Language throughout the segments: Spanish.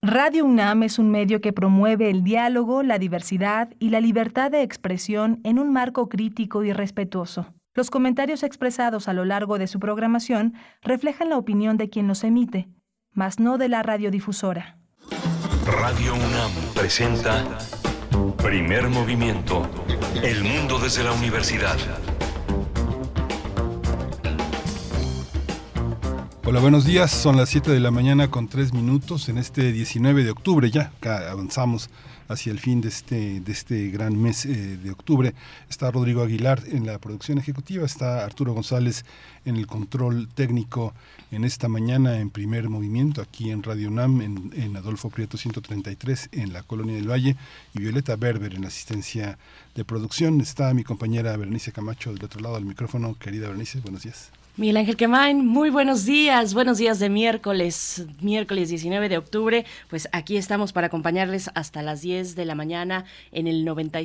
Radio UNAM es un medio que promueve el diálogo, la diversidad y la libertad de expresión en un marco crítico y respetuoso. Los comentarios expresados a lo largo de su programación reflejan la opinión de quien los emite, mas no de la radiodifusora. Radio UNAM presenta Primer Movimiento. El mundo desde la universidad. Hola, buenos días. Son las 7 de la mañana con 3 minutos en este 19 de octubre. Ya avanzamos hacia el fin de este gran mes de octubre. Está Rodrigo Aguilar en la producción ejecutiva, está Arturo González en el control técnico en esta mañana en Primer Movimiento, aquí en Radio UNAM, en Adolfo Prieto 133, en la Colonia del Valle, y Violeta Berber en la asistencia de producción. Está mi compañera Berenice Camacho del otro lado del micrófono. Querida Berenice, buenos días. Miguel Ángel Quemain, muy buenos días de miércoles 19 de octubre. Pues aquí estamos para acompañarles hasta las 10 de la mañana en el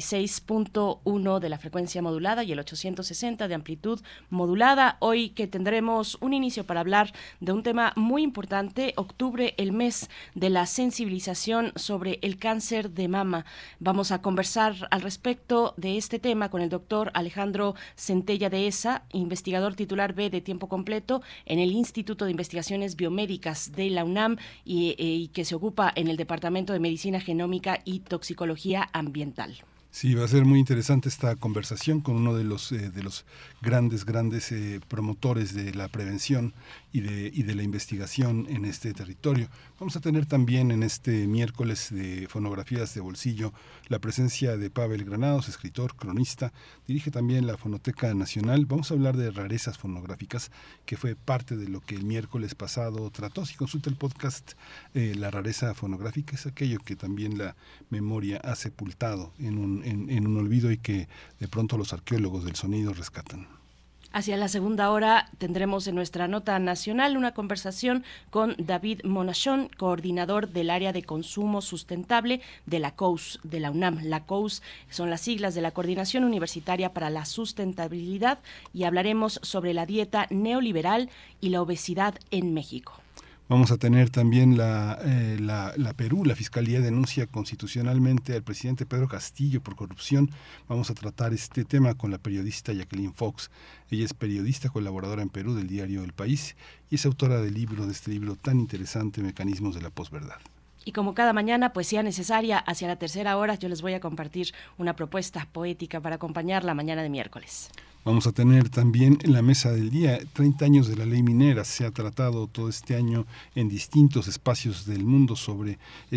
96.1 de la frecuencia modulada y el 860 de amplitud modulada. Hoy que tendremos un inicio para hablar de un tema muy importante, octubre, el mes de la sensibilización sobre el cáncer de mama. Vamos a conversar al respecto de este tema con el doctor Alejandro Centella Dehesa, investigador titular B de tiempo completo en el Instituto de Investigaciones Biomédicas de la UNAM y que se ocupa en el Departamento de Medicina Genómica y Toxicología Ambiental. Sí, va a ser muy interesante esta conversación con uno de los grandes promotores de la prevención y de la investigación en este territorio. Vamos a tener también en este miércoles de Fonografías de Bolsillo la presencia de Pavel Granados, escritor, cronista, dirige también la Fonoteca Nacional. Vamos a hablar de rarezas fonográficas, que fue parte de lo que el miércoles pasado trató. Si consulta el podcast, la rareza fonográfica es aquello que también la memoria ha sepultado en un olvido y que de pronto los arqueólogos del sonido rescatan. Hacia la segunda hora tendremos en nuestra nota nacional una conversación con David Monachón, coordinador del área de consumo sustentable de la COUS de la UNAM. La COUS son las siglas de la Coordinación Universitaria para la Sustentabilidad y hablaremos sobre la dieta neoliberal y la obesidad en México. Vamos a tener también la Perú, la Fiscalía denuncia constitucionalmente al presidente Pedro Castillo por corrupción. Vamos a tratar este tema con la periodista Jacqueline Fox. Ella es periodista colaboradora en Perú del diario El País y es autora de este libro tan interesante, Mecanismos de la Posverdad. Y como cada mañana, poesía necesaria, hacia la tercera hora yo les voy a compartir una propuesta poética para acompañar la mañana de miércoles. Vamos a tener también en la mesa del día 30 años de la ley minera. Se ha tratado todo este año en distintos espacios del mundo sobre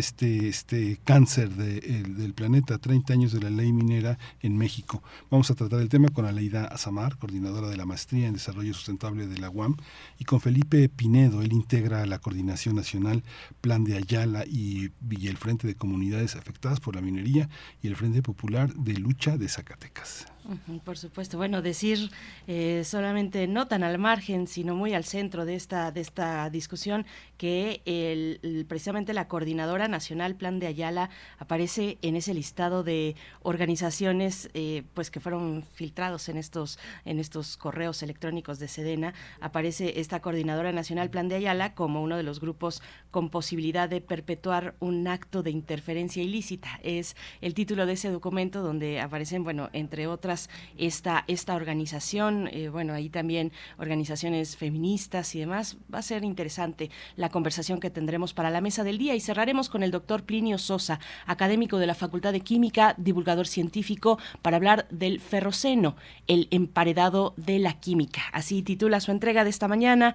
este cáncer del planeta, 30 años de la ley minera en México. Vamos a tratar el tema con Aleida Azamar, coordinadora de la Maestría en Desarrollo Sustentable de la UAM, y con Felipe Pinedo. Él integra la Coordinación Nacional Plan de Ayala y el Frente de Comunidades Afectadas por la Minería y el Frente Popular de Lucha de Zacatecas. Por supuesto, bueno, decir solamente no tan al margen, sino muy al centro de esta discusión, que precisamente la Coordinadora Nacional Plan de Ayala aparece en ese listado de organizaciones pues que fueron filtrados en estos correos electrónicos de Sedena. Aparece esta Coordinadora Nacional Plan de Ayala como uno de los grupos con posibilidad de perpetuar un acto de interferencia ilícita. Es el título de ese documento donde aparecen, bueno, entre otras, esta organización, ahí también organizaciones feministas y demás. Va a ser interesante la conversación que tendremos para la mesa del día y cerraremos con el doctor Plinio Sosa, académico de la Facultad de Química, divulgador científico, para hablar del ferroceno, el emparedado de la química. Así titula su entrega de esta mañana.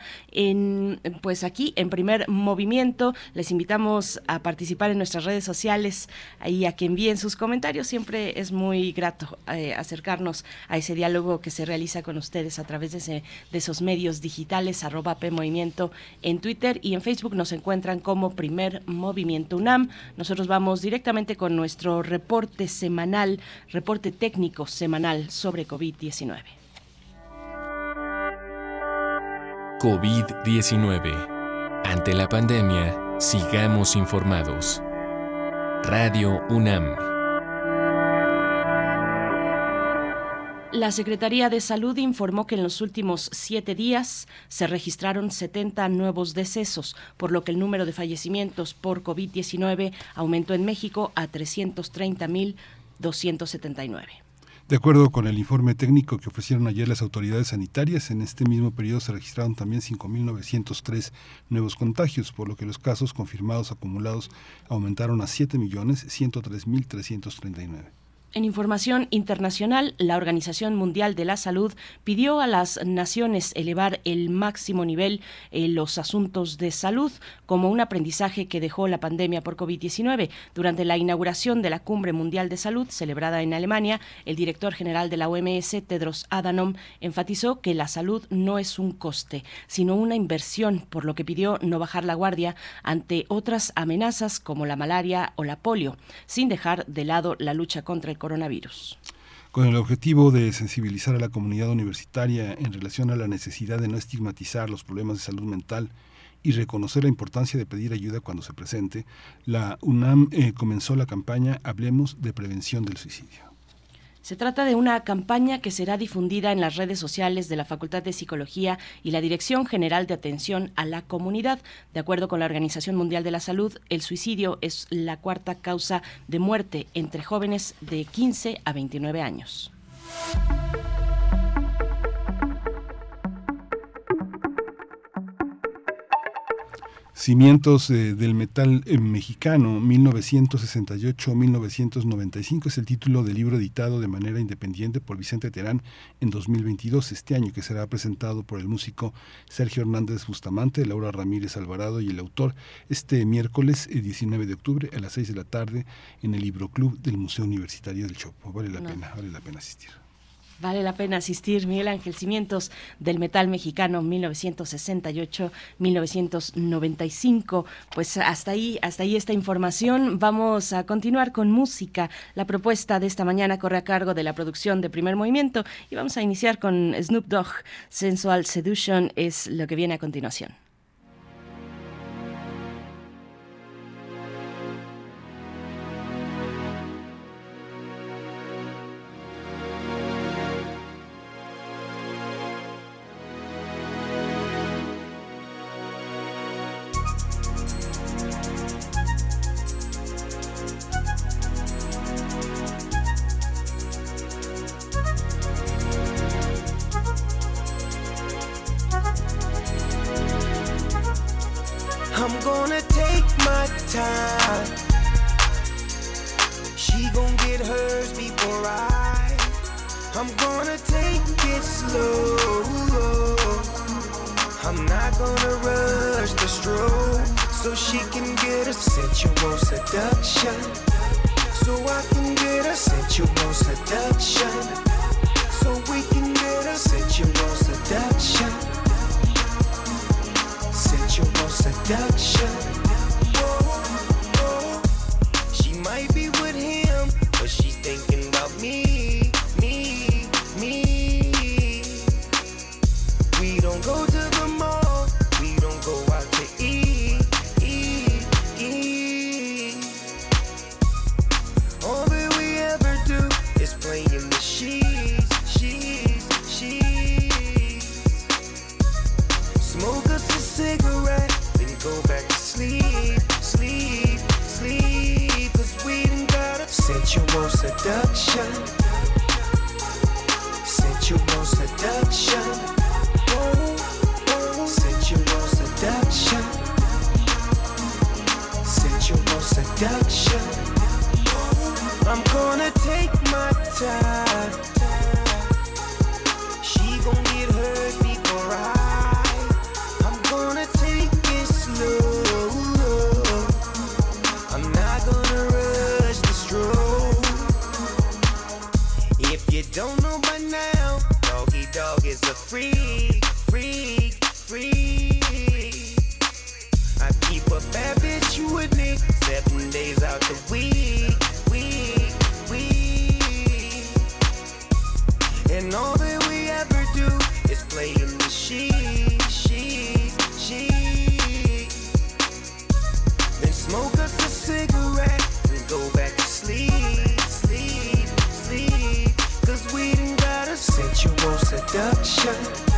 Pues aquí en Primer Movimiento les invitamos a participar en nuestras redes sociales y a que envíen sus comentarios. Siempre es muy grato acercarnos a ese diálogo que se realiza con ustedes a través de esos medios digitales, @PMovimiento en Twitter, y en Facebook nos encuentran como Primer Movimiento UNAM. Nosotros vamos directamente con nuestro reporte técnico semanal sobre COVID-19. COVID-19. Ante la pandemia, sigamos informados. Radio UNAM. La Secretaría de Salud informó que en los últimos 7 días se registraron 70 nuevos decesos, por lo que el número de fallecimientos por COVID-19 aumentó en México a 330.279. De acuerdo con el informe técnico que ofrecieron ayer las autoridades sanitarias, en este mismo periodo se registraron también 5.903 nuevos contagios, por lo que los casos confirmados acumulados aumentaron a 7.103.339. En información internacional, la Organización Mundial de la Salud pidió a las naciones elevar el máximo nivel en los asuntos de salud como un aprendizaje que dejó la pandemia por COVID-19. Durante la inauguración de la Cumbre Mundial de Salud, celebrada en Alemania, el director general de la OMS, Tedros Adhanom, enfatizó que la salud no es un coste, sino una inversión, por lo que pidió no bajar la guardia ante otras amenazas como la malaria o la polio, sin dejar de lado la lucha contra el coronavirus. Con el objetivo de sensibilizar a la comunidad universitaria en relación a la necesidad de no estigmatizar los problemas de salud mental y reconocer la importancia de pedir ayuda cuando se presente, la UNAM comenzó la campaña Hablemos de Prevención del Suicidio. Se trata de una campaña que será difundida en las redes sociales de la Facultad de Psicología y la Dirección General de Atención a la Comunidad. De acuerdo con la Organización Mundial de la Salud, el suicidio es la cuarta causa de muerte entre jóvenes de 15 a 29 años. Cimientos del metal mexicano, 1968-1995, es el título del libro editado de manera independiente por Vicente Terán en 2022, este año, que será presentado por el músico Sergio Hernández Bustamante, Laura Ramírez Alvarado y el autor este miércoles 19 de octubre a las 6 de la tarde en el Libro Club del Museo Universitario del Chopo. Vale la pena asistir. Vale la pena asistir. Miguel Ángel, Cimientos del metal mexicano, 1968-1995. Pues hasta ahí esta información. Vamos a continuar con música. La propuesta de esta mañana corre a cargo de la producción de Primer Movimiento y vamos a iniciar con Snoop Dogg. Sensual Seduction es lo que viene a continuación. And all that we ever do is play in seduction.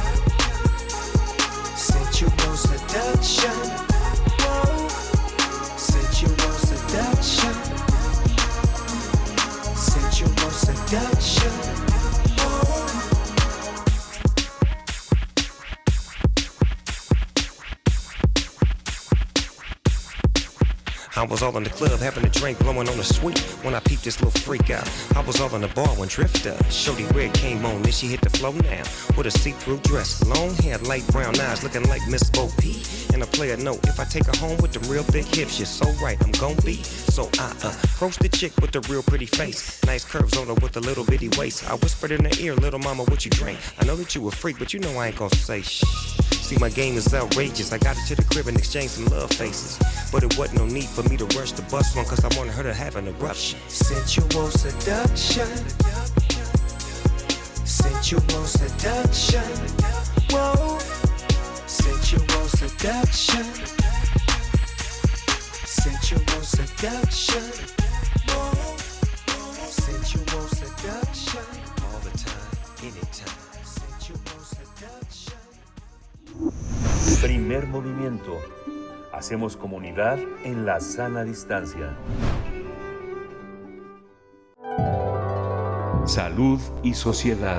Sensual seduction. Whoa. Sensual seduction. Sensual seduction. Whoa. I was all in the club having a drink, blowing on the sweet when I peeped this little freak out. I was all in the bar when Drifter, Shorty Red came on, then she hit the floor now with a see-through dress, long hair, light brown eyes, looking like Miss Bo P. And a player note, if I take her home with the real big hips, you're so right, I'm gon' be. So I approached the chick with the real pretty face, nice curves on her with a little bitty waist. I whispered in her ear, little mama, what you drink? I know that you a freak, but you know I ain't gon' say shh. See, my game is outrageous. I got her to the crib and exchanged some love faces. But it wasn't no need for me to rush the bus one, cause I wanted her to have an eruption. Sensual seduction. Sensual seduction. Whoa. Sensual seduction. Sensual seduction. Whoa. Sensual seduction. All the time, anytime. Sensual seduction. Primer movimiento. Hacemos comunidad en la sana distancia. Salud y sociedad.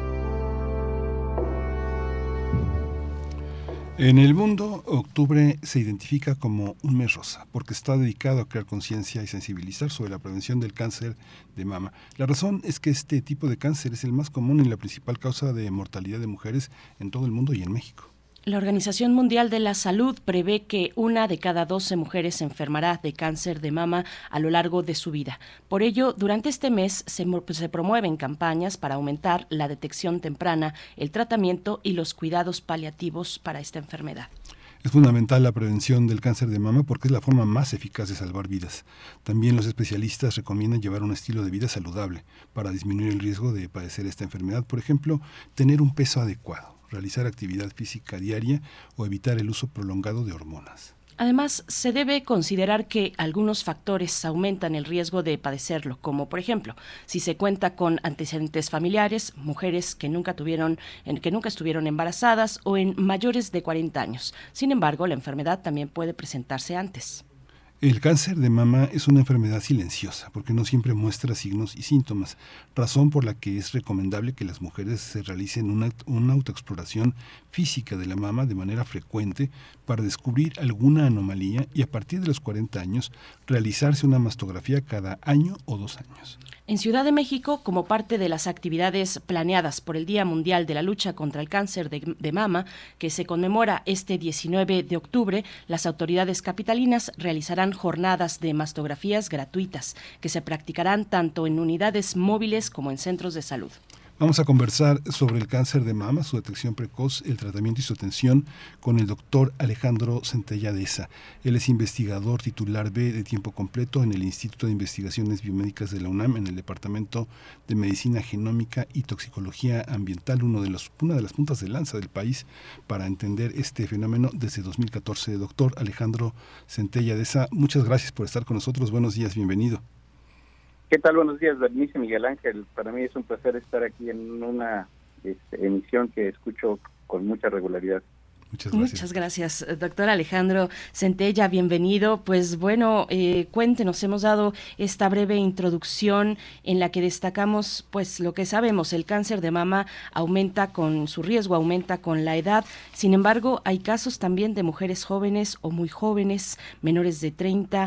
En el mundo, octubre se identifica como un mes rosa, porque está dedicado a crear conciencia y sensibilizar sobre la prevención del cáncer de mama. La razón es que este tipo de cáncer es el más común y la principal causa de mortalidad de mujeres en todo el mundo y en México. La Organización Mundial de la Salud prevé que 1 de cada 12 mujeres se enfermará de cáncer de mama a lo largo de su vida. Por ello, durante este mes se promueven campañas para aumentar la detección temprana, el tratamiento y los cuidados paliativos para esta enfermedad. Es fundamental la prevención del cáncer de mama porque es la forma más eficaz de salvar vidas. También los especialistas recomiendan llevar un estilo de vida saludable para disminuir el riesgo de padecer esta enfermedad. Por ejemplo, tener un peso adecuado, realizar actividad física diaria o evitar el uso prolongado de hormonas. Además, se debe considerar que algunos factores aumentan el riesgo de padecerlo, como por ejemplo, si se cuenta con antecedentes familiares, mujeres que nunca estuvieron embarazadas o en mayores de 40 años. Sin embargo, la enfermedad también puede presentarse antes. El cáncer de mama es una enfermedad silenciosa porque no siempre muestra signos y síntomas, razón por la que es recomendable que las mujeres se realicen una autoexploración física de la mama de manera frecuente para descubrir alguna anomalía y a partir de los 40 años realizarse una mastografía cada año o 2 años. En Ciudad de México, como parte de las actividades planeadas por el Día Mundial de la Lucha contra el Cáncer de Mama, que se conmemora este 19 de octubre, las autoridades capitalinas realizarán jornadas de mastografías gratuitas que se practicarán tanto en unidades móviles como en centros de salud. Vamos a conversar sobre el cáncer de mama, su detección precoz, el tratamiento y su atención con el doctor Alejandro Centella Deza. Él es investigador titular B de tiempo completo en el Instituto de Investigaciones Biomédicas de la UNAM, en el Departamento de Medicina Genómica y Toxicología Ambiental, una de las puntas de lanza del país para entender este fenómeno desde 2014. Doctor Alejandro Centella Deza, muchas gracias por estar con nosotros. Buenos días, bienvenido. ¿Qué tal? Buenos días, Bernice Miguel Ángel. Para mí es un placer estar aquí en una emisión que escucho con mucha regularidad. Muchas gracias, doctor Alejandro Centella, bienvenido. Pues bueno, cuéntenos, hemos dado esta breve introducción en la que destacamos pues lo que sabemos, el cáncer de mama aumenta con su riesgo, aumenta con la edad. Sin embargo, hay casos también de mujeres jóvenes o muy jóvenes, menores de 30.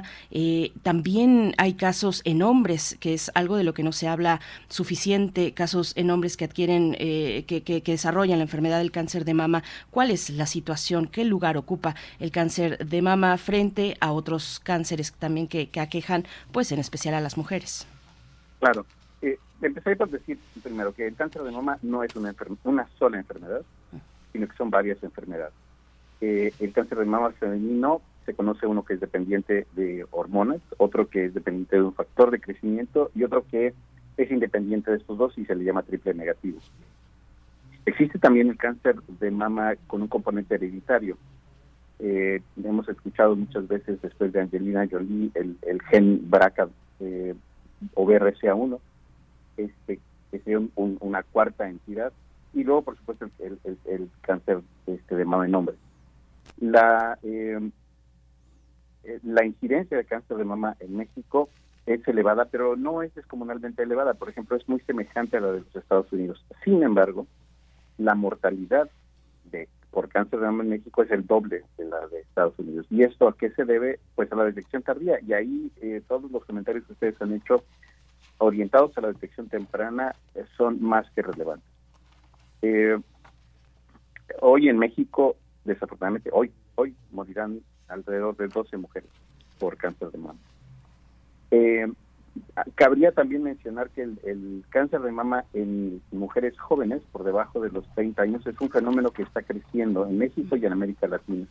También hay casos en hombres, que es algo de lo que no se habla suficiente, casos en hombres que adquieren, que desarrollan la enfermedad del cáncer de mama. ¿Cuál es la situación? ¿Qué lugar ocupa el cáncer de mama frente a otros cánceres también que aquejan, pues en especial a las mujeres? Claro. Empecé por decir primero que el cáncer de mama no es una sola enfermedad, sino que son varias enfermedades. El cáncer de mama femenino se conoce uno que es dependiente de hormonas, otro que es dependiente de un factor de crecimiento y otro que es independiente de estos dos y se le llama triple negativo. Existe también el cáncer de mama con un componente hereditario. Hemos escuchado muchas veces después de Angelina Jolie el gen BRCA o BRCA1, que sería una cuarta entidad y luego, por supuesto, el cáncer de mama en hombres. La incidencia de cáncer de mama en México es elevada, pero no es descomunalmente elevada. Por ejemplo, es muy semejante a la de los Estados Unidos. Sin embargo, la mortalidad por cáncer de mama en México es el doble de la de Estados Unidos. ¿Y esto a qué se debe? Pues a la detección tardía. Y ahí todos los comentarios que ustedes han hecho orientados a la detección temprana son más que relevantes. Hoy en México, desafortunadamente, hoy morirán alrededor de 12 mujeres por cáncer de mama. Cabría también mencionar que el cáncer de mama en mujeres jóvenes por debajo de los 30 años es un fenómeno que está creciendo en México y en América Latina.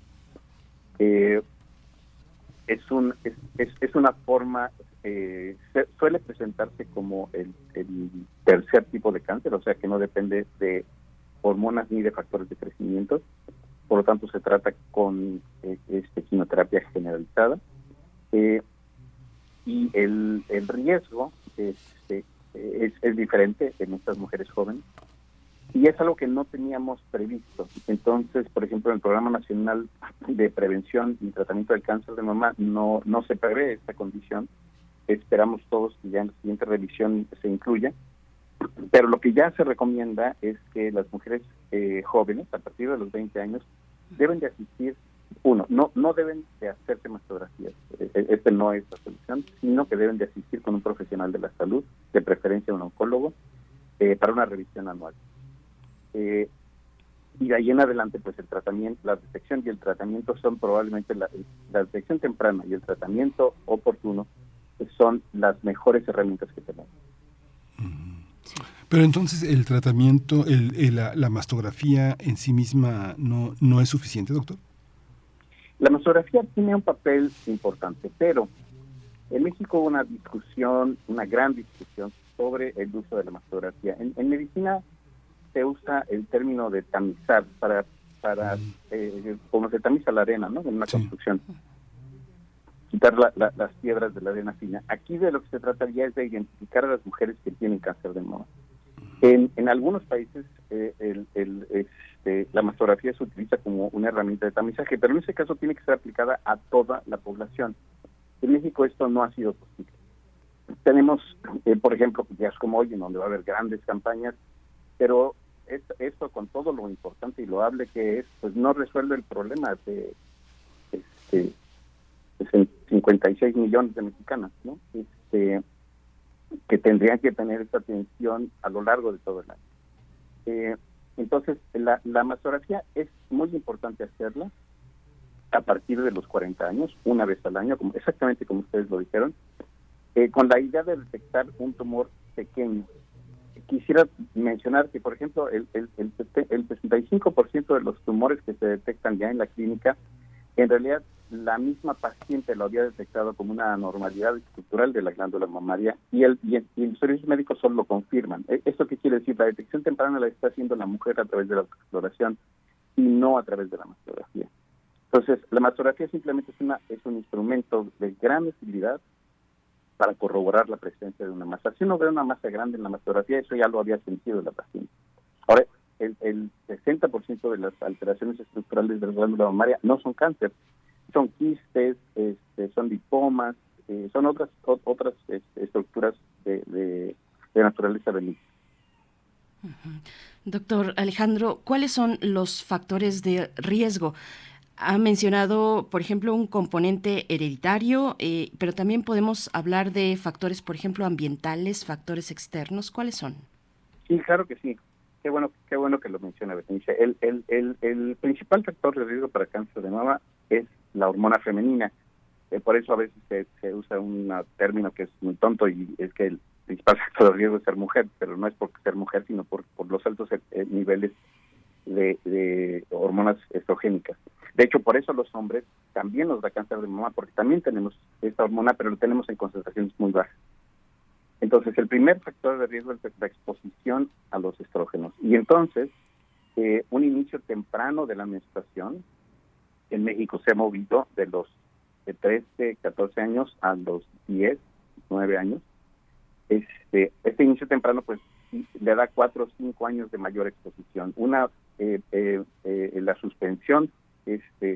Es una forma, suele presentarse como el tercer tipo de cáncer, o sea que no depende de hormonas ni de factores de crecimiento, por lo tanto se trata con quimioterapia generalizada. Y el riesgo es diferente en estas mujeres jóvenes y es algo que no teníamos previsto. Entonces, por ejemplo, en el Programa Nacional de Prevención y Tratamiento del Cáncer de Mama no se prevé esta condición. Esperamos todos que ya en la siguiente revisión se incluya, pero lo que ya se recomienda es que las mujeres jóvenes, a partir de los 20 años, deben de asistir. No deben de hacerse mastografías, no es la solución, sino que deben de asistir con un profesional de la salud, de preferencia un oncólogo, para una revisión anual. Y de ahí en adelante, pues el tratamiento, la detección y el tratamiento son probablemente la detección temprana y el tratamiento oportuno son las mejores herramientas que tenemos. Pero entonces el tratamiento, la mastografía en sí misma no es suficiente, doctor. La mastografía tiene un papel importante, pero en México hubo una gran discusión sobre el uso de la mastografía. En medicina se usa el término de tamizar para como se tamiza la arena, ¿no? En una construcción. Quitar las piedras de la arena fina. Aquí de lo que se trata ya es de identificar a las mujeres que tienen cáncer de mama. En algunos países la mastografía se utiliza como una herramienta de tamizaje, pero en ese caso tiene que ser aplicada a toda la población. En México esto no ha sido posible. Tenemos, por ejemplo, días como hoy, en donde va a haber grandes campañas, pero esto con todo lo importante y loable que es, pues no resuelve el problema de 56 millones de mexicanas, ¿no? Que tendrían que tener esta atención a lo largo de todo el año. Entonces, la mastografía es muy importante hacerla a partir de los 40 años, una vez al año, exactamente como ustedes lo dijeron, con la idea de detectar un tumor pequeño. Quisiera mencionar que, por ejemplo, el 65% de los tumores que se detectan ya en la clínica, en realidad la misma paciente lo había detectado como una anormalidad estructural de la glándula mamaria y los servicios médicos solo lo confirman. ¿Esto qué quiere decir? La detección temprana la está haciendo la mujer a través de la exploración y no a través de la mastografía. Entonces, la mastografía simplemente es un instrumento de gran utilidad para corroborar la presencia de una masa. Si uno ve una masa grande en la mastografía, eso ya lo había sentido la paciente. Ahora, el 60% de las alteraciones estructurales de la glándula mamaria no son cáncer, son quistes, son lipomas, son otras estructuras de naturaleza benigna. Doctor Alejandro, ¿cuáles son los factores de riesgo? Ha mencionado, por ejemplo, un componente hereditario, pero también podemos hablar de factores, por ejemplo, ambientales, factores externos. ¿Cuáles son? Sí, claro que sí. Qué bueno que lo menciona, Berenice. El principal factor de riesgo para cáncer de mama es la hormona femenina. Por eso a veces se usa un término que es muy tonto y es que el principal factor de riesgo es ser mujer, pero no es por ser mujer, sino por los altos niveles de hormonas estrogénicas. De hecho, por eso los hombres también nos da cáncer de mama, porque también tenemos esta hormona, pero lo tenemos en concentraciones muy bajas. Entonces, el primer factor de riesgo es la exposición a los estrógenos. Y entonces, un inicio temprano de la menstruación, en México se ha movido de los 13, 14 años a los 10, 9 años. Este inicio temprano, pues, le da 4 o 5 años de mayor exposición. La suspensión de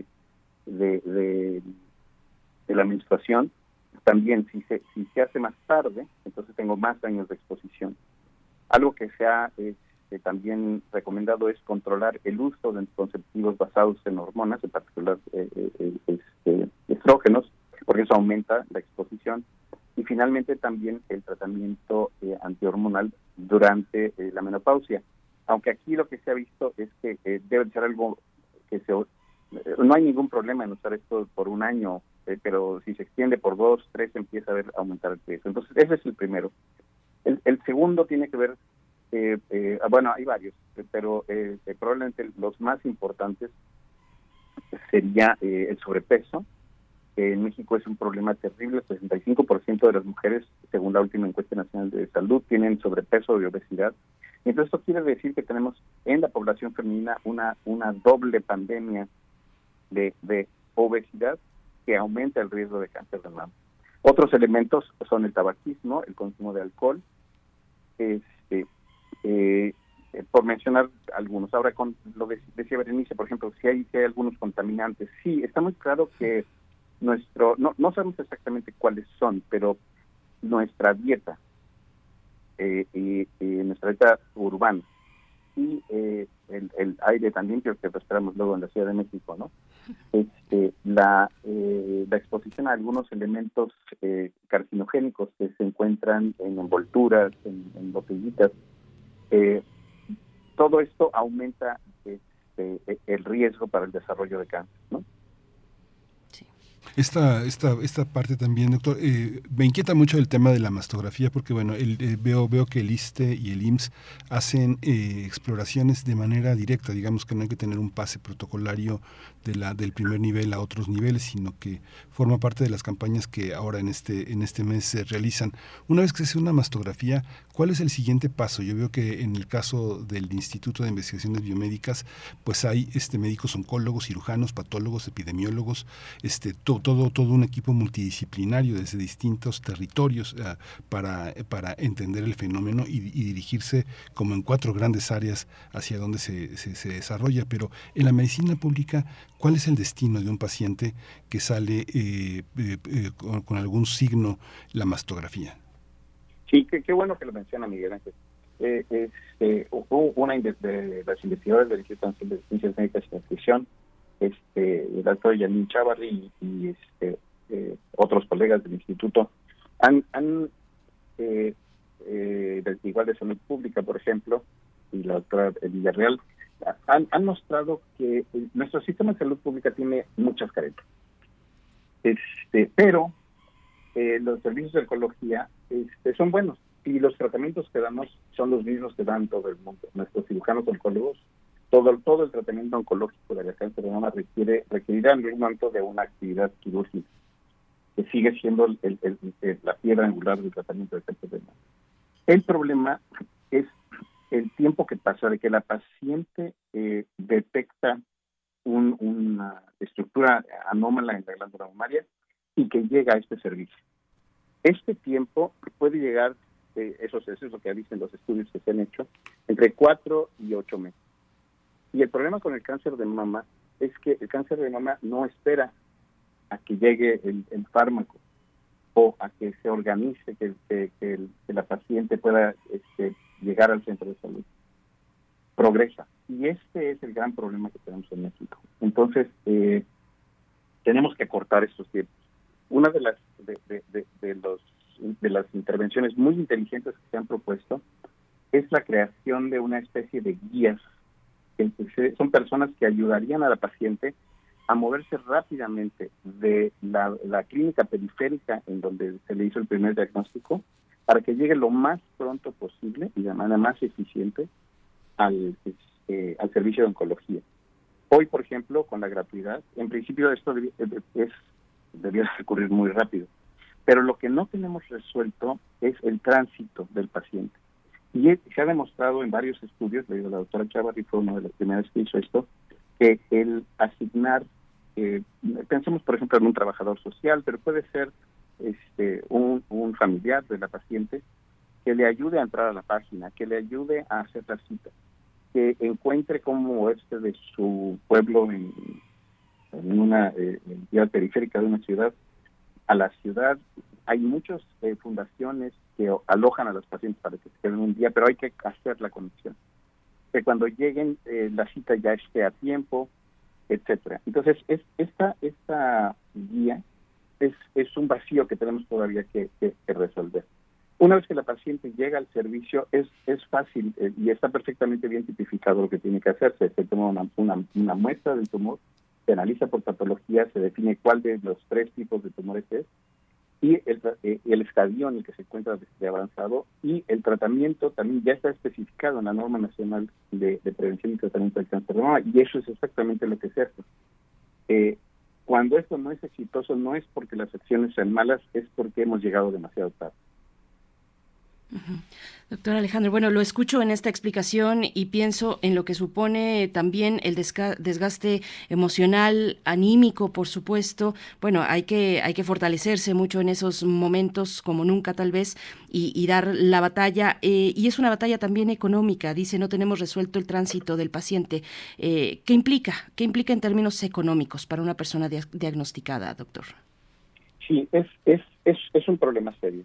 la menstruación, también si se hace más tarde, entonces tengo más años de exposición. Algo que se ha también recomendado es controlar el uso de anticonceptivos basados en hormonas, en particular estrógenos, porque eso aumenta la exposición. Y finalmente también el tratamiento antihormonal durante la menopausia. Aunque aquí lo que se ha visto es que debe ser algo que no hay ningún problema en usar esto por un año, pero si se extiende por 2, 3 empieza a aumentar el peso. Entonces ese es el primero. El segundo tiene que ver, bueno, hay varios, pero probablemente los más importantes sería el sobrepeso. En México es un problema terrible. El 65% de las mujeres, según la última encuesta nacional de salud, tienen sobrepeso y obesidad. Y entonces esto quiere decir que tenemos en la población femenina una doble pandemia de obesidad que aumenta el riesgo de cáncer de mama. Otros elementos son el tabaquismo, el consumo de alcohol, por mencionar algunos. Ahora, con lo que decía Berenice, por ejemplo, si hay algunos contaminantes, sí, está muy claro que no sabemos exactamente cuáles son, pero nuestra dieta, nuestra dieta urbana y el aire tan limpio que respiramos luego en la Ciudad de México, ¿no? La exposición a algunos elementos carcinogénicos que se encuentran en envolturas, en botellitas, todo esto aumenta el riesgo para el desarrollo de cáncer, ¿no? Esta parte también, doctor, me inquieta mucho el tema de la mastografía porque, bueno, veo que el ISSSTE y el IMSS hacen exploraciones de manera directa, digamos que no hay que tener un pase protocolario del primer nivel a otros niveles, sino que forma parte de las campañas que ahora en este mes se realizan. Una vez que se hace una mastografía, ¿cuál es el siguiente paso? Yo veo que en el caso del Instituto de Investigaciones Biomédicas, pues hay médicos oncólogos, cirujanos, patólogos, epidemiólogos, todo un equipo multidisciplinario desde distintos territorios para entender el fenómeno y dirigirse como en 4 grandes áreas hacia donde se desarrolla. Pero en la medicina pública, ¿cuál es el destino de un paciente que sale con algún signo la mastografía? Sí, qué bueno que lo menciona Miguel Ángel. Una de las investigadoras del Instituto Nacional de Ciencias Médicas y Nutrición, el doctor Yanin Chávarri y otros colegas del instituto igual de salud pública, por ejemplo, y la doctora Villarreal, han mostrado que nuestro sistema de salud pública tiene muchas carencias. Pero los servicios de oncología son buenos y los tratamientos que damos son los mismos que dan todo el mundo. Nuestros cirujanos oncólogos, todo el tratamiento oncológico de la cáncer de mama requerirá en algún momento de una actividad quirúrgica, que sigue siendo la piedra angular del tratamiento de cáncer de mama. El problema es el tiempo que pasa de que la paciente detecta una estructura anómala en la glándula mamaria y que llega a este servicio. Este tiempo puede llegar, eso es lo que dicen los estudios que se han hecho, entre 4 y 8 meses. Y el problema con el cáncer de mama es que el cáncer de mama no espera a que llegue el fármaco o a que se organice, que la paciente pueda llegar al centro de salud. Progresa. Y este es el gran problema que tenemos en México. Entonces, tenemos que acortar estos tiempos. Una de las intervenciones muy inteligentes que se han propuesto es la creación de una especie de guías. Son personas que ayudarían a la paciente a moverse rápidamente de la clínica periférica en donde se le hizo el primer diagnóstico para que llegue lo más pronto posible y de manera más eficiente al servicio de oncología. Hoy, por ejemplo, con la gratuidad, en principio esto debería ocurrir muy rápido, pero lo que no tenemos resuelto es el tránsito del paciente. Y se ha demostrado en varios estudios, la doctora Chávarri fue una de las primeras que hizo esto, que el asignar, pensemos por ejemplo en un trabajador social, pero puede ser un familiar de la paciente, que le ayude a entrar a la página, que le ayude a hacer la cita, que encuentre cómo moverse de su pueblo en una entidad periférica de una ciudad a la ciudad. Hay muchas fundaciones que alojan a los pacientes para que se queden un día, pero hay que hacer la conexión. Que cuando lleguen la cita ya esté a tiempo, etcétera. Entonces, esta guía es un vacío que tenemos todavía que resolver. Una vez que la paciente llega al servicio, es fácil y está perfectamente bien tipificado lo que tiene que hacerse. Se toma una muestra del tumor, se analiza por patología, se define cuál de los 3 tipos de tumores es, y el estadio en el que se encuentra de avanzado, y el tratamiento también ya está especificado en la Norma Nacional de Prevención y Tratamiento del Cáncer de Mama, y eso es exactamente lo que se hace. Cuando esto no es exitoso, no es porque las acciones sean malas, es porque hemos llegado demasiado tarde. Uh-huh. Doctor Alejandro, bueno, lo escucho en esta explicación y pienso en lo que supone también el desgaste emocional, anímico, por supuesto. Bueno, hay que fortalecerse mucho en esos momentos, como nunca tal vez, y dar la batalla. Y es una batalla también económica. Dice, no tenemos resuelto el tránsito del paciente. ¿Qué implica? ¿Qué implica en términos económicos para una persona diagnosticada, doctor? Sí, es un problema serio.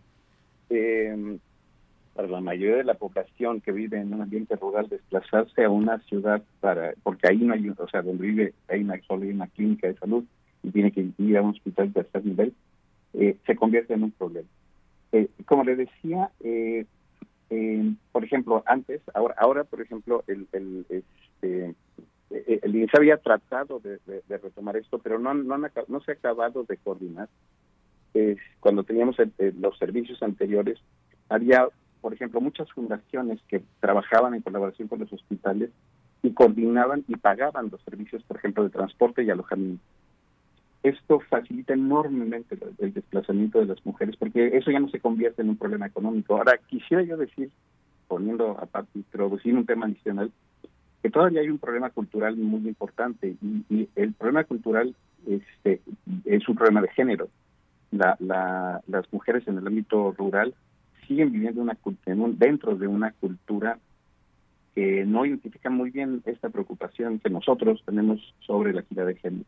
Para la mayoría de la población que vive en un ambiente rural, desplazarse a una ciudad porque ahí no hay, o sea, donde vive solo hay una clínica de salud y tiene que ir a un hospital de tercer nivel, se convierte en un problema. Como le decía, por ejemplo, antes, ahora por ejemplo, el INSA había tratado de retomar esto, pero no se ha acabado de coordinar. Cuando teníamos los servicios anteriores, había, por ejemplo, muchas fundaciones que trabajaban en colaboración con los hospitales y coordinaban y pagaban los servicios, por ejemplo, de transporte y alojamiento. Esto facilita enormemente el desplazamiento de las mujeres, porque eso ya no se convierte en un problema económico. Ahora, quisiera yo decir, poniendo aparte, introducir un tema adicional, que todavía hay un problema cultural muy importante, y el problema cultural es un problema de género. Las mujeres en el ámbito rural siguen viviendo dentro de una cultura que no identifica muy bien esta preocupación que nosotros tenemos sobre la equidad de género.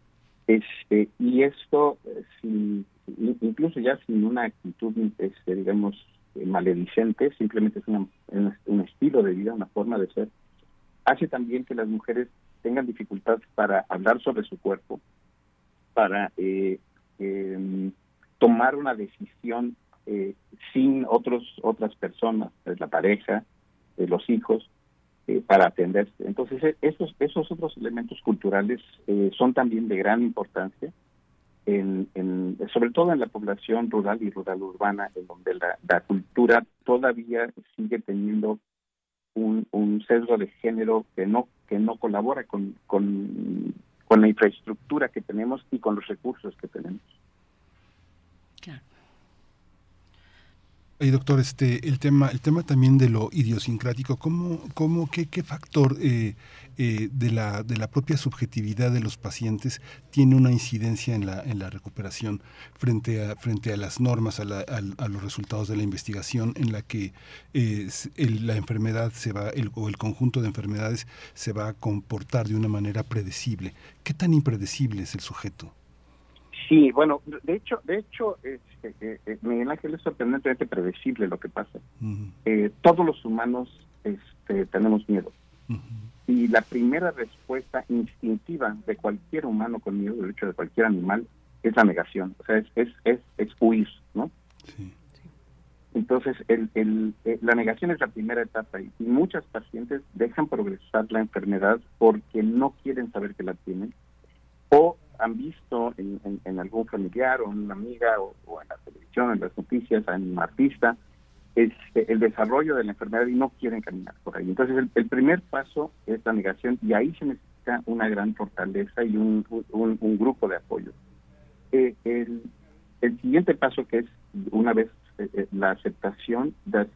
Y esto, incluso ya sin una actitud, digamos, maledicente, simplemente es un estilo de vida, una forma de ser, hace también que las mujeres tengan dificultad para hablar sobre su cuerpo, para tomar una decisión sin otras personas, la pareja, los hijos, para atenderse. Entonces, esos otros elementos culturales son también de gran importancia, sobre todo en la población rural y rural urbana, en donde la cultura todavía sigue teniendo un sesgo de género que no colabora con la infraestructura que tenemos y con los recursos que tenemos. Claro. Y doctor, el tema también de lo idiosincrático, qué factor de la propia subjetividad de los pacientes tiene una incidencia en la recuperación frente a las normas, a los resultados de la investigación, en la que la enfermedad o el conjunto de enfermedades se va a comportar de una manera predecible? ¿Qué tan impredecible es el sujeto? Sí, bueno, de hecho, Miguel Ángel, es sorprendentemente predecible lo que pasa. Uh-huh. Todos los humanos tenemos miedo. Uh-huh. Y la primera respuesta instintiva de cualquier humano con miedo, de hecho de cualquier animal, es la negación. O sea, es huir, ¿no? Sí. Entonces, la negación es la primera etapa y muchas pacientes dejan progresar la enfermedad porque no quieren saber que la tienen, o han visto en algún familiar o en una amiga o en la televisión, en las noticias, en un artista, el desarrollo de la enfermedad y no quieren caminar por ahí. Entonces, el primer paso es la negación, y ahí se necesita una gran fortaleza y un grupo de apoyo. El siguiente paso, que es una vez la aceptación,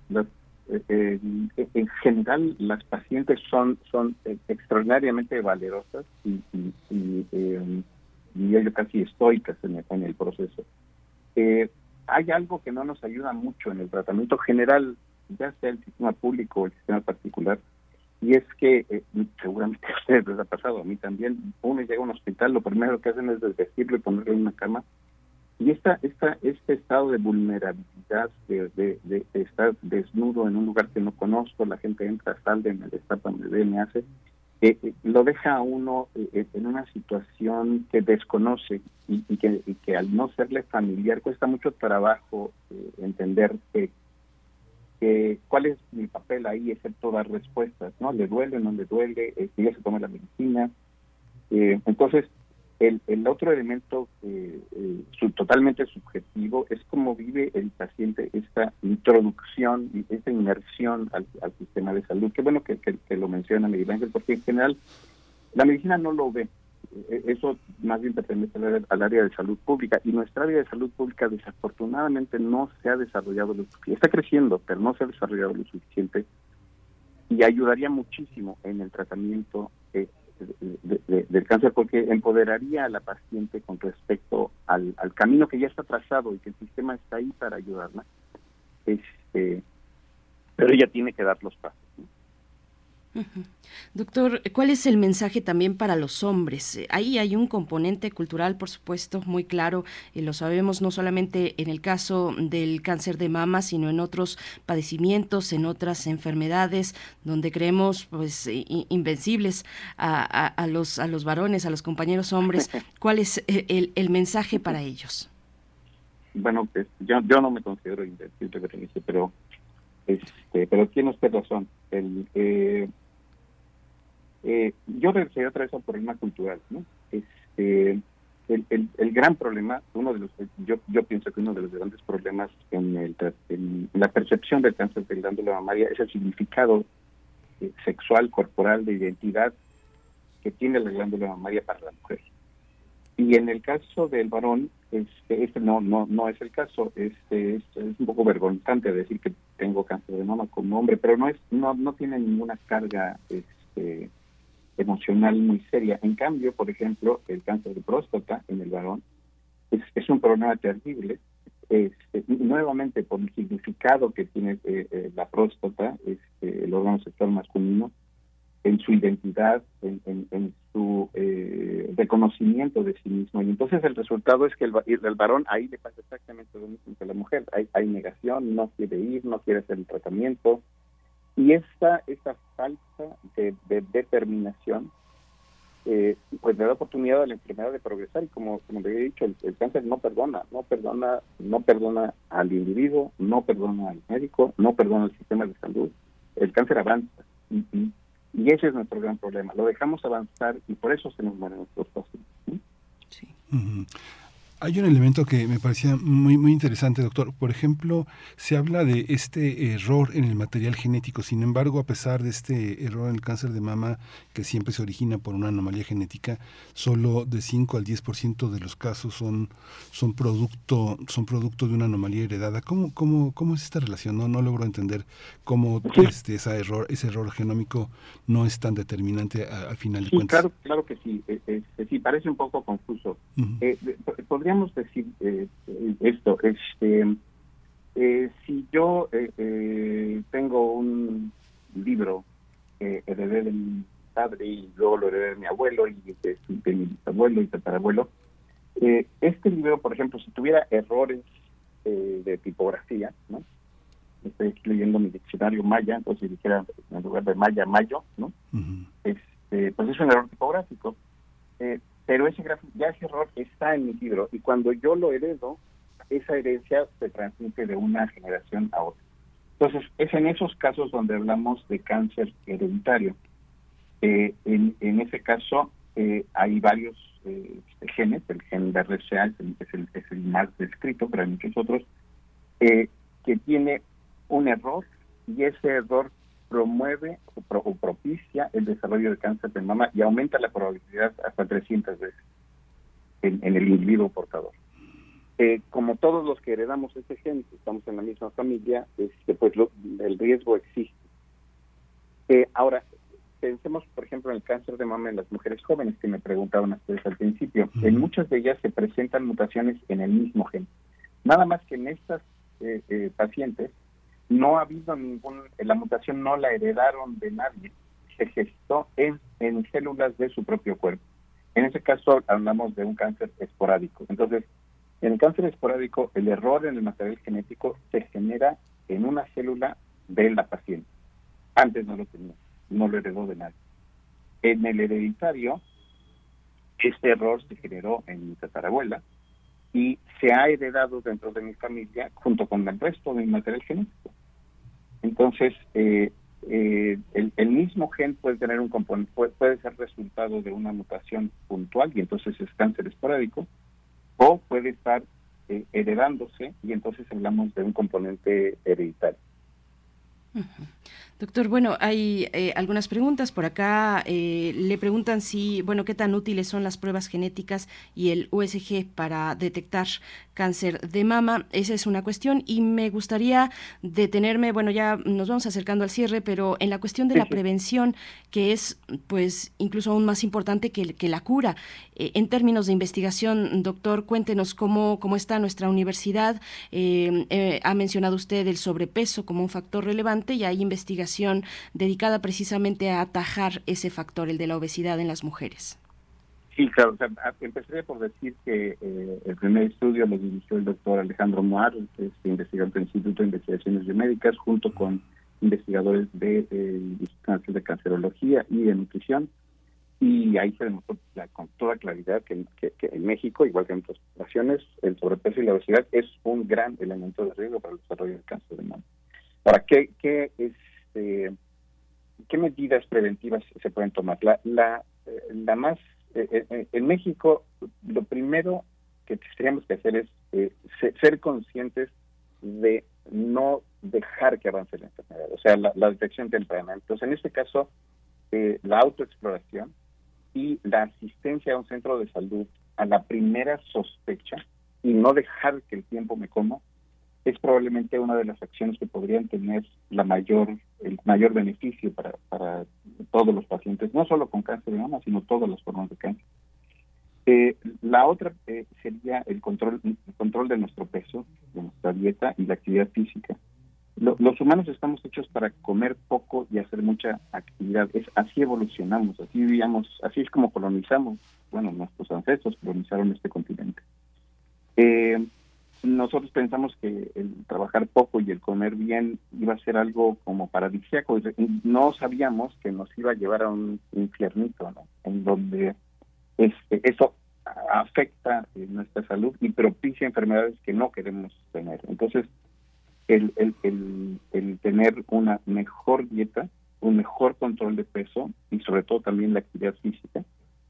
en general las pacientes son extraordinariamente valerosas y diría yo casi estoicas en el proceso. hay algo que no nos ayuda mucho en el tratamiento general, ya sea el sistema público o el sistema particular, y es que seguramente a ustedes les ha pasado, a mí también. Uno llega a un hospital, lo primero que hacen es desvestirlo y ponerlo en una cama, y este estado de vulnerabilidad, de estar desnudo en un lugar que no conozco, la gente entra, sale, me destapa, me ve, me hace, lo deja a uno en una situación que desconoce y que al no serle familiar cuesta mucho trabajo entender cuál es mi papel ahí, excepto dar respuestas, ¿no? ¿Le duele, no le duele? ¿Ya se toma la medicina? Entonces, el otro elemento totalmente subjetivo es cómo vive el paciente esta introducción y esta inmersión al sistema de salud. Qué bueno que lo menciona Miguel Ángel, porque en general la medicina no lo ve. Eso más bien pertenece al área de salud pública, y nuestra área de salud pública desafortunadamente no se ha desarrollado lo suficiente. Está creciendo, pero no se ha desarrollado lo suficiente, y ayudaría muchísimo en el tratamiento del cáncer, porque empoderaría a la paciente con respecto al camino que ya está trazado y que el sistema está ahí para ayudarla, pero ella tiene que dar los pasos, ¿no? Uh-huh. Doctor, ¿cuál es el mensaje también para los hombres? Ahí hay un componente cultural, por supuesto, muy claro, y lo sabemos no solamente en el caso del cáncer de mama, sino en otros padecimientos, en otras enfermedades, donde creemos pues invencibles a los varones, a los compañeros hombres. ¿Cuál es el mensaje para ellos? Bueno, pues, yo no me considero invencible, Berenice, pero tiene usted razón. Yo regresaría otra vez a un problema cultural, ¿no? El gran problema, yo pienso que uno de los grandes problemas en la percepción del cáncer de glándula mamaria es el significado sexual, corporal, de identidad que tiene la glándula mamaria para la mujer. Y en el caso del varón, no es el caso. Es un poco vergonzante decir que tengo cáncer de mama como hombre, pero no tiene ninguna carga emocional muy seria. En cambio, por ejemplo, el cáncer de próstata en el varón es un problema terrible, nuevamente por el significado que tiene la próstata, el órgano sexual masculino, en su identidad, en su reconocimiento de sí mismo. Y entonces el resultado es que el varón ahí le pasa exactamente lo mismo que la mujer. Hay negación, no quiere ir, no quiere hacer el tratamiento. Y esta falta de determinación pues le da oportunidad a la enfermedad de progresar, y como le he dicho, el cáncer no perdona al individuo, no perdona al médico, no perdona al sistema de salud. El cáncer avanza y ese es nuestro gran problema. Lo dejamos avanzar y por eso se nos mueren nuestros pacientes, ¿sí? Sí. Uh-huh. Hay un elemento que me parecía muy, muy interesante, doctor. Por ejemplo, se habla de este error en el material genético. Sin embargo, a pesar de este error en el cáncer de mama, que siempre se origina por una anomalía genética, solo de 5 al 10% de los casos son producto de una anomalía heredada. ¿Cómo es esta relación? No logro entender cómo ese error genómico no es tan determinante al final de cuentas. Claro que sí. Sí, parece un poco confuso. Uh-huh. Podríamos decir esto, si yo tengo un libro heredé de mi padre y luego lo heredé de mi abuelo y de mi bisabuelo y tatarabuelo, este libro, por ejemplo, si tuviera errores de tipografía, ¿no? Estoy aquí leyendo mi diccionario maya, entonces si dijera en lugar de maya, mayo, ¿no? Uh-huh. Pues es un error tipográfico. Pero ese error está en mi libro, y cuando yo lo heredo, esa herencia se transmite de una generación a otra. Entonces, es en esos casos donde hablamos de cáncer hereditario. En ese caso, hay varios genes. El gen BRCA es el más descrito, pero hay muchos otros, que tiene un error, y ese error promueve o propicia el desarrollo de cáncer de mama y aumenta la probabilidad hasta 300 veces en el individuo portador. Como todos los que heredamos ese gen, estamos en la misma familia, pues el riesgo existe. Ahora, pensemos, por ejemplo, en el cáncer de mama en las mujeres jóvenes que me preguntaban ustedes al principio. En muchas de ellas se presentan mutaciones en el mismo gen. Nada más que en estas pacientes no ha habido la mutación no la heredaron de nadie, se gestó en células de su propio cuerpo. En ese caso hablamos de un cáncer esporádico. Entonces, en el cáncer esporádico, el error en el material genético se genera en una célula de la paciente. Antes no lo tenía, no lo heredó de nadie. En el hereditario, este error se generó en mi tatarabuela y se ha heredado dentro de mi familia junto con el resto de mi material genético. Entonces, el mismo gen puede tener un componente, puede ser resultado de una mutación puntual y entonces es cáncer esporádico, o puede estar heredándose y entonces hablamos de un componente hereditario. Uh-huh. Doctor, bueno, hay algunas preguntas por acá. Le preguntan qué tan útiles son las pruebas genéticas y el USG para detectar cáncer de mama. Esa es una cuestión y me gustaría detenerme, ya nos vamos acercando al cierre, pero en la cuestión de la prevención, que es pues incluso aún más importante que la cura. En términos de investigación, doctor, cuéntenos cómo está nuestra universidad. Ha mencionado usted el sobrepeso como un factor relevante y hay investigación dedicada precisamente a atajar ese factor, el de la obesidad en las mujeres. Sí, claro. Empezaría por decir que el primer estudio lo dirigió el doctor Alejandro Moar, investigador del Instituto de Investigaciones Biomédicas, junto con investigadores de instancias de cancerología y de nutrición. Y ahí se demostró con toda claridad que en México, igual que en otras naciones, el sobrepeso y la obesidad es un gran elemento de riesgo para el desarrollo del cáncer de mama. Ahora, ¿qué medidas preventivas se pueden tomar? La más en México, lo primero que tendríamos que hacer es ser conscientes de no dejar que avance la enfermedad, o sea, la detección temprana. Entonces, en este caso, la autoexploración y la asistencia a un centro de salud a la primera sospecha y no dejar que el tiempo me coma es probablemente una de las acciones que podrían tener el mayor beneficio para todos los pacientes, no solo con cáncer de mama, sino todas las formas de cáncer. La otra sería el control de nuestro peso, de nuestra dieta y la actividad física. Los humanos estamos hechos para comer poco y hacer mucha actividad. Así evolucionamos, así vivíamos, así es como colonizamos. Bueno, nuestros ancestros colonizaron este continente. Nosotros pensamos que el trabajar poco y el comer bien iba a ser algo como paradisíaco. No sabíamos que nos iba a llevar a un infiernito, ¿no? En donde eso afecta nuestra salud y propicia enfermedades que no queremos tener. Entonces, el tener una mejor dieta, un mejor control de peso y sobre todo también la actividad física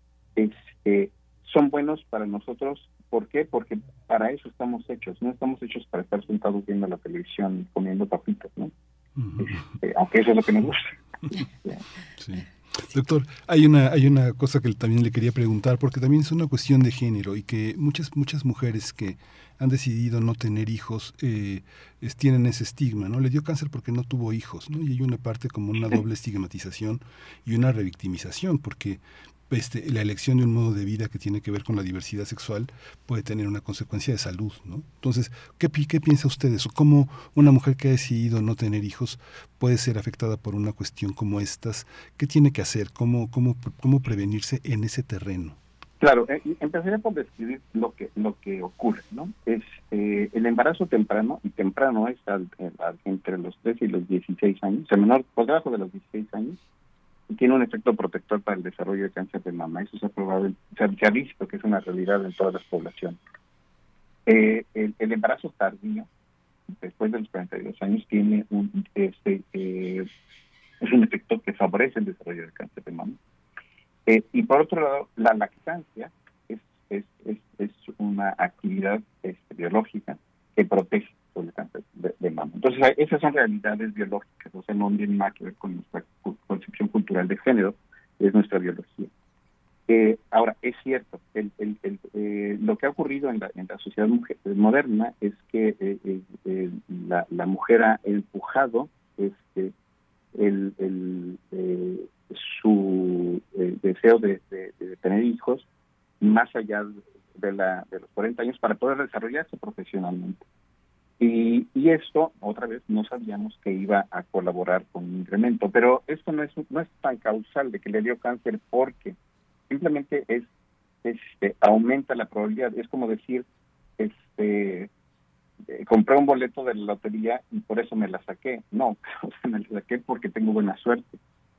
son buenos para nosotros. ¿Por qué? Porque para eso estamos hechos. No estamos hechos para estar sentados viendo la televisión comiendo papitas, ¿no? Aunque eso es lo que nos gusta. Sí. Doctor, hay una cosa que también le quería preguntar, porque también es una cuestión de género y que muchas mujeres que han decidido no tener hijos tienen ese estigma, ¿no? Le dio cáncer porque no tuvo hijos, ¿no? Y hay una parte como una doble estigmatización y una revictimización, porque la elección de un modo de vida que tiene que ver con la diversidad sexual puede tener una consecuencia de salud, ¿no? Entonces, ¿qué piensa usted de eso? ¿Cómo una mujer que ha decidido no tener hijos puede ser afectada por una cuestión como estas? ¿Qué tiene que hacer? ¿Cómo prevenirse en ese terreno? Claro, empezaría por describir lo que ocurre, ¿no? Es el embarazo temprano, y temprano es entre los 13 y los 16 años, el menor por debajo de los 16 años, tiene un efecto protector para el desarrollo de cáncer de mama. Eso se ha probado, se ha visto que es una realidad en todas las poblaciones. El embarazo tardío, después de los 42 años, tiene es un efecto que favorece el desarrollo del cáncer de mama. Y por otro lado, la lactancia es una actividad biológica que protege sobre el cáncer de mama. Entonces, esas son realidades biológicas, o sea, no tienen nada que ver con nuestra concepción cultural de género, es nuestra biología. Ahora, es cierto, lo que ha ocurrido en la sociedad moderna es que la mujer ha empujado su deseo de tener hijos más allá de los 40 años para poder desarrollarse profesionalmente. Y esto, otra vez, no sabíamos que iba a colaborar con un incremento, pero esto no es tan causal de que le dio cáncer, porque simplemente aumenta la probabilidad. Es como decir, compré un boleto de la lotería y por eso me la saqué. No, o sea, me la saqué porque tengo buena suerte.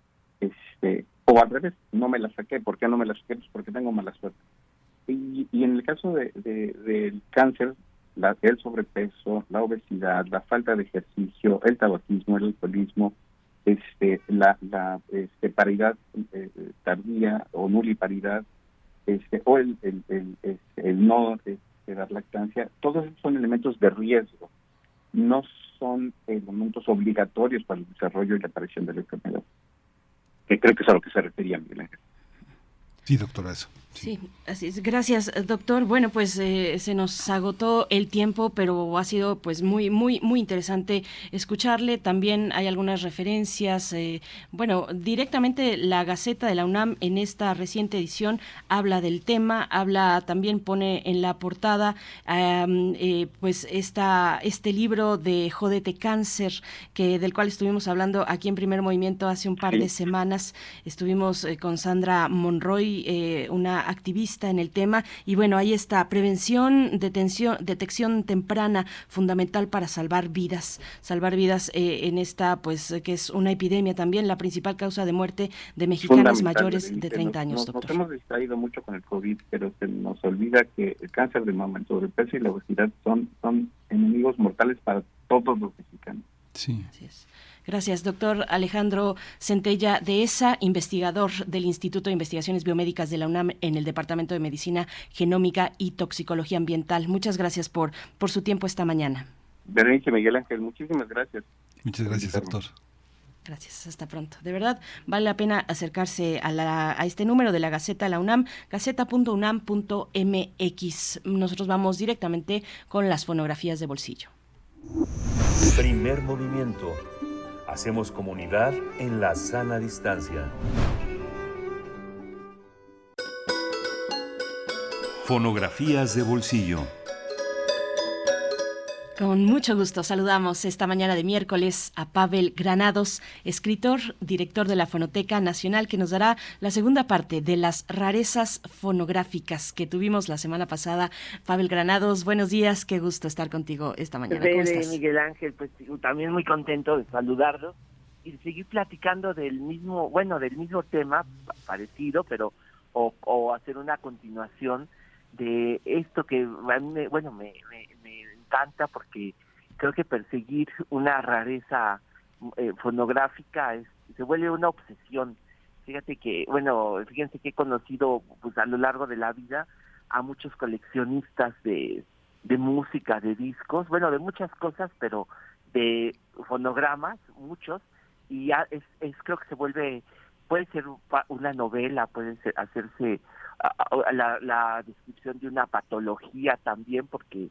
O al revés, no me la saqué. ¿Por qué no me la saqué? Pues porque tengo mala suerte. Y en el caso del cáncer, el sobrepeso, la obesidad, la falta de ejercicio, el tabaquismo, el alcoholismo, la paridad tardía o nuliparidad, o el no dar lactancia, todos esos son elementos de riesgo, no son elementos obligatorios para el desarrollo y la aparición de la enfermedad, que creo que es a lo que se refería Miguel Ángel. Sí, doctora, eso. Sí, así es. Gracias, doctor. Bueno, pues se nos agotó el tiempo, pero ha sido pues muy, muy, muy interesante escucharle. También hay algunas referencias. Bueno, directamente la Gaceta de la UNAM en esta reciente edición habla del tema, también pone en la portada pues este libro de Jódete Cáncer, del cual estuvimos hablando aquí en Primer Movimiento hace un par de semanas. Estuvimos con Sandra Monroy, una activista en el tema, y bueno, ahí está: prevención, detección temprana, fundamental para salvar vidas en esta, pues, que es una epidemia también, la principal causa de muerte de mexicanos mayores de 30 años, doctor. Nos hemos distraído mucho con el COVID, pero se nos olvida que el cáncer de mama, el sobrepeso y la obesidad son enemigos mortales para todos los mexicanos. Sí. Así es. Gracias, doctor Alejandro Centella Dehesa, investigador del Instituto de Investigaciones Biomédicas de la UNAM en el Departamento de Medicina Genómica y Toxicología Ambiental. Muchas gracias por su tiempo esta mañana. Berenice, Miguel Ángel, muchísimas gracias. Muchas gracias, doctor. Gracias, hasta pronto. De verdad, vale la pena acercarse a este número de la Gaceta de la UNAM, gaceta.unam.mx. Nosotros vamos directamente con las fonografías de bolsillo. Primer movimiento. Hacemos comunidad en la sana distancia. Fonografías de bolsillo. Con mucho gusto saludamos esta mañana de miércoles a Pavel Granados, escritor, director de la Fonoteca Nacional, que nos dará la segunda parte de las rarezas fonográficas que tuvimos la semana pasada. Pavel Granados, buenos días, qué gusto estar contigo esta mañana. ¿Cómo estás? Miguel Ángel, pues también muy contento de saludarlos y de seguir platicando del mismo tema, parecido, pero o hacer una continuación de esto que a mí me encanta, porque creo que perseguir una rareza fonográfica se vuelve una obsesión. Fíjense que he conocido pues a lo largo de la vida a muchos coleccionistas de música, de discos, de muchas cosas, pero de fonogramas, muchos, y ya creo que se vuelve, puede ser una novela, puede hacerse la descripción de una patología también, porque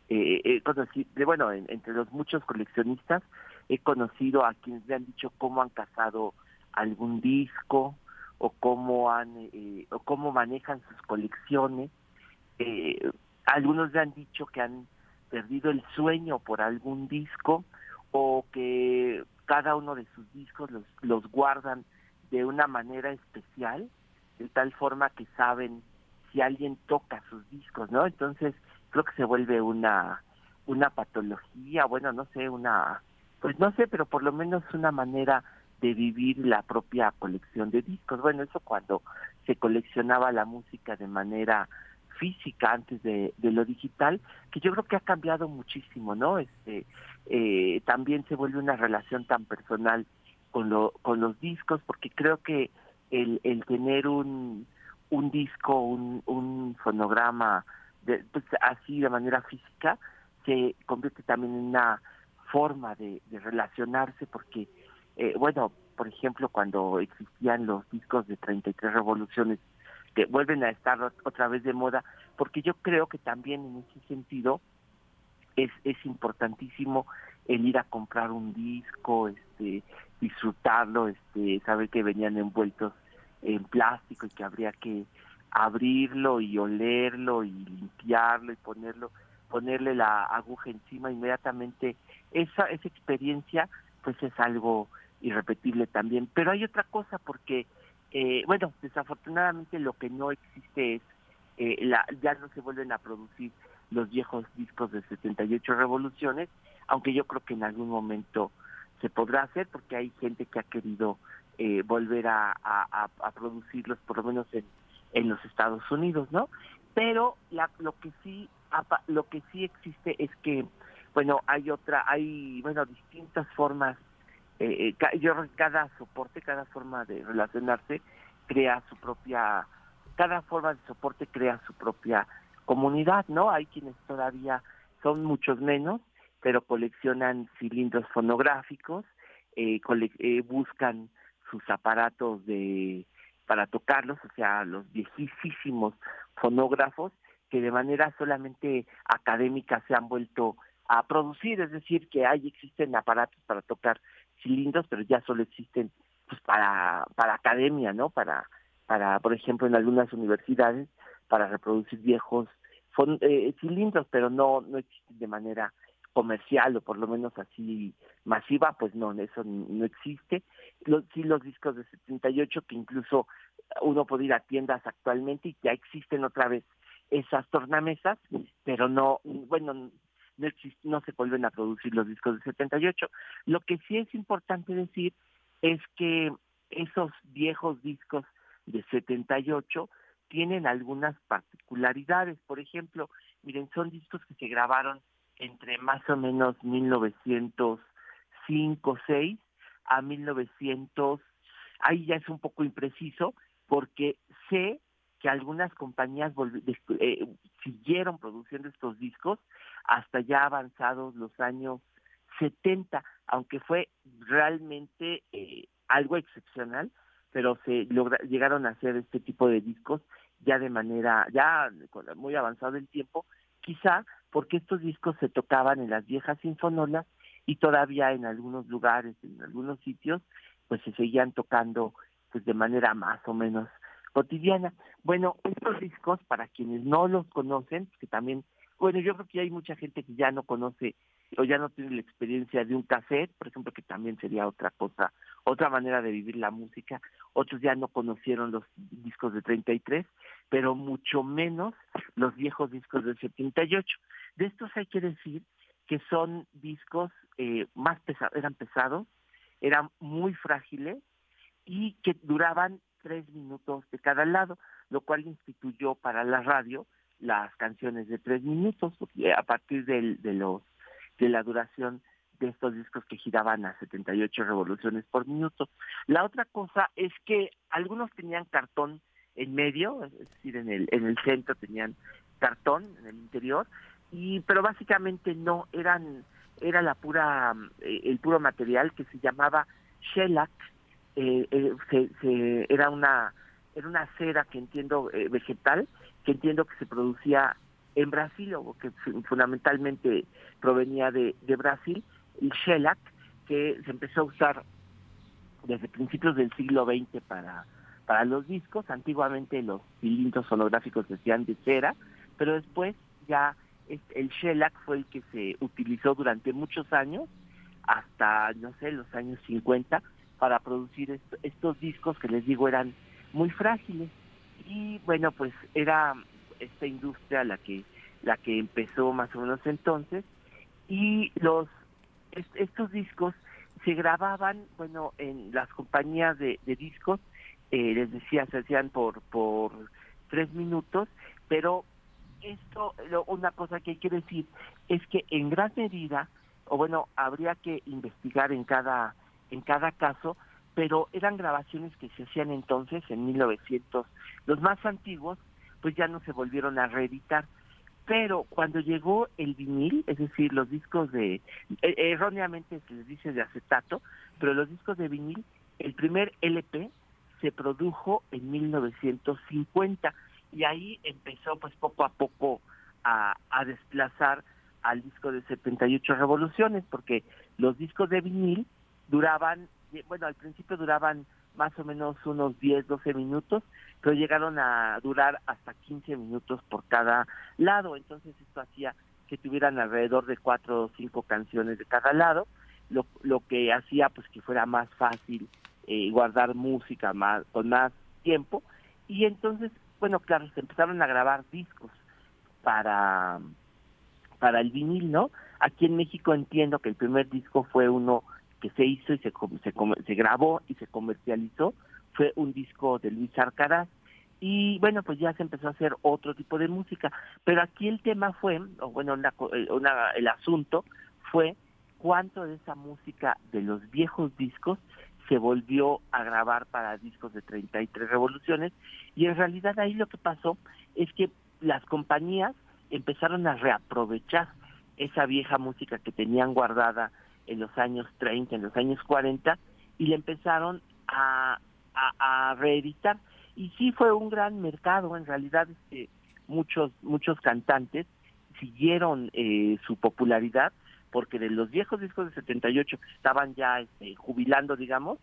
entre los muchos coleccionistas he conocido a quienes me han dicho cómo han cazado algún disco o cómo manejan sus colecciones. Algunos me han dicho que han perdido el sueño por algún disco, o que cada uno de sus discos los guardan de una manera especial, de tal forma que saben si alguien toca sus discos, ¿no? Entonces creo que se vuelve una patología, pero por lo menos una manera de vivir la propia colección de discos. Eso cuando se coleccionaba la música de manera física antes de lo digital, que yo creo que ha cambiado muchísimo, ¿no? También se vuelve una relación tan personal con los discos, porque creo que el tener un disco, un fonograma, así de manera física, se convierte también en una forma de relacionarse, porque por ejemplo, cuando existían los discos de 33 revoluciones, que vuelven a estar otra vez de moda, porque yo creo que también en ese sentido es importantísimo el ir a comprar un disco, disfrutarlo, saber que venían envueltos en plástico y que habría que abrirlo y olerlo y limpiarlo y ponerle la aguja encima inmediatamente. Esa experiencia pues es algo irrepetible también. Pero hay otra cosa, porque bueno, desafortunadamente lo que no existe es ya no se vuelven a producir los viejos discos de 78 revoluciones, aunque yo creo que en algún momento se podrá hacer, porque hay gente que ha querido volver a producirlos, por lo menos en los Estados Unidos, ¿no? Pero lo que sí existe es que, bueno, hay distintas formas. Yo creo que cada soporte, cada forma de relacionarse crea su propia, cada forma de soporte crea su propia comunidad, ¿no? Hay quienes todavía son muchos menos, pero coleccionan cilindros fonográficos, buscan sus aparatos para tocarlos, o sea, los viejísimos fonógrafos que de manera solamente académica se han vuelto a producir, es decir, que existen aparatos para tocar cilindros, pero ya solo existen pues para academia, ¿no? Para por ejemplo, en algunas universidades, para reproducir viejos cilindros, pero no existen de manera comercial, o por lo menos así masiva, pues no, eso no existe. Sí, los discos de 78, que incluso uno puede ir a tiendas actualmente y ya existen otra vez esas tornamesas, pero no se vuelven a producir los discos de 78. Lo que sí es importante decir es que esos viejos discos de 78 tienen algunas particularidades. Por ejemplo, miren, son discos que se grabaron entre más o menos 1905-6 a 1900. Ahí ya es un poco impreciso, porque sé que algunas compañías siguieron produciendo estos discos hasta ya avanzados los años 70, aunque fue realmente algo excepcional, pero llegaron a hacer este tipo de discos ya de manera, muy avanzado el tiempo, quizá porque estos discos se tocaban en las viejas sinfonolas y todavía en algunos lugares, en algunos sitios, pues se seguían tocando pues de manera más o menos cotidiana. Bueno, estos discos, para quienes no los conocen, que también, bueno, yo creo que hay mucha gente que ya no conoce o ya no tiene la experiencia de un cassette, por ejemplo, que también sería otra cosa, otra manera de vivir la música. Otros ya no conocieron los discos de 33, pero mucho menos los viejos discos del 78. De estos hay que decir que son discos más pesados, eran muy frágiles y que duraban 3 minutos de cada lado, lo cual instituyó para la radio las canciones de 3 minutos, porque a partir de la duración de estos discos que giraban a 78 revoluciones por minuto. La otra cosa es que algunos tenían cartón en medio, es decir, en el centro tenían cartón en el interior, pero básicamente no eran, era el puro material que se llamaba shellac. Era una cera que entiendo vegetal, que entiendo que se producía en Brasil, o que fundamentalmente provenía de Brasil, el shellac, que se empezó a usar desde principios del siglo XX para los discos. Antiguamente los cilindros fonográficos se hacían de cera, pero después ya el shellac fue el que se utilizó durante muchos años, hasta, no sé, los años 50, para producir estos discos que les digo eran muy frágiles. Y bueno, pues era esta industria la que empezó más o menos entonces, y estos discos se grababan, bueno, en las compañías de discos, les decía, se hacían por 3 minutos, pero una cosa que hay que decir es que en gran medida, o bueno, habría que investigar en cada caso, pero eran grabaciones que se hacían entonces en 1900. Los más antiguos pues ya no se volvieron a reeditar, pero cuando llegó el vinil, es decir, los discos erróneamente se les dice de acetato, pero los discos de vinil, el primer LP se produjo en 1950, y ahí empezó pues poco a poco a desplazar al disco de 78 revoluciones, porque los discos de vinil duraban, bueno, al principio duraban más o menos unos 10, 12 minutos, pero llegaron a durar hasta 15 minutos por cada lado. Entonces esto hacía que tuvieran alrededor de 4 o 5 canciones de cada lado, lo que hacía pues que fuera más fácil guardar música con más tiempo. Y entonces, bueno, claro, se empezaron a grabar discos para el vinil, ¿no? Aquí en México entiendo que el primer disco fue uno que se hizo y se grabó y se comercializó, fue un disco de Luis Arcaraz, y bueno, pues ya se empezó a hacer otro tipo de música, pero aquí el tema fue, el asunto fue cuánto de esa música de los viejos discos se volvió a grabar para discos de 33 revoluciones, y en realidad ahí lo que pasó es que las compañías empezaron a reaprovechar esa vieja música que tenían guardada en los años 30, en los años 40, y le empezaron a reeditar. Y sí fue un gran mercado, en realidad muchos cantantes siguieron su popularidad, porque de los viejos discos de 78 que estaban ya jubilando, digamos,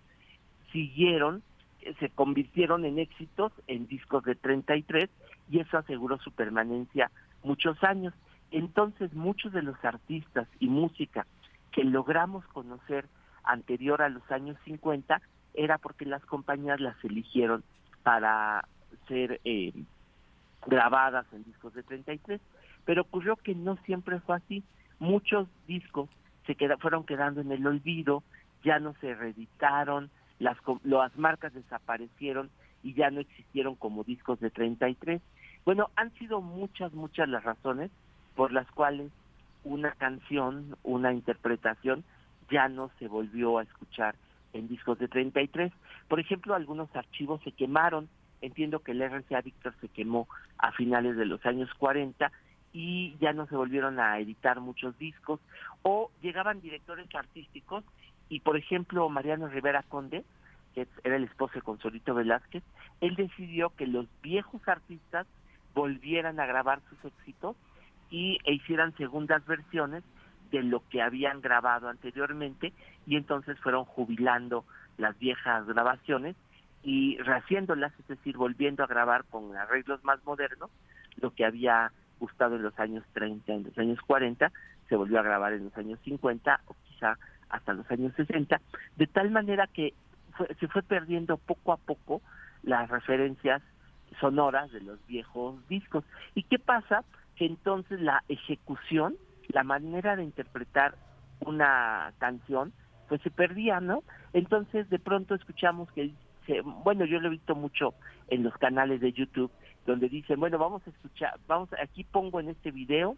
se convirtieron en éxitos en discos de 33, y eso aseguró su permanencia muchos años. Entonces muchos de los artistas y música que logramos conocer anterior a los años 50 era porque las compañías las eligieron para ser grabadas en discos de 33, pero ocurrió que no siempre fue así. Muchos discos fueron quedando en el olvido, ya no se reeditaron, las marcas desaparecieron y ya no existieron como discos de 33. Bueno, han sido muchas las razones por las cuales una canción, una interpretación, ya no se volvió a escuchar en discos de 33. Por ejemplo, algunos archivos se quemaron. Entiendo que el RCA Víctor se quemó a finales de los años 40 y ya no se volvieron a editar muchos discos. O llegaban directores artísticos y, por ejemplo, Mariano Rivera Conde, que era el esposo de Consuelito Velázquez, él decidió que los viejos artistas volvieran a grabar sus éxitos e hicieran segundas versiones de lo que habían grabado anteriormente, y entonces fueron jubilando las viejas grabaciones y rehaciéndolas, es decir, volviendo a grabar con arreglos más modernos lo que había gustado en los años 30, en los años 40, se volvió a grabar en los años 50 o quizá hasta los años 60, de tal manera que se fue perdiendo poco a poco las referencias sonoras de los viejos discos. ¿Y qué pasa? Que entonces la ejecución, la manera de interpretar una canción, pues se perdía, ¿no? Entonces de pronto escuchamos que, bueno, yo lo he visto mucho en los canales de YouTube, donde dicen, bueno, vamos a escuchar, aquí pongo en este video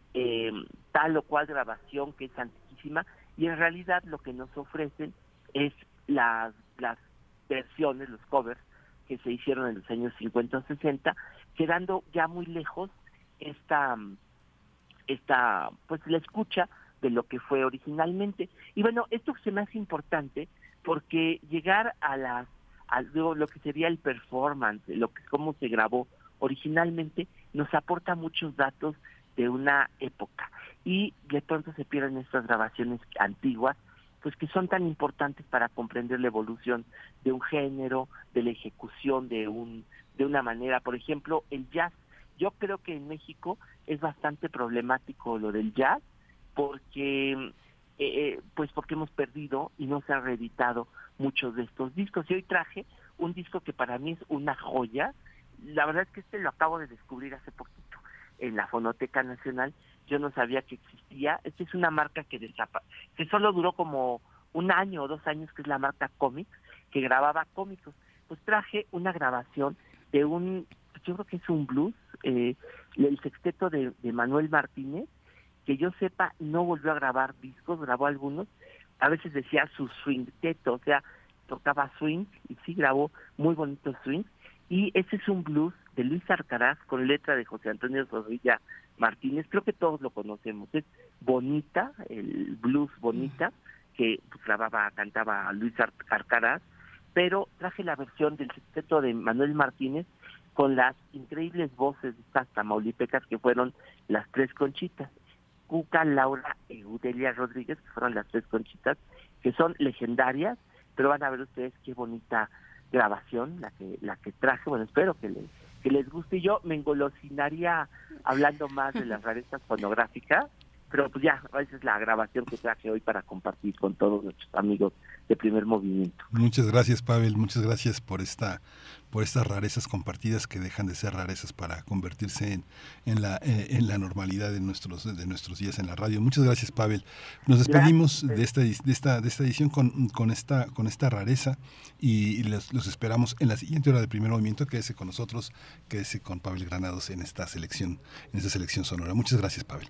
tal o cual grabación que es antiquísima, y en realidad lo que nos ofrecen es las versiones, los covers que se hicieron en los años 50 o 60, quedando ya muy lejos pues la escucha de lo que fue originalmente. Y bueno, esto se me hace importante porque llegar a lo que sería el performance, cómo se grabó originalmente, nos aporta muchos datos de una época, y de pronto se pierden estas grabaciones antiguas, pues que son tan importantes para comprender la evolución de un género, de la ejecución de una manera. Por ejemplo, el jazz. Yo creo que en México es bastante problemático lo del jazz, porque hemos perdido y no se han reeditado muchos de estos discos. Y hoy traje un disco que para mí es una joya. La verdad es que lo acabo de descubrir hace poquito en la Fonoteca Nacional. Yo no sabía que existía. Esta es una marca que solo duró como 1 año o 2 años, que es la marca Comics, que grababa cómicos. Pues traje una grabación de yo creo que es un blues, el sexteto de Manuel Martínez, que yo sepa no volvió a grabar discos, grabó algunos, a veces decía su swingteto, o sea, tocaba swing, y sí grabó muy bonitos swings, y ese es un blues de Luis Arcaraz con letra de José Antonio Zorrilla Martínez. Creo que todos lo conocemos, es Bonita, el blues Bonita, que pues, cantaba Luis Arcaraz, pero traje la versión del sexteto de Manuel Martínez con las increíbles voces de estas tamaulipecas que fueron las 3 Conchitas, Cuca, Laura y Udelia Rodríguez, que fueron las 3 Conchitas, que son legendarias, pero van a ver ustedes qué bonita grabación la que traje. Bueno, espero que les guste. Yo me engolosinaría hablando más de las rarezas fonográficas, pero pues ya, esa es la grabación que traje hoy para compartir con todos nuestros amigos de Primer Movimiento. Muchas gracias, Pavel, muchas gracias por estas rarezas compartidas que dejan de ser rarezas para convertirse en la normalidad de nuestros días en la radio. Muchas gracias, Pavel. Nos despedimos de esta edición con esta rareza y los esperamos en la siguiente hora de Primer Movimiento. Quédese con nosotros, quédese con Pavel Granados en esta selección sonora. Muchas gracias, Pavel.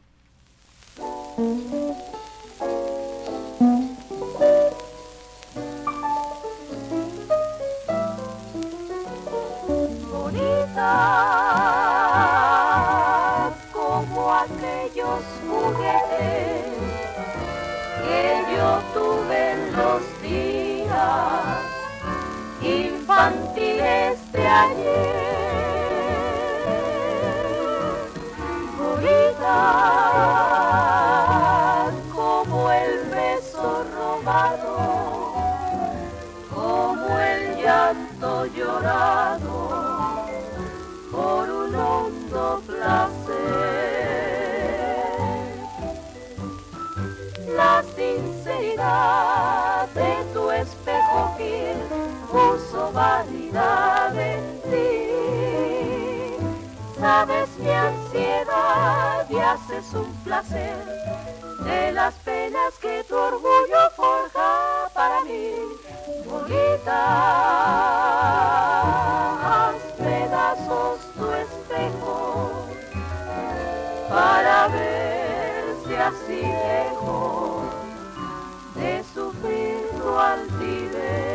Bonita como aquellos juguetes que yo tuve en los días infantiles de ayer. Bonita como el beso robado, como el llanto llorado por un hondo placer. La sinceridad de tu espejo vil puso vanidad en ti. Sabes mi ansiedad y haces un placer de las penas que tu orgullo forja para mí. Bonita, haz pedazos tu espejo para verse así lejos de sufrir tu altivez.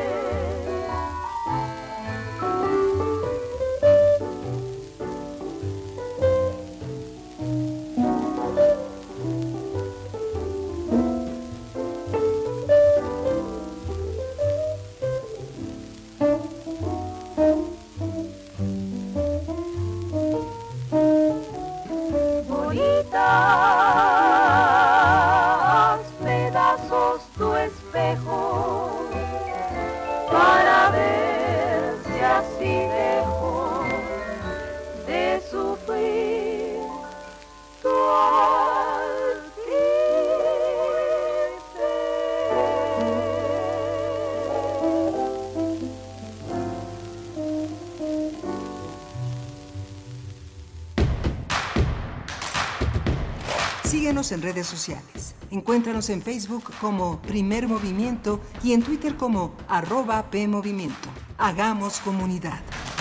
Haz pedazos tu espejo para verse así lejos de sufrir tu Síguenos en redes sociales. Encuéntranos en Facebook como Primer Movimiento y en Twitter como @PMovimiento. Hagamos comunidad.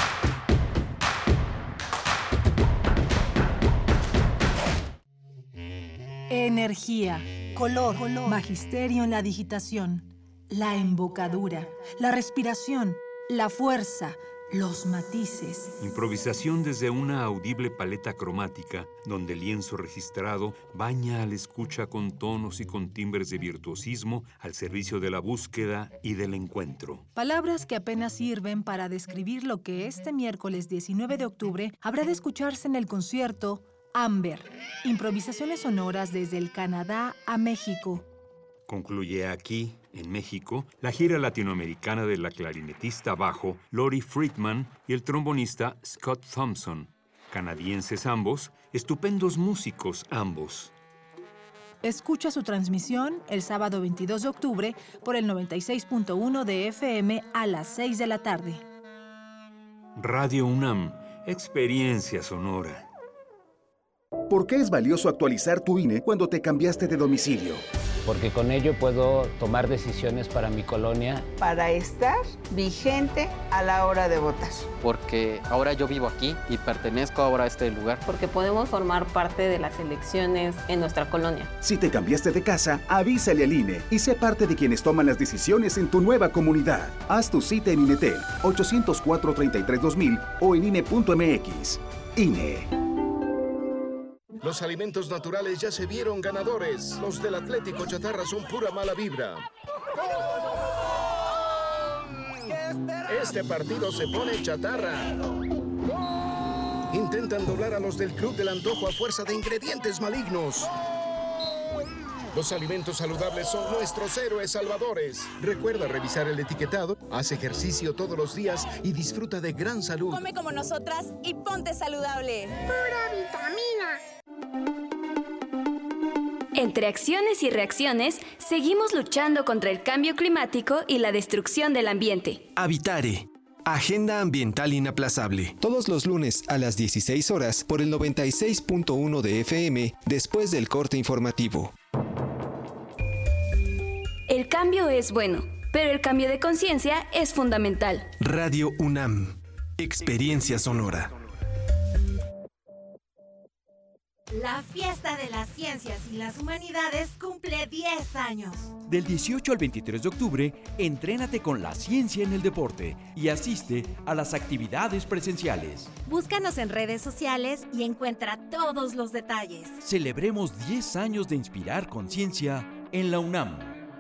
Energía, color, magisterio en la digitación, la embocadura, la respiración, la fuerza, los matices. Improvisación desde una audible paleta cromática, donde el lienzo registrado baña al escucha con tonos y con timbres de virtuosismo al servicio de la búsqueda y del encuentro. Palabras que apenas sirven para describir lo que este miércoles 19 de octubre habrá de escucharse en el concierto Amber, improvisaciones sonoras desde el Canadá a México. Concluye aquí, en México, la gira latinoamericana de la clarinetista bajo Lori Friedman y el trombonista Scott Thompson. Canadienses ambos, estupendos músicos ambos. Escucha su transmisión el sábado 22 de octubre por el 96.1 de FM a las 6 de la tarde. Radio UNAM, experiencia sonora. ¿Por qué es valioso actualizar tu INE cuando te cambiaste de domicilio? Porque con ello puedo tomar decisiones para mi colonia. Para estar vigente a la hora de votar. Porque ahora yo vivo aquí y pertenezco ahora a este lugar. Porque podemos formar parte de las elecciones en nuestra colonia. Si te cambiaste de casa, avísale al INE y sé parte de quienes toman las decisiones en tu nueva comunidad. Haz tu cita en INETEL 804-33-2000 o en INE.mx. INE. Los alimentos naturales ya se vieron ganadores. Los del Atlético Chatarra son pura mala vibra. Este partido se pone chatarra. Intentan doblar a los del Club del Antojo a fuerza de ingredientes malignos. Los alimentos saludables son nuestros héroes salvadores. Recuerda revisar el etiquetado, haz ejercicio todos los días y disfruta de gran salud. Come como nosotras y ponte saludable. Pura vitamina. Entre acciones y reacciones, seguimos luchando contra el cambio climático y la destrucción del ambiente. Habitare. Agenda Ambiental Inaplazable. Todos los lunes a las 16 horas por el 96.1 de FM, después del corte informativo. El cambio es bueno, pero el cambio de conciencia es fundamental. Radio UNAM. Experiencia sonora. La Fiesta de las Ciencias y las Humanidades cumple 10 años. Del 18 al 23 de octubre, entrénate con la ciencia en el deporte y asiste a las actividades presenciales. Búscanos en redes sociales y encuentra todos los detalles. Celebremos 10 años de inspirar conciencia en la UNAM.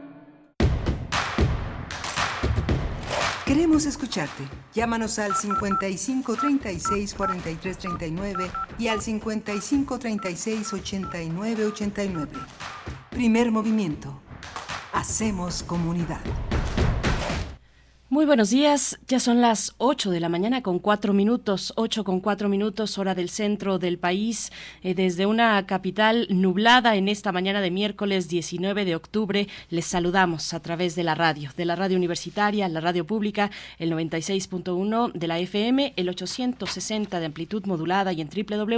Queremos escucharte. Llámanos al 5536-4339 y al 5536-8989. Primer movimiento. Hacemos comunidad. Muy buenos días, ya son las 8 de la mañana con 4 minutos, 8 con 4 minutos, hora del centro del país, desde una capital nublada en esta mañana de miércoles 19 de octubre, les saludamos a través de la radio universitaria, la radio pública, el 96.1 de la FM, el 860 de amplitud modulada y en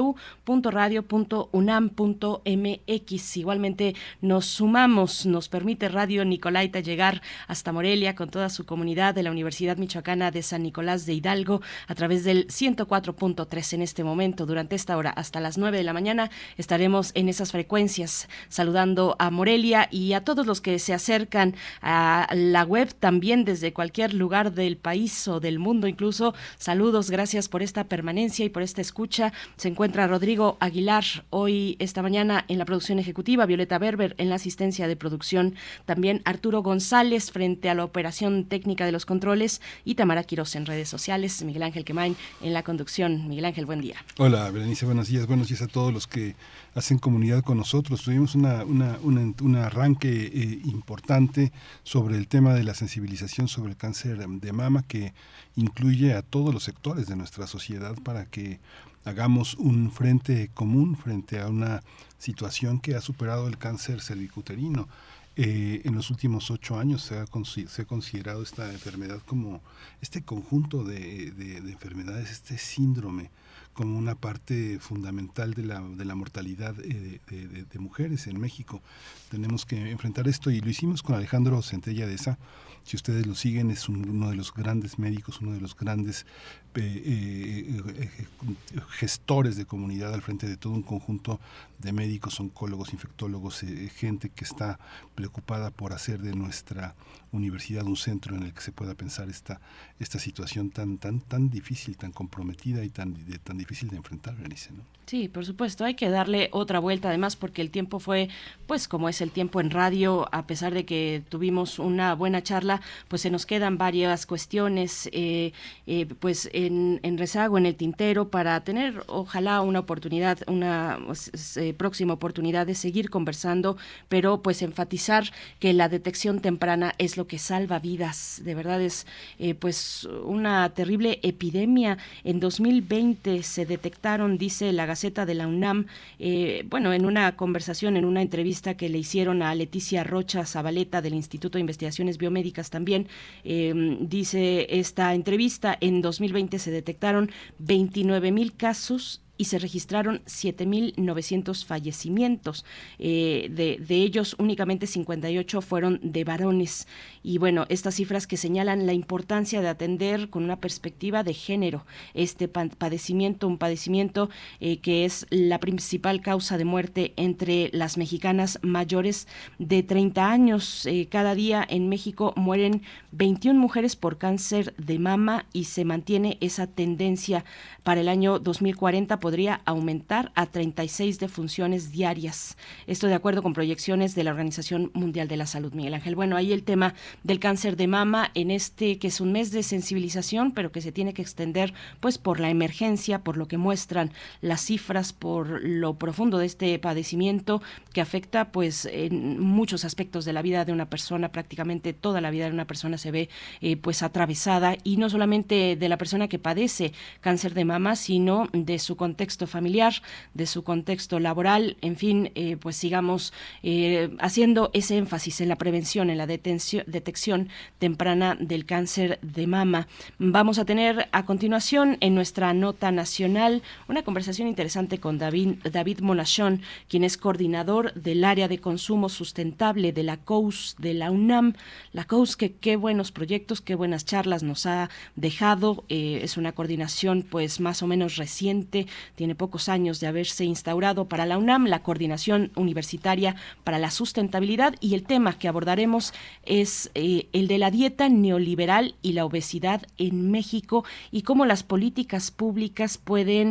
www.radio.unam.mx. Igualmente nos permite Radio Nicolaita llegar hasta Morelia con toda su comunidad de la Universidad Michoacana de San Nicolás de Hidalgo a través del 104.3 en este momento. Durante esta hora hasta las 9 de la mañana estaremos en esas frecuencias saludando a Morelia y a todos los que se acercan a la web también desde cualquier lugar del país o del mundo incluso. Saludos, gracias por esta permanencia y por esta escucha. Se encuentra Rodrigo Aguilar hoy esta mañana en la producción ejecutiva, Violeta Berber en la asistencia de producción, también Arturo González frente a la operación técnica de los controles y Tamara Quiroz en redes sociales, Miguel Ángel Quemain en la conducción. Miguel Ángel, buen día. Hola, Berenice, buenos días a todos los que hacen comunidad con nosotros. Tuvimos un arranque importante sobre el tema de la sensibilización sobre el cáncer de mama que incluye a todos los sectores de nuestra sociedad para que hagamos un frente común frente a una situación que ha superado el cáncer cervicuterino. En los últimos 8 años se ha considerado esta enfermedad como este conjunto de enfermedades, este síndrome, como una parte fundamental de la mortalidad de mujeres en México. Tenemos que enfrentar esto y lo hicimos con Alejandro Centella de Esa. Si ustedes lo siguen, es uno de los grandes médicos, uno de los grandes gestores de comunidad al frente de todo un conjunto de médicos, oncólogos, infectólogos, gente que está preocupada por hacer de nuestra universidad un centro en el que se pueda pensar esta situación tan difícil, tan comprometida y tan difícil de enfrentar, Berenice, ¿no? Sí, por supuesto, hay que darle otra vuelta además porque el tiempo fue, pues como es el tiempo en radio, a pesar de que tuvimos una buena charla, pues se nos quedan varias cuestiones pues en rezago, en el tintero, para tener ojalá una oportunidad, una próxima oportunidad de seguir conversando, pero pues enfatizar que la detección temprana es lo que salva vidas. De verdad es pues una terrible epidemia. En 2020 se detectaron, dice la Gaceta de la UNAM, en una conversación, en una entrevista que le hicieron a Leticia Rocha Zabaleta del Instituto de Investigaciones Biomédicas también, dice esta entrevista, en 2020 se detectaron 29,000 casos y se registraron 7,900 fallecimientos. De ellos, únicamente 58 fueron de varones. Y bueno, estas cifras que señalan la importancia de atender con una perspectiva de género este padecimiento, un padecimiento que es la principal causa de muerte entre las mexicanas mayores de 30 años. Cada día en México mueren 21 mujeres por cáncer de mama y se mantiene esa tendencia. Para el año 2040 podría aumentar a 36 defunciones diarias. Esto de acuerdo con proyecciones de la Organización Mundial de la Salud, Miguel Ángel. Bueno, ahí el tema del cáncer de mama en que es un mes de sensibilización, pero que se tiene que extender pues por la emergencia, por lo que muestran las cifras, por lo profundo de este padecimiento que afecta pues en muchos aspectos de la vida de una persona, prácticamente toda la vida de una persona se ve pues atravesada, y no solamente de la persona que padece cáncer de mama, sino de su contexto familiar, de su contexto laboral, en fin, pues sigamos haciendo ese énfasis en la prevención, en la detección temprana del cáncer de mama. Vamos a tener a continuación en nuestra nota nacional una conversación interesante con David Monachón, quien es coordinador del área de consumo sustentable de la COUS de la UNAM. La COUS, que qué buenos proyectos, qué buenas charlas nos ha dejado. Es una coordinación pues más o menos reciente, tiene pocos años de haberse instaurado para la UNAM, la Coordinación Universitaria para la Sustentabilidad, y el tema que abordaremos es el de la dieta neoliberal y la obesidad en México, y cómo las políticas públicas pueden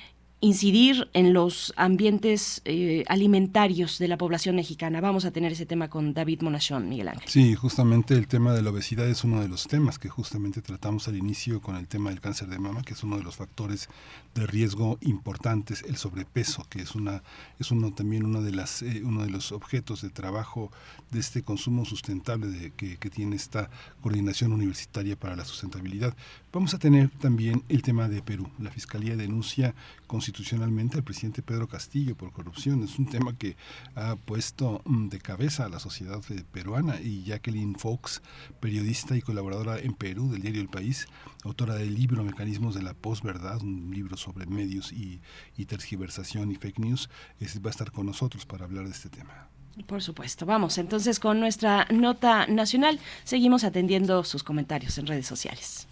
incidir en los ambientes alimentarios de la población mexicana. Vamos a tener ese tema con David Monachón, Miguel Ángel. Sí, justamente el tema de la obesidad es uno de los temas que justamente tratamos al inicio con el tema del cáncer de mama, que es uno de los factores de riesgo importantes, el sobrepeso, que es también uno de los objetos de trabajo de este consumo sustentable que tiene esta Coordinación Universitaria para la Sustentabilidad. Vamos a tener también el tema de Perú. La Fiscalía denuncia constitucionalmente al presidente Pedro Castillo por corrupción. Es un tema que ha puesto de cabeza a la sociedad peruana, y Jacqueline Fox, periodista y colaboradora en Perú del diario El País, autora del libro Mecanismos de la Posverdad, un libro sobre medios y tergiversación y fake news, va a estar con nosotros para hablar de este tema. Por supuesto. Vamos entonces con nuestra nota nacional. Seguimos atendiendo sus comentarios en redes sociales.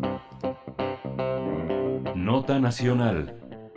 Nota nacional.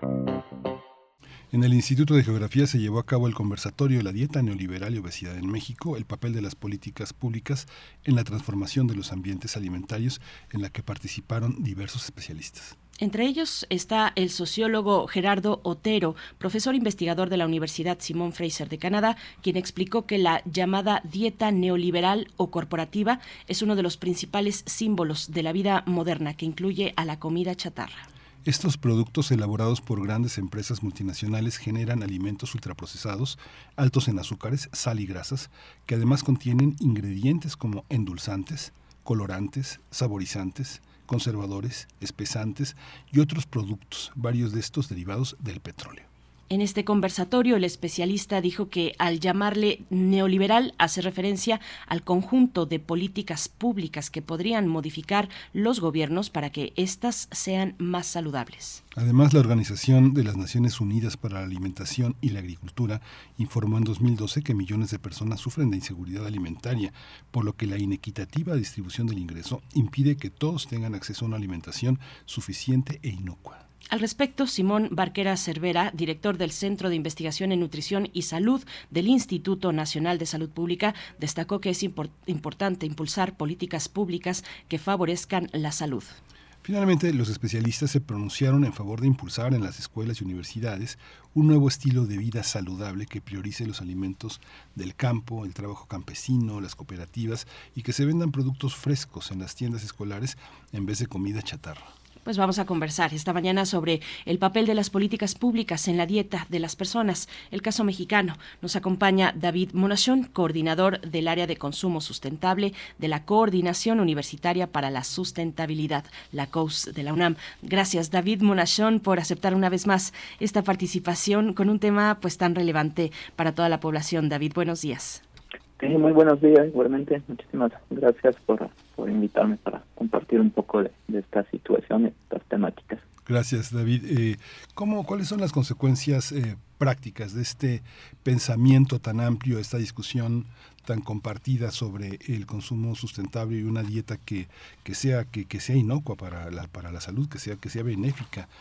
En el Instituto de Geografía se llevó a cabo el conversatorio La dieta neoliberal y obesidad en México, el papel de las políticas públicas en la transformación de los ambientes alimentarios, en la que participaron diversos especialistas. Entre ellos está el sociólogo Gerardo Otero, profesor investigador de la Universidad Simon Fraser de Canadá, quien explicó que la llamada dieta neoliberal o corporativa es uno de los principales símbolos de la vida moderna, que incluye a la comida chatarra. Estos productos elaborados por grandes empresas multinacionales generan alimentos ultraprocesados, altos en azúcares, sal y grasas, que además contienen ingredientes como endulzantes, colorantes, saborizantes, conservadores, espesantes y otros productos, varios de estos derivados del petróleo. En este conversatorio, el especialista dijo que al llamarle neoliberal hace referencia al conjunto de políticas públicas que podrían modificar los gobiernos para que éstas sean más saludables. Además, la Organización de las Naciones Unidas para la Alimentación y la Agricultura informó en 2012 que millones de personas sufren de inseguridad alimentaria, por lo que la inequitativa distribución del ingreso impide que todos tengan acceso a una alimentación suficiente e inocua. Al respecto, Simón Barquera Cervera, director del Centro de Investigación en Nutrición y Salud del Instituto Nacional de Salud Pública, destacó que es importante impulsar políticas públicas que favorezcan la salud. Finalmente, los especialistas se pronunciaron en favor de impulsar en las escuelas y universidades un nuevo estilo de vida saludable que priorice los alimentos del campo, el trabajo campesino, las cooperativas, y que se vendan productos frescos en las tiendas escolares en vez de comida chatarra. Pues vamos a conversar esta mañana sobre el papel de las políticas públicas en la dieta de las personas, el caso mexicano. Nos acompaña David Monachón, coordinador del área de consumo sustentable de la Coordinación Universitaria para la Sustentabilidad, la COUS de la UNAM. Gracias, David Monachón, por aceptar una vez más esta participación con un tema pues tan relevante para toda la población. David, buenos días. Sí, muy buenos días, igualmente. Muchísimas gracias por invitarme para compartir un poco de esta situación, de estas temáticas. Gracias, David. ¿Cuáles son las consecuencias prácticas de este pensamiento tan amplio, esta discusión tan compartida sobre el consumo sustentable y una dieta que sea inocua para la salud, que sea benéfica?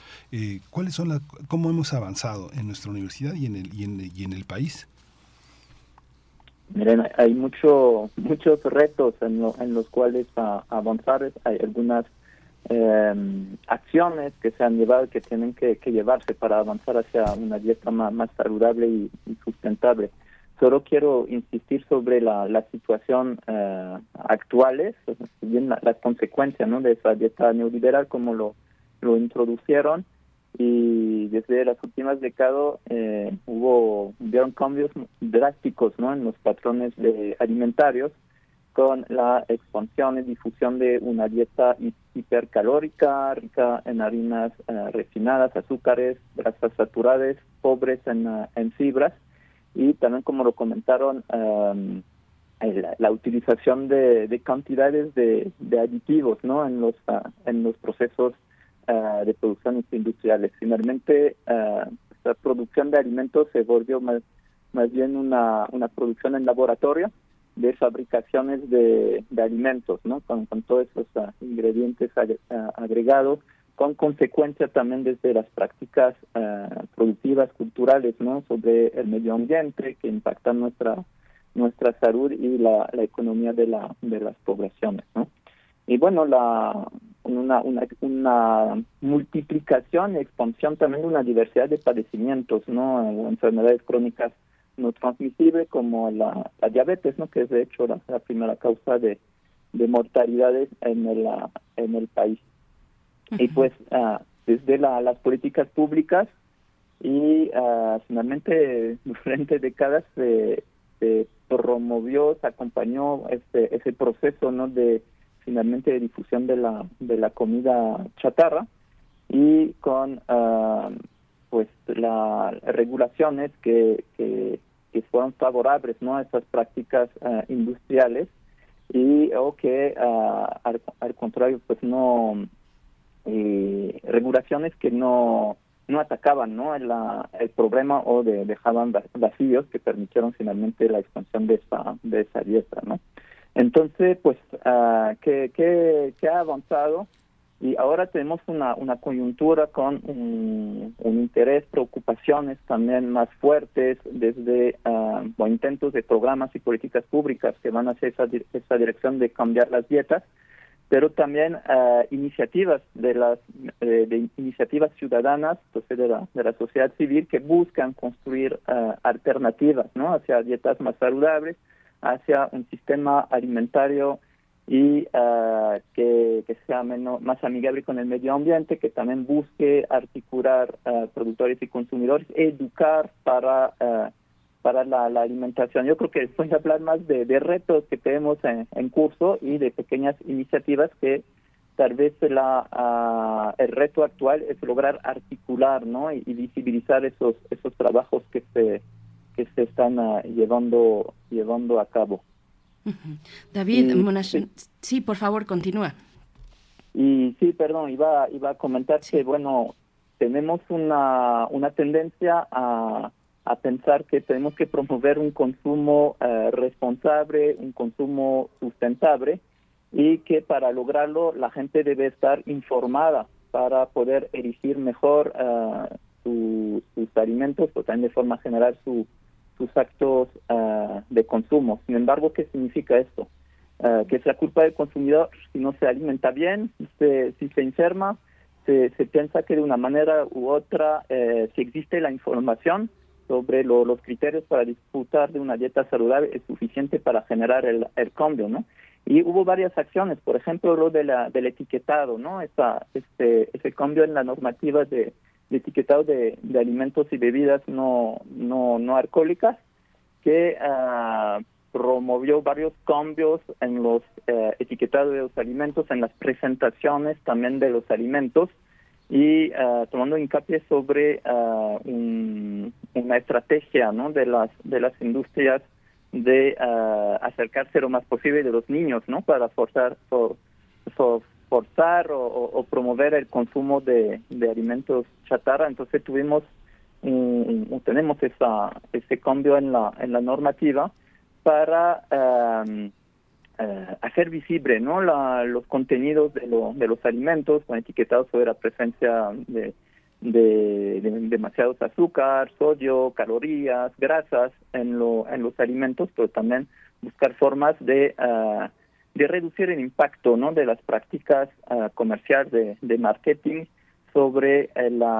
¿Cómo hemos avanzado en nuestra universidad y en el país? Miren, hay muchos retos en los cuales avanzar. Hay algunas acciones que se han llevado, que tienen que llevarse para avanzar hacia una dieta más saludable y sustentable. Solo quiero insistir sobre la situación actuales, bien las consecuencias, ¿no?, de esa dieta neoliberal, como lo introducieron, y desde las últimas décadas hubieron cambios drásticos, ¿no?, en los patrones alimentarios, con la expansión y difusión de una dieta hipercalórica, rica en harinas refinadas, azúcares, grasas saturadas, pobres en fibras, y también, como lo comentaron, la utilización de cantidades de aditivos, ¿no?, en los procesos de producción industriales. Finalmente, esta producción de alimentos se volvió más bien una producción en laboratorio de fabricaciones de alimentos, ¿no?, con todos esos ingredientes agregados, con consecuencias también desde las prácticas productivas, culturales, ¿no?, sobre el medio ambiente, que impactan nuestra salud y la economía de las poblaciones, ¿no? Y bueno, una multiplicación y expansión también de una diversidad de padecimientos, ¿no?, enfermedades crónicas no transmisibles como la diabetes, ¿no?, que es de hecho la primera causa de mortalidades en el país. Y pues desde las políticas públicas y finalmente durante décadas se promovió, se acompañó ese proceso, ¿no?, de finalmente de difusión de la comida chatarra, y con pues las regulaciones que fueron favorables, ¿no?, a esas prácticas industriales, o que al contrario pues no regulaciones que no atacaban, ¿no?, el problema, o dejaban vacíos que permitieron finalmente la expansión de esa dieta, ¿no? Entonces, pues, que ha avanzado, y ahora tenemos una coyuntura con un interés, preocupaciones también más fuertes desde intentos de programas y políticas públicas que van hacia esa dirección de cambiar las dietas, pero también iniciativas de iniciativas ciudadanas, entonces de la sociedad civil, que buscan construir alternativas, ¿no?, hacia dietas más saludables, hacia un sistema alimentario y que sea más amigable con el medio ambiente, que también busque articular productores y consumidores, educar para la alimentación. Yo creo que después de hablar más de retos que tenemos en curso y de pequeñas iniciativas que tal vez el reto actual es lograr articular, ¿no?, y visibilizar esos trabajos que se están llevando a cabo. David Monash, sí, por favor, continúa. Y sí, perdón, iba a comentar que, bueno, tenemos una tendencia a pensar que tenemos que promover un consumo responsable, un consumo sustentable, y que para lograrlo la gente debe estar informada para poder elegir mejor sus alimentos, o también de forma general sus actos de consumo. Sin embargo, ¿qué significa esto? Que es la culpa del consumidor si no se alimenta bien, si se enferma. Se piensa que de una manera u otra, si existe la información sobre los criterios para disfrutar de una dieta saludable, es suficiente para generar el cambio, ¿no? Y hubo varias acciones, por ejemplo, lo del etiquetado, ¿no? Ese cambio en la normativa de etiquetado de alimentos y bebidas no alcohólicas, que promovió varios cambios en los etiquetados de los alimentos, en las presentaciones también de los alimentos, y tomando hincapié sobre una estrategia, ¿no?, de las industrias de acercarse lo más posible de los niños, ¿no?, para forzar o promover el consumo de alimentos chatarra. Entonces tenemos ese cambio en la normativa para hacer visible, ¿no?, los contenidos de los alimentos, con etiquetados sobre la presencia de demasiados azúcar, sodio, calorías, grasas en los alimentos, pero también buscar formas de reducir el impacto, ¿no?, de las prácticas comerciales de marketing sobre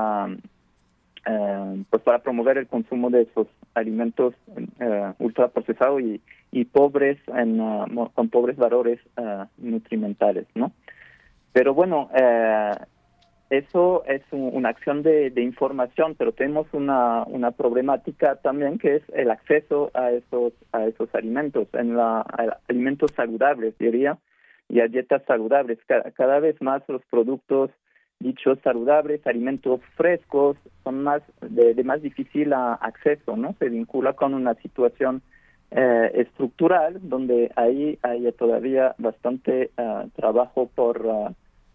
pues para promover el consumo de esos alimentos ultraprocesados y pobres con pobres valores nutrimentales, ¿no? Pero bueno, eso es una acción de información, pero tenemos una problemática también, que es el acceso a esos alimentos, a alimentos saludables, diría, y a dietas saludables. Cada vez más los productos dichos saludables, alimentos frescos, son de más difícil acceso, ¿no? Se vincula con una situación estructural donde ahí hay todavía bastante trabajo por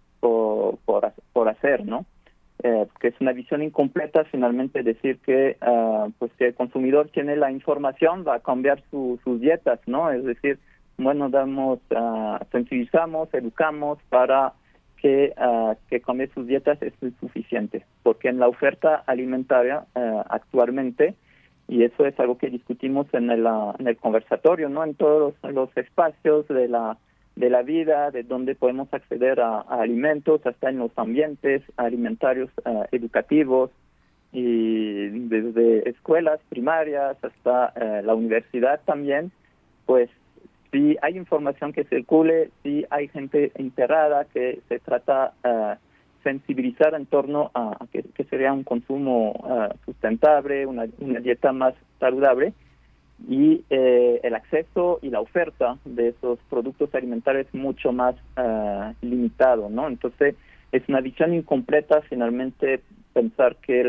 hacer, ¿no? Que es una visión incompleta finalmente decir que pues si el consumidor tiene la información va a cambiar sus dietas, ¿no? Es decir, bueno, sensibilizamos, educamos para que cambie sus dietas es suficiente, porque en la oferta alimentaria actualmente, y eso es algo que discutimos en el conversatorio, ¿no?, en todos los espacios de la vida, de donde podemos acceder a alimentos, hasta en los ambientes alimentarios educativos, y desde escuelas primarias hasta la universidad también, pues si hay información que circule, si hay gente enterada, que se trata sensibilizar en torno a que sería un consumo sustentable, una dieta más saludable, y el acceso y la oferta de esos productos alimentarios es mucho más limitado, ¿no? Entonces es una visión incompleta finalmente pensar que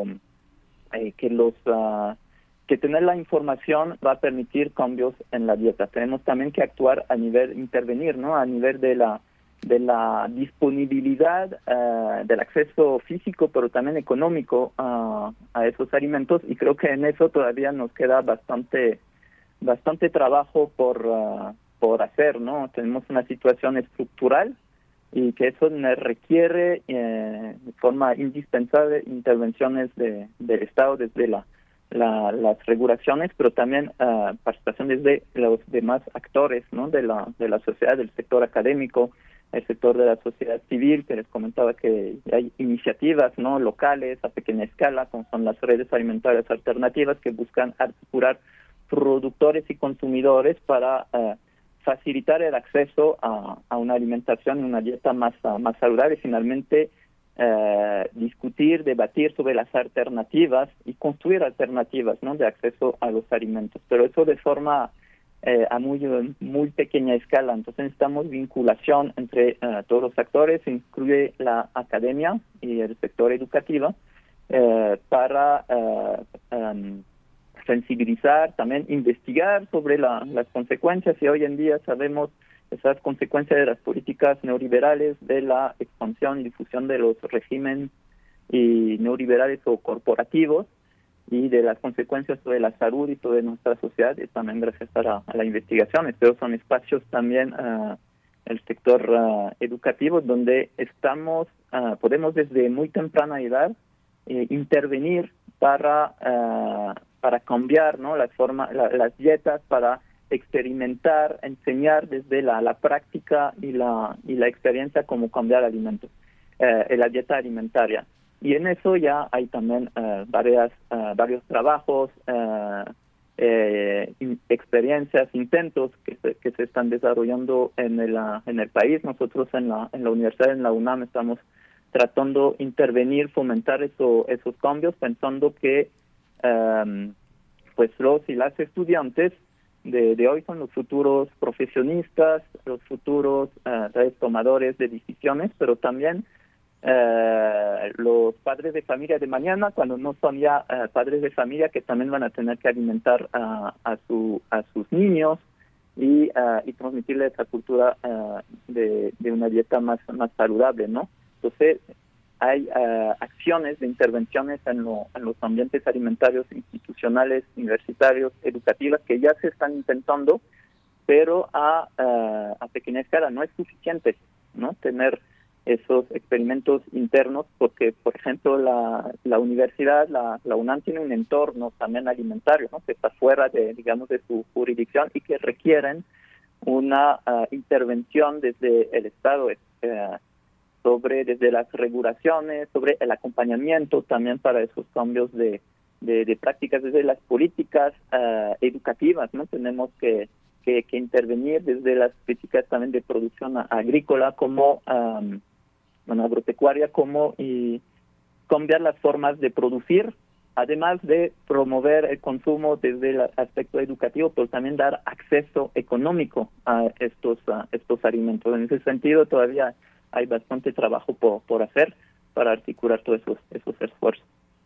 tener la información va a permitir cambios en la dieta. Tenemos también que actuar intervenir, ¿no?, a nivel de la disponibilidad, del acceso físico, pero también económico a esos alimentos, y creo que en eso todavía nos queda bastante trabajo por hacer, ¿no? Tenemos una situación estructural y que eso requiere de forma indispensable intervenciones del Estado desde las regulaciones, pero también participación desde los demás actores, ¿no?, de la sociedad, del sector académico, el sector de la sociedad civil, que les comentaba que hay iniciativas, ¿no?, locales a pequeña escala, como son las redes alimentarias alternativas, que buscan articular productores y consumidores para facilitar el acceso a una alimentación y una dieta más saludable, y finalmente discutir, debatir sobre las alternativas y construir alternativas, ¿no?, de acceso a los alimentos, pero eso de forma a muy pequeña escala. Entonces necesitamos vinculación entre todos los actores, incluye la academia y el sector educativo, para sensibilizar, también investigar sobre las consecuencias, y hoy en día sabemos esas consecuencias de las políticas neoliberales, de la expansión y difusión de los regímenes neoliberales o corporativos, y de las consecuencias sobre la salud y sobre nuestra sociedad, y también gracias a la investigación. Estos son espacios también, el sector educativo, donde podemos desde muy temprana edad intervenir para cambiar, ¿no?, las dietas, para experimentar, enseñar desde la práctica y la experiencia cómo cambiar alimentos, la dieta alimentaria. Y en eso ya hay también varios trabajos, experiencias, intentos que se están desarrollando en el país. Nosotros en la universidad, en la UNAM, estamos tratando de intervenir, fomentar esos cambios, pensando que pues los y las estudiantes de hoy son los futuros profesionistas, los futuros tomadores de decisiones, pero también los padres de familia de mañana, cuando no son ya padres de familia, que también van a tener que alimentar a sus niños y transmitirles esa cultura de una dieta más saludable, ¿no? Entonces hay acciones de intervenciones en los ambientes alimentarios institucionales, universitarios, educativas, que ya se están intentando, pero a pequeña escala. No es suficiente, ¿no?, tener esos experimentos internos, porque, por ejemplo, la universidad, la UNAM, tiene un entorno también alimentario, ¿no?, que está fuera de su jurisdicción, y que requieren una intervención desde el Estado desde las regulaciones, sobre el acompañamiento también para esos cambios de prácticas, desde las políticas educativas, ¿no? Tenemos que intervenir desde las políticas también de producción agrícola como agropecuaria, y cambiar las formas de producir, además de promover el consumo desde el aspecto educativo, pero también dar acceso económico a estos alimentos. En ese sentido, todavía hay bastante trabajo por hacer para articular todos esos esfuerzos.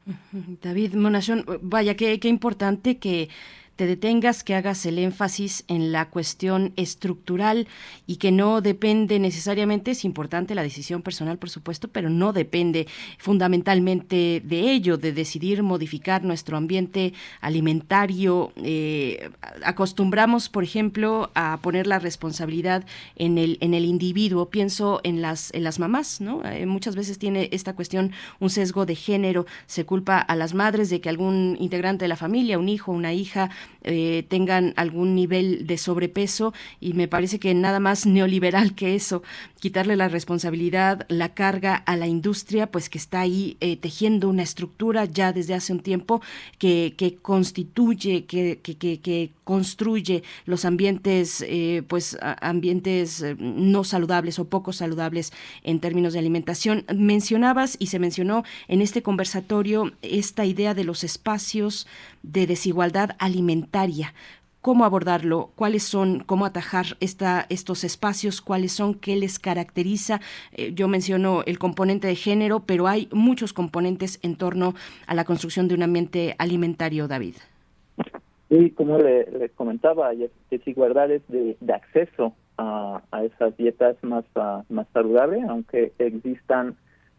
David Monachón, vaya, qué importante que te detengas, que hagas el énfasis en la cuestión estructural y que no depende necesariamente, es importante la decisión personal, por supuesto, pero no depende fundamentalmente de ello, de decidir modificar nuestro ambiente alimentario. Acostumbramos, por ejemplo, a poner la responsabilidad en el individuo. Pienso en las mamás, ¿no? Muchas veces tiene esta cuestión un sesgo de género. Se culpa a las madres de que algún integrante de la familia, un hijo, una hija, tengan algún nivel de sobrepeso, y me parece que nada más neoliberal que eso, quitarle la responsabilidad, la carga a la industria, pues que está ahí tejiendo una estructura ya desde hace un tiempo que constituye, que construye los ambientes, ambientes no saludables o poco saludables en términos de alimentación. Mencionabas y se mencionó en este conversatorio esta idea de los espacios de desigualdad alimentaria. ¿Cómo abordarlo? ¿Cuáles son? ¿Cómo atajar estos espacios? ¿Cuáles son? ¿Qué les caracteriza? Yo menciono el componente de género, pero hay muchos componentes en torno a la construcción de un ambiente alimentario, David. Sí, como les comentaba, hay desigualdades de acceso a esas dietas más saludables, aunque existan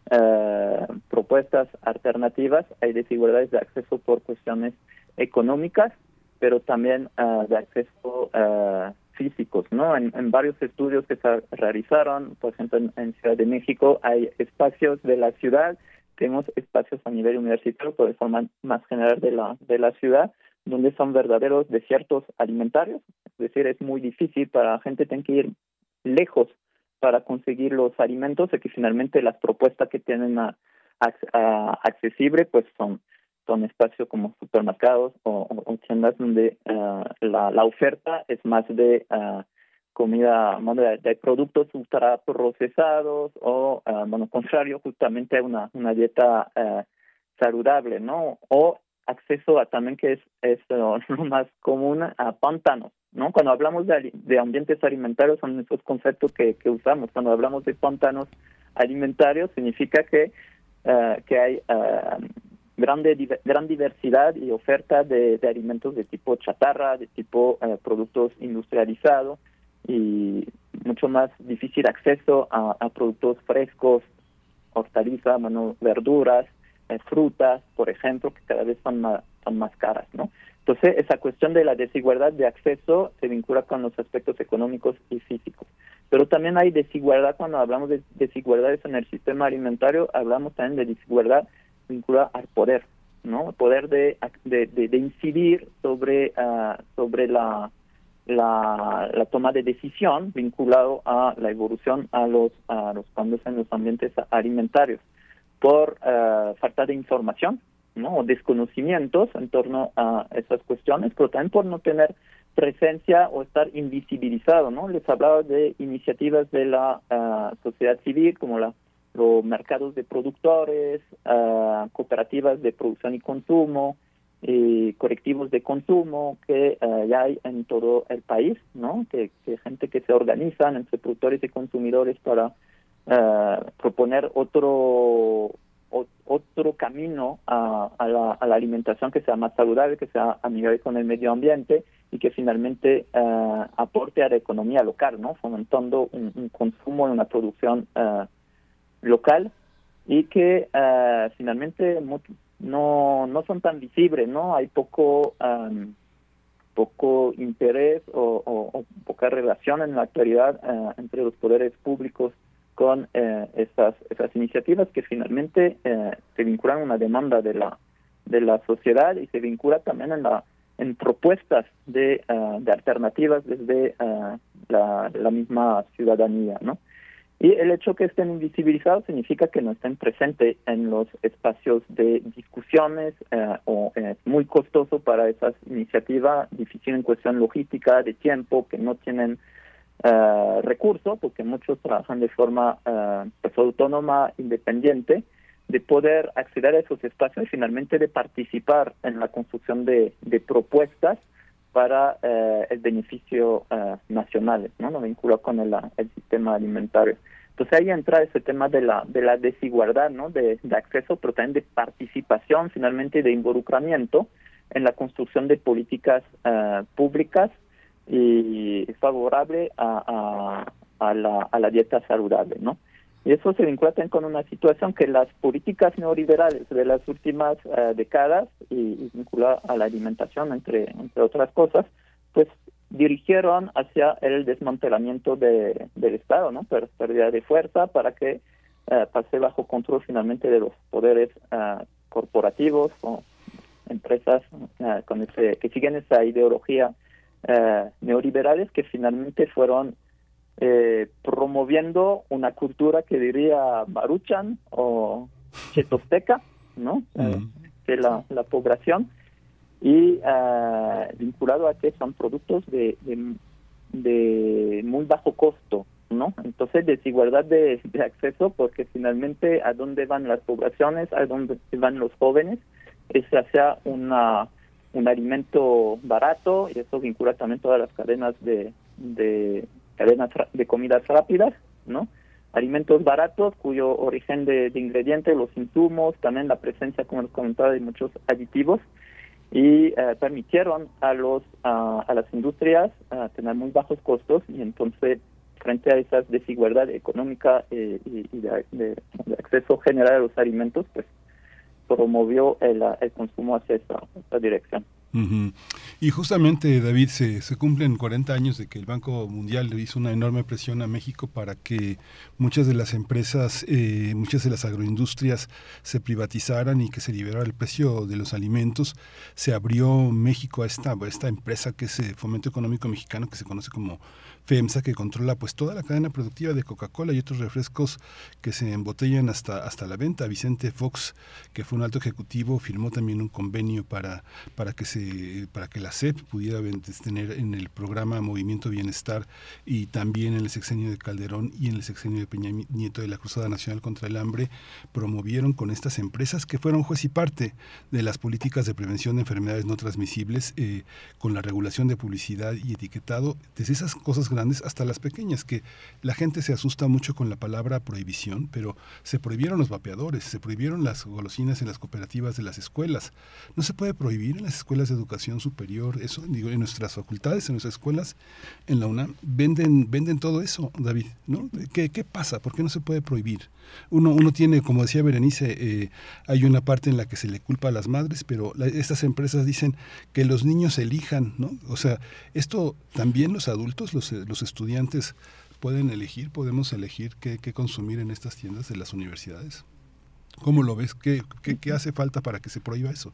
propuestas alternativas. Hay desigualdades de acceso por cuestiones económicas, pero también de acceso físicos, ¿no? En varios estudios que se realizaron, por ejemplo, en Ciudad de México, hay espacios de la ciudad, tenemos espacios a nivel universitario, pero de forma más general de la ciudad, donde son verdaderos desiertos alimentarios. Es decir, es muy difícil para la gente, tener que ir lejos para conseguir los alimentos, y que finalmente las propuestas que tienen accesible pues son espacios como supermercados o tiendas donde la oferta es más de comida, de productos ultraprocesados o, contrario, justamente a una dieta saludable, ¿no? O acceso a también, que es lo más común, a pantanos, ¿no? Cuando hablamos de ambientes alimentarios, son esos conceptos que usamos. Cuando hablamos de pantanos alimentarios, significa que hay gran diversidad y oferta de alimentos de tipo chatarra, de tipo productos industrializados, y mucho más difícil acceso a productos frescos, hortalizas, verduras, frutas, por ejemplo, que cada vez son más caras, ¿no? Entonces, esa cuestión de la desigualdad de acceso se vincula con los aspectos económicos y físicos. Pero también hay desigualdad. Cuando hablamos de desigualdades en el sistema alimentario, hablamos también de desigualdad vinculada al poder, ¿no? El poder de incidir sobre la toma de decisión vinculado a la evolución, a los cambios en los ambientes alimentarios, por falta de información, ¿no? O desconocimientos en torno a esas cuestiones, pero también por no tener presencia o estar invisibilizado, ¿no? Les hablaba de iniciativas de la sociedad civil, como los mercados de productores, cooperativas de producción y consumo, colectivos de consumo que ya hay en todo el país, ¿no? Que gente que se organizan entre productores y consumidores para proponer otro camino a la alimentación que sea más saludable, que sea amigable con el medio ambiente y que finalmente aporte a la economía local, ¿no? Fomentando un consumo y una producción local, y que finalmente no son tan visibles, ¿no? Hay poco interés o poca relación en la actualidad entre los poderes públicos con esas iniciativas que finalmente se vinculan a una demanda de la sociedad, y se vincula también en en propuestas de alternativas desde la misma ciudadanía, ¿no? Y el hecho que estén invisibilizados significa que no estén presentes en los espacios de discusiones, o es muy costoso para esas iniciativas, difícil en cuestión logística, de tiempo, que no tienen recursos, porque muchos trabajan de forma pues, autónoma, independiente, de poder acceder a esos espacios y finalmente de participar en la construcción de propuestas para el beneficio nacional, ¿no? Lo vincula con el sistema alimentario. Entonces ahí entra ese tema de la desigualdad, ¿no? De acceso, pero también de participación, finalmente de involucramiento en la construcción de políticas públicas y favorable a la dieta saludable, ¿no? Y eso se vincula también con una situación que las políticas neoliberales de las últimas décadas y vincula a la alimentación, entre otras cosas, pues dirigieron hacia el desmantelamiento del Estado, ¿no? Pérdida de fuerza para que pase bajo control finalmente de los poderes corporativos o empresas que siguen esa ideología neoliberales que finalmente fueron promoviendo una cultura que diría Maruchan o chetosteca, ¿no? De la población, y vinculado a que son productos de muy bajo costo, ¿no? Entonces desigualdad de acceso, porque finalmente a dónde van las poblaciones, a dónde van los jóvenes, es hacia un alimento barato, y eso vincula también todas las cadenas de comidas rápidas, ¿no? Alimentos baratos cuyo origen de ingredientes, los insumos, también la presencia, como les comentaba, de muchos aditivos, y permitieron a las industrias tener muy bajos costos, y entonces frente a esa desigualdad económica y de acceso general a los alimentos, pues promovió el consumo hacia esa dirección. Uh-huh. Y justamente, David, se cumplen 40 años de que el Banco Mundial le hizo una enorme presión a México para que muchas de las empresas, muchas de las agroindustrias se privatizaran y que se liberara el precio de los alimentos. Se abrió México a esta empresa que es Fomento Económico Mexicano, que se conoce como FEMSA, que controla pues toda la cadena productiva de Coca-Cola y otros refrescos que se embotellan hasta la venta. Vicente Fox, que fue un alto ejecutivo, firmó también un convenio para que la SEP pudiera tener en el programa Movimiento Bienestar, y también en el sexenio de Calderón y en el sexenio de Peña Nieto de la Cruzada Nacional contra el Hambre, promovieron con estas empresas, que fueron juez y parte de las políticas de prevención de enfermedades no transmisibles, con la regulación de publicidad y etiquetado, desde esas cosas grandes hasta las pequeñas, que la gente se asusta mucho con la palabra prohibición, pero se prohibieron los vapeadores, se prohibieron las golosinas en las cooperativas de las escuelas. No se puede prohibir en las escuelas de educación superior, eso, digo, en nuestras facultades, en nuestras escuelas, en la UNAM, venden todo eso, David, ¿no? ¿Qué pasa? ¿Por qué no se puede prohibir? Uno tiene, como decía Berenice, hay una parte en la que se le culpa a las madres, pero estas empresas dicen que los niños elijan, ¿no? O sea, esto también los adultos, los estudiantes podemos elegir qué consumir en estas tiendas de las universidades. ¿Cómo lo ves? ¿Qué hace falta para que se prohíba eso?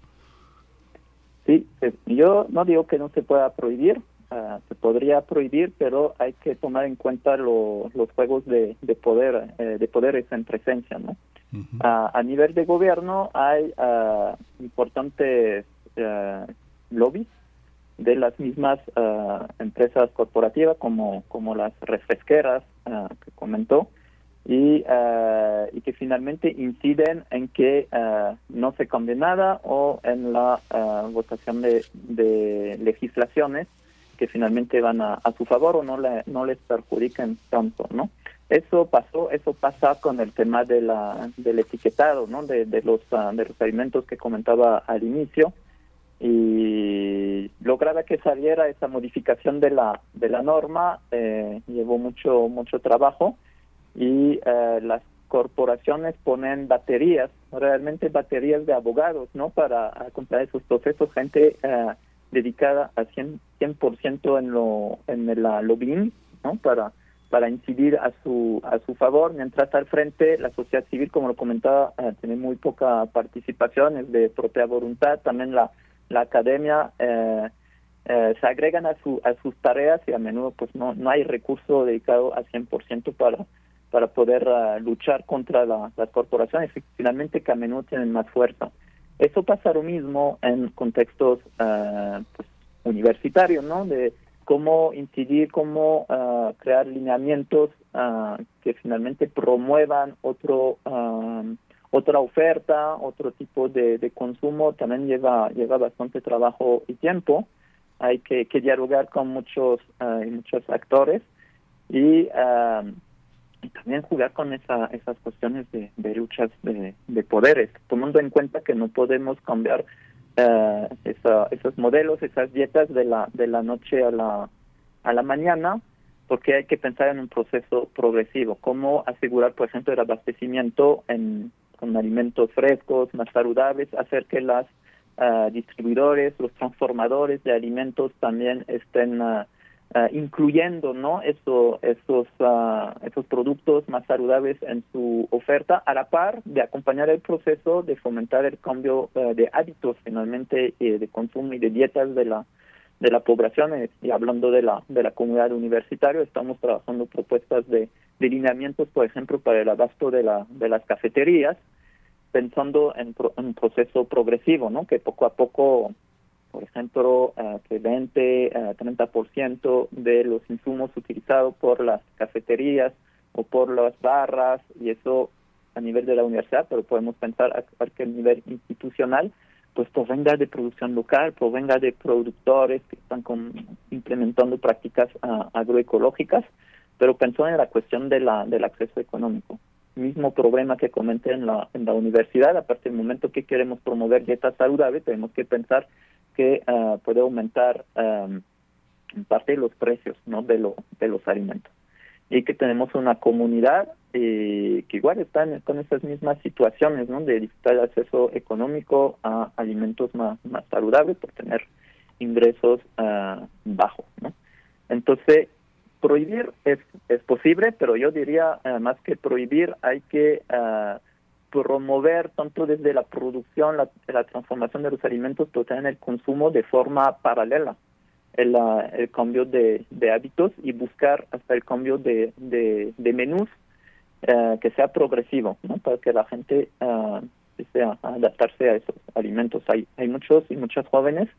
Sí, yo no digo que no se pueda prohibir, se podría prohibir, pero hay que tomar en cuenta los juegos de poderes en presencia, ¿no? Uh-huh. A nivel de gobierno hay importantes lobbies de las mismas empresas corporativas como las refresqueras que comentó, y que finalmente inciden en que no se cambie nada, o en la votación de legislaciones que finalmente van a su favor o no les perjudiquen tanto, ¿no? Eso pasa con el tema del etiquetado, ¿no? de los alimentos que comentaba al inicio, y lograba que saliera esa modificación de la norma, llevó mucho trabajo, y las corporaciones ponen realmente baterías de abogados, ¿no? Para acompañar esos procesos, gente dedicada a 100% en el lobbying, ¿no? Para incidir a su favor, mientras al frente la sociedad civil, como lo comentaba, tiene muy poca participación, es de propia voluntad. También la la academia se agregan a sus tareas y a menudo pues no hay recurso dedicado al 100% para poder luchar contra las corporaciones, y finalmente que a menudo tienen más fuerza. Eso pasa lo mismo en contextos pues, universitarios, ¿no? De cómo incidir, cómo crear lineamientos que finalmente promuevan otra oferta, otro tipo de consumo. También lleva bastante trabajo y tiempo. Hay que dialogar con muchos actores y también jugar con esas cuestiones de luchas de poderes, tomando en cuenta que no podemos cambiar esos modelos, esas dietas de la noche a la mañana, porque hay que pensar en un proceso progresivo, cómo asegurar, por ejemplo, el abastecimiento con alimentos frescos, más saludables, hacer que las distribuidores, los transformadores de alimentos también estén incluyendo, ¿no? esos productos más saludables en su oferta, a la par de acompañar el proceso de fomentar el cambio de hábitos finalmente de consumo y de dietas de la población. Y hablando de la comunidad universitaria, estamos trabajando propuestas de lineamientos, por ejemplo, para el abasto de las cafeterías, pensando en un proceso progresivo, ¿no? Que poco a poco, por ejemplo, que 30% de los insumos utilizados por las cafeterías o por las barras, y eso a nivel de la universidad, pero podemos pensar a cualquier nivel institucional, pues provenga de producción local, provenga de productores que están implementando prácticas agroecológicas, pero pensó en la cuestión del acceso económico. Mismo problema que comenté en la universidad. A partir del momento que queremos promover dietas saludables, tenemos que pensar que puede aumentar en parte los precios, ¿no? de los alimentos, y que tenemos una comunidad que igual está con esas mismas situaciones, ¿no? De dificultad de acceso económico a alimentos más saludables por tener ingresos bajos, ¿no? Entonces, prohibir es posible, pero yo diría, más que prohibir, hay que promover tanto desde la producción, la transformación de los alimentos, pero también el consumo de forma paralela, el cambio de hábitos, y buscar hasta el cambio de menús que sea progresivo, ¿no? Para que la gente desea adaptarse a esos alimentos. Hay muchos y muchas jóvenes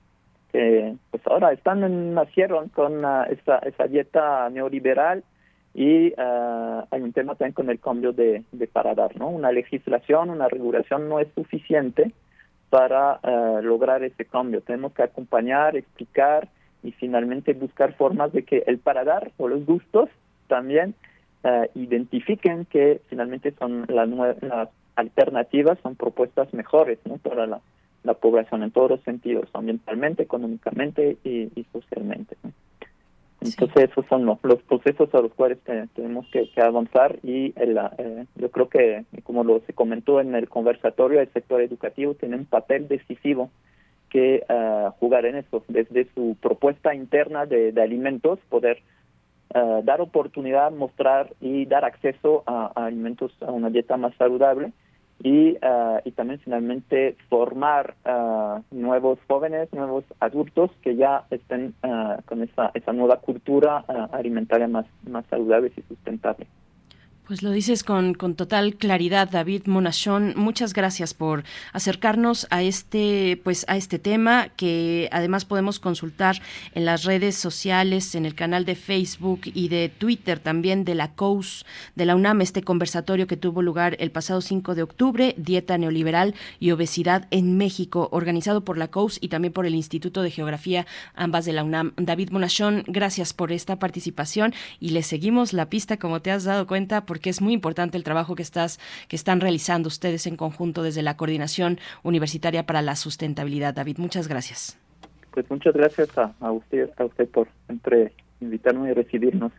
que pues ahora nacieron con esa dieta neoliberal, y hay un tema también con el cambio de paladar, ¿no? Una legislación, una regulación no es suficiente para lograr ese cambio. Tenemos que acompañar, explicar y finalmente buscar formas de que el paladar o los gustos también identifiquen que finalmente son las alternativas, son propuestas mejores, ¿no? Para la población en todos los sentidos, ambientalmente, económicamente y socialmente, ¿no? Entonces esos son los procesos a los cuales tenemos que avanzar, y yo creo que, como se comentó en el conversatorio, el sector educativo tiene un papel decisivo que jugar en eso, desde su propuesta interna de alimentos, poder dar oportunidad, mostrar y dar acceso a alimentos, a una dieta más saludable, y también finalmente formar nuevos jóvenes, nuevos adultos que ya estén con esa nueva cultura alimentaria más saludable y sustentable. Pues lo dices con total claridad, David Monachón. Muchas gracias por acercarnos a este tema, que además podemos consultar en las redes sociales, en el canal de Facebook y de Twitter también de la COUS de la UNAM, este conversatorio que tuvo lugar el pasado 5 de octubre, Dieta Neoliberal y Obesidad en México, organizado por la COUS y también por el Instituto de Geografía, ambas de la UNAM. David Monachón, gracias por esta participación, y le seguimos la pista, como te has dado cuenta, porque es muy importante el trabajo que están realizando ustedes en conjunto desde la Coordinación Universitaria para la Sustentabilidad. David, muchas gracias. Pues muchas gracias a usted por siempre invitarnos y recibirnos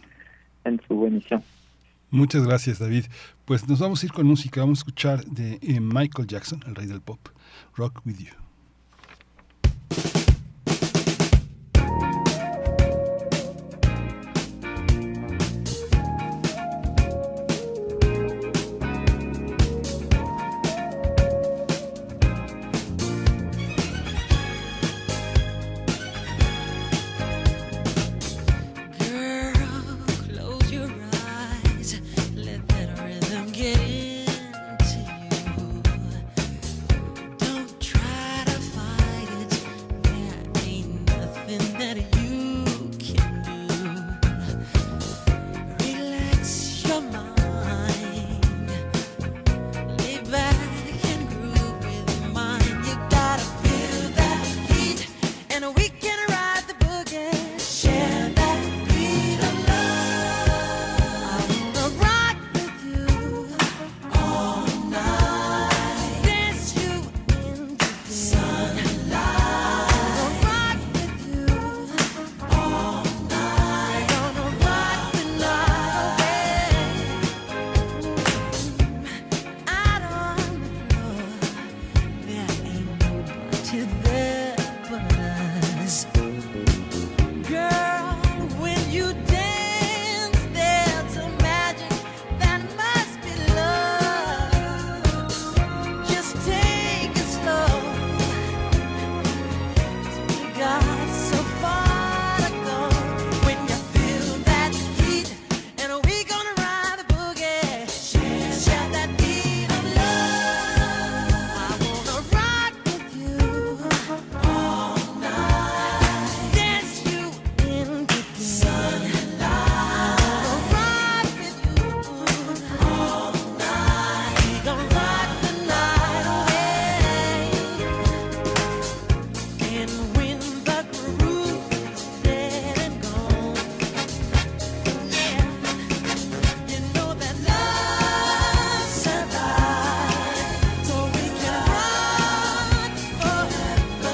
en su emisión. Muchas gracias, David. Pues nos vamos a ir con música. Vamos a escuchar de Michael Jackson, el rey del pop, Rock With You. your mind. Lay back and groove with your mind. You gotta feel that heat, and we can ride the boogie. Share that beat of love. I wanna rock with you all night. Dance you into the sunlight. I wanna rock with you all night. Gonna rock the night away. Out on the floor, there ain't nobody there but us. Girl, when you dance, there's a magic that must be love. Just take it slow. We got so far to go. When you feel that heat, and we gonna ride the boogie. Share that beat of love. I wanna rock with you all night. Dance you into the sunlight. I wanna rock with you all night. We gonna rock the night away. And when the groove is dead and gone, yeah, you know that love survives, so we can run forever.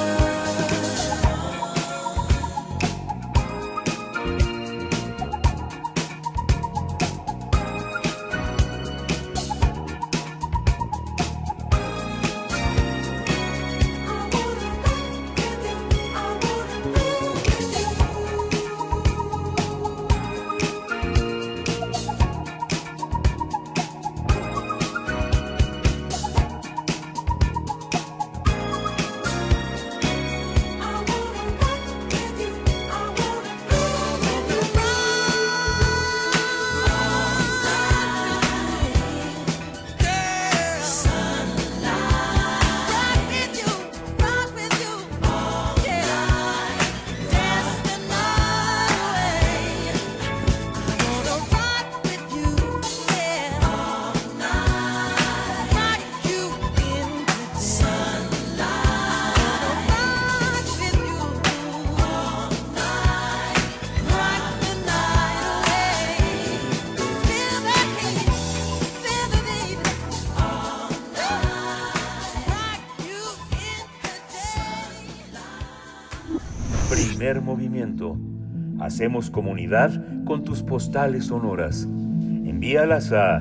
Primer movimiento. Hacemos comunidad con tus postales sonoras. Envíalas a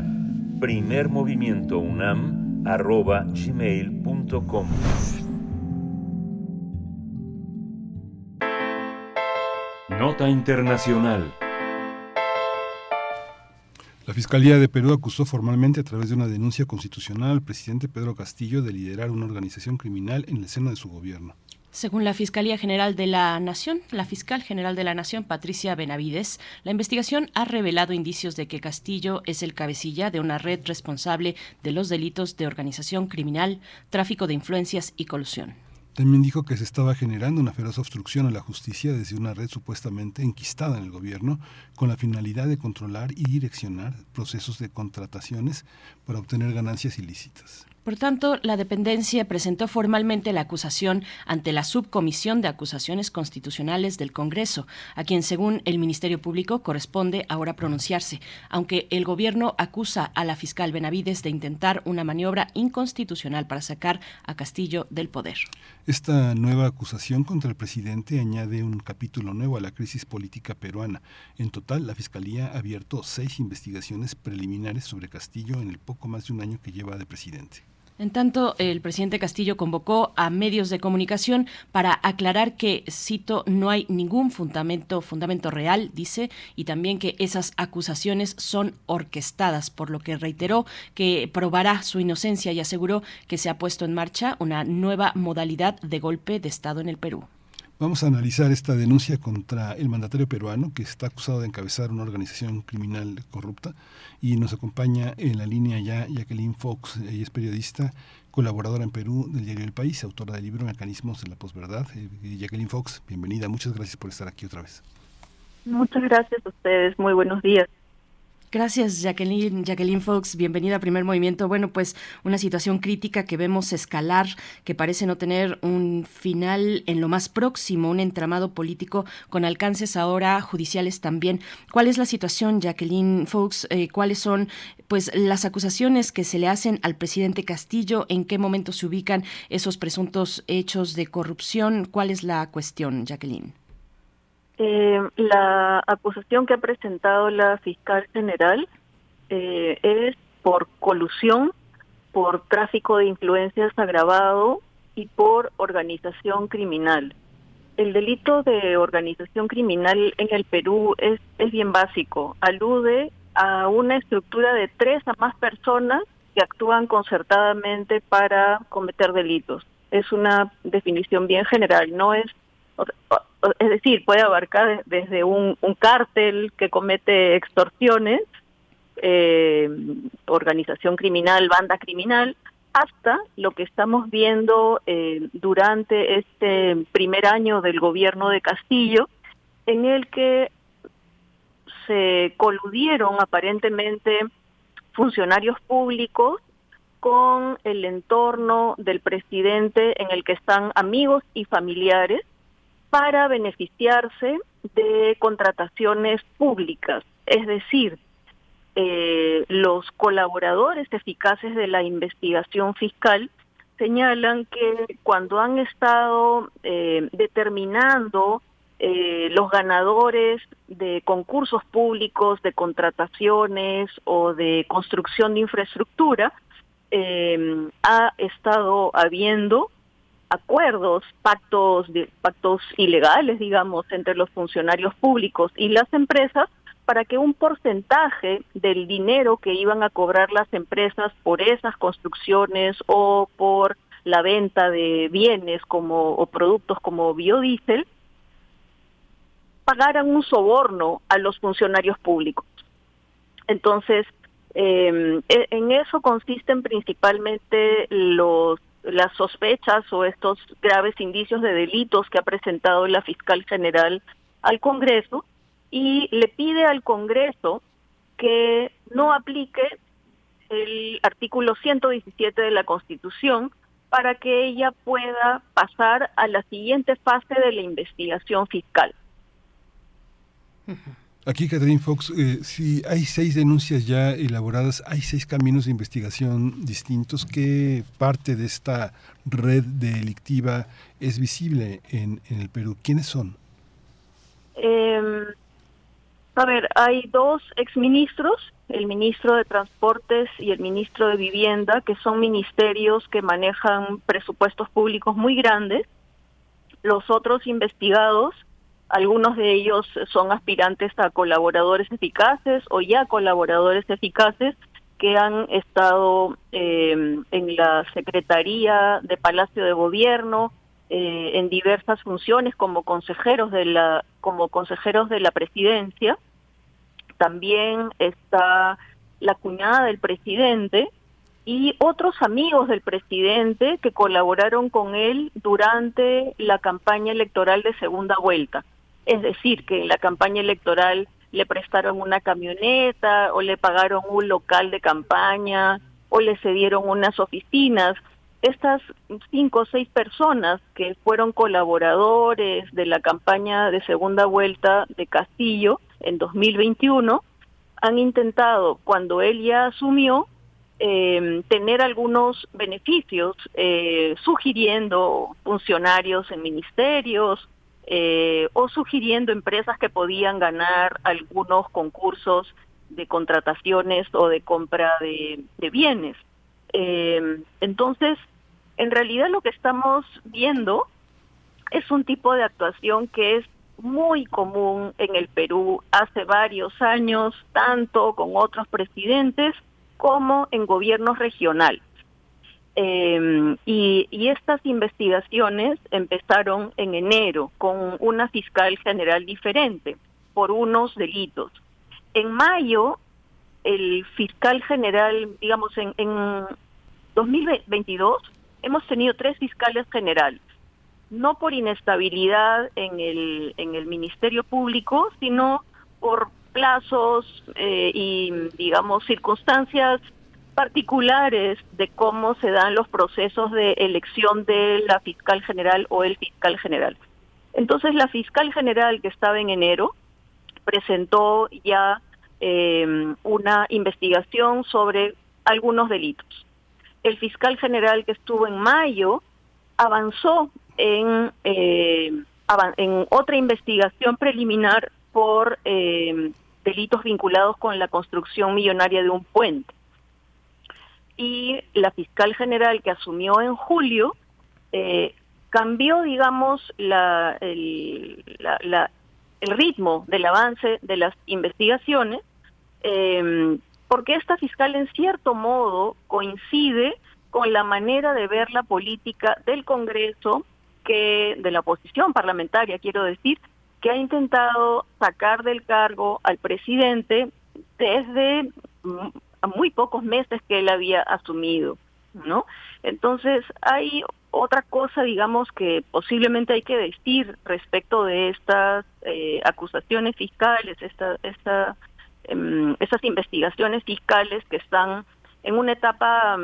primermovimientounam@gmail.com. Nota internacional. La Fiscalía de Perú acusó formalmente a través de una denuncia constitucional al presidente Pedro Castillo de liderar una organización criminal en el seno de su gobierno. Según la Fiscalía General de la Nación, la fiscal general de la Nación, Patricia Benavides, la investigación ha revelado indicios de que Castillo es el cabecilla de una red responsable de los delitos de organización criminal, tráfico de influencias y colusión. También dijo que se estaba generando una feroz obstrucción a la justicia desde una red supuestamente enquistada en el gobierno con la finalidad de controlar y direccionar procesos de contrataciones para obtener ganancias ilícitas. Por tanto, la dependencia presentó formalmente la acusación ante la Subcomisión de Acusaciones Constitucionales del Congreso, a quien, según el Ministerio Público, corresponde ahora pronunciarse, aunque el gobierno acusa a la fiscal Benavides de intentar una maniobra inconstitucional para sacar a Castillo del poder. Esta nueva acusación contra el presidente añade un capítulo nuevo a la crisis política peruana. En total, la Fiscalía ha abierto 6 investigaciones preliminares sobre Castillo en el poco más de un año que lleva de presidente. En tanto, el presidente Castillo convocó a medios de comunicación para aclarar que, cito, no hay ningún fundamento real, dice, y también que esas acusaciones son orquestadas, por lo que reiteró que probará su inocencia y aseguró que se ha puesto en marcha una nueva modalidad de golpe de Estado en el Perú. Vamos a analizar esta denuncia contra el mandatario peruano que está acusado de encabezar una organización criminal corrupta y nos acompaña en la línea ya Jacqueline Fox. Ella es periodista, colaboradora en Perú del diario El País, autora del libro Mecanismos de la Posverdad. Jacqueline Fox, bienvenida, muchas gracias por estar aquí otra vez. Muchas gracias a ustedes, muy buenos días. Gracias, Jacqueline Fox, bienvenida a Primer Movimiento. Bueno, pues una situación crítica que vemos escalar, que parece no tener un final en lo más próximo, un entramado político con alcances ahora judiciales también. ¿Cuál es la situación, Jacqueline Fox? ¿Cuáles son pues las acusaciones que se le hacen al presidente Castillo? ¿En qué momento se ubican esos presuntos hechos de corrupción? ¿Cuál es la cuestión, Jacqueline? La acusación que ha presentado la fiscal general es por colusión, por tráfico de influencias agravado y por organización criminal. El delito de organización criminal en el Perú es bien básico. Alude a una estructura de 3 a más personas que actúan concertadamente para cometer delitos. Es una definición bien general, no es... Es decir, puede abarcar desde un cártel que comete extorsiones, organización criminal, banda criminal, hasta lo que estamos viendo durante este primer año del gobierno de Castillo, en el que se coludieron aparentemente funcionarios públicos con el entorno del presidente, en el que están amigos y familiares, para beneficiarse de contrataciones públicas. Es decir, los colaboradores eficaces de la investigación fiscal señalan que cuando han estado determinando los ganadores de concursos públicos, de contrataciones o de construcción de infraestructura, ha estado habiendo acuerdos, pactos ilegales, digamos, entre los funcionarios públicos y las empresas, para que un porcentaje del dinero que iban a cobrar las empresas por esas construcciones o por la venta de bienes o productos como biodiesel, pagaran un soborno a los funcionarios públicos. Entonces, en eso consisten principalmente las sospechas o estos graves indicios de delitos que ha presentado la fiscal general al Congreso, y le pide al Congreso que no aplique el artículo 117 de la Constitución para que ella pueda pasar a la siguiente fase de la investigación fiscal. Aquí, Catherine Fox, si hay 6 denuncias ya elaboradas, hay 6 caminos de investigación distintos. ¿Qué parte de esta red delictiva es visible en el Perú? ¿Quiénes son? Hay 2 exministros, el ministro de Transportes y el ministro de Vivienda, que son ministerios que manejan presupuestos públicos muy grandes. Los otros investigados, algunos de ellos son aspirantes a colaboradores eficaces o ya colaboradores eficaces que han estado en la Secretaría de Palacio de Gobierno, en diversas funciones como consejeros de la Presidencia. También está la cuñada del presidente y otros amigos del presidente que colaboraron con él durante la campaña electoral de segunda vuelta. Es decir, que en la campaña electoral le prestaron una camioneta o le pagaron un local de campaña o le cedieron unas oficinas. Estas 5 o 6 personas que fueron colaboradores de la campaña de segunda vuelta de Castillo en 2021 han intentado, cuando él ya asumió, tener algunos beneficios, sugiriendo funcionarios en ministerios, o sugiriendo empresas que podían ganar algunos concursos de contrataciones o de compra de bienes. Entonces, en realidad lo que estamos viendo es un tipo de actuación que es muy común en el Perú hace varios años, tanto con otros presidentes como en gobiernos regionales. Y estas investigaciones empezaron en enero con una fiscal general diferente por unos delitos. En mayo, el fiscal general, digamos, en 2022, hemos tenido 3 fiscales generales, no por inestabilidad en el Ministerio Público, sino por plazos y, digamos, circunstancias particulares de cómo se dan los procesos de elección de la fiscal general o el fiscal general. Entonces, la fiscal general que estaba en enero presentó ya una investigación sobre algunos delitos. El fiscal general que estuvo en mayo avanzó en otra investigación preliminar por delitos vinculados con la construcción millonaria de un puente. Y la fiscal general que asumió en julio cambió, digamos, el ritmo del avance de las investigaciones, porque esta fiscal en cierto modo coincide con la manera de ver la política del Congreso, de la oposición parlamentaria, quiero decir, que ha intentado sacar del cargo al presidente desde muy pocos meses que él había asumido, ¿no? Entonces, hay otra cosa, digamos, que posiblemente hay que decir respecto de estas acusaciones fiscales, esas investigaciones fiscales que están en una etapa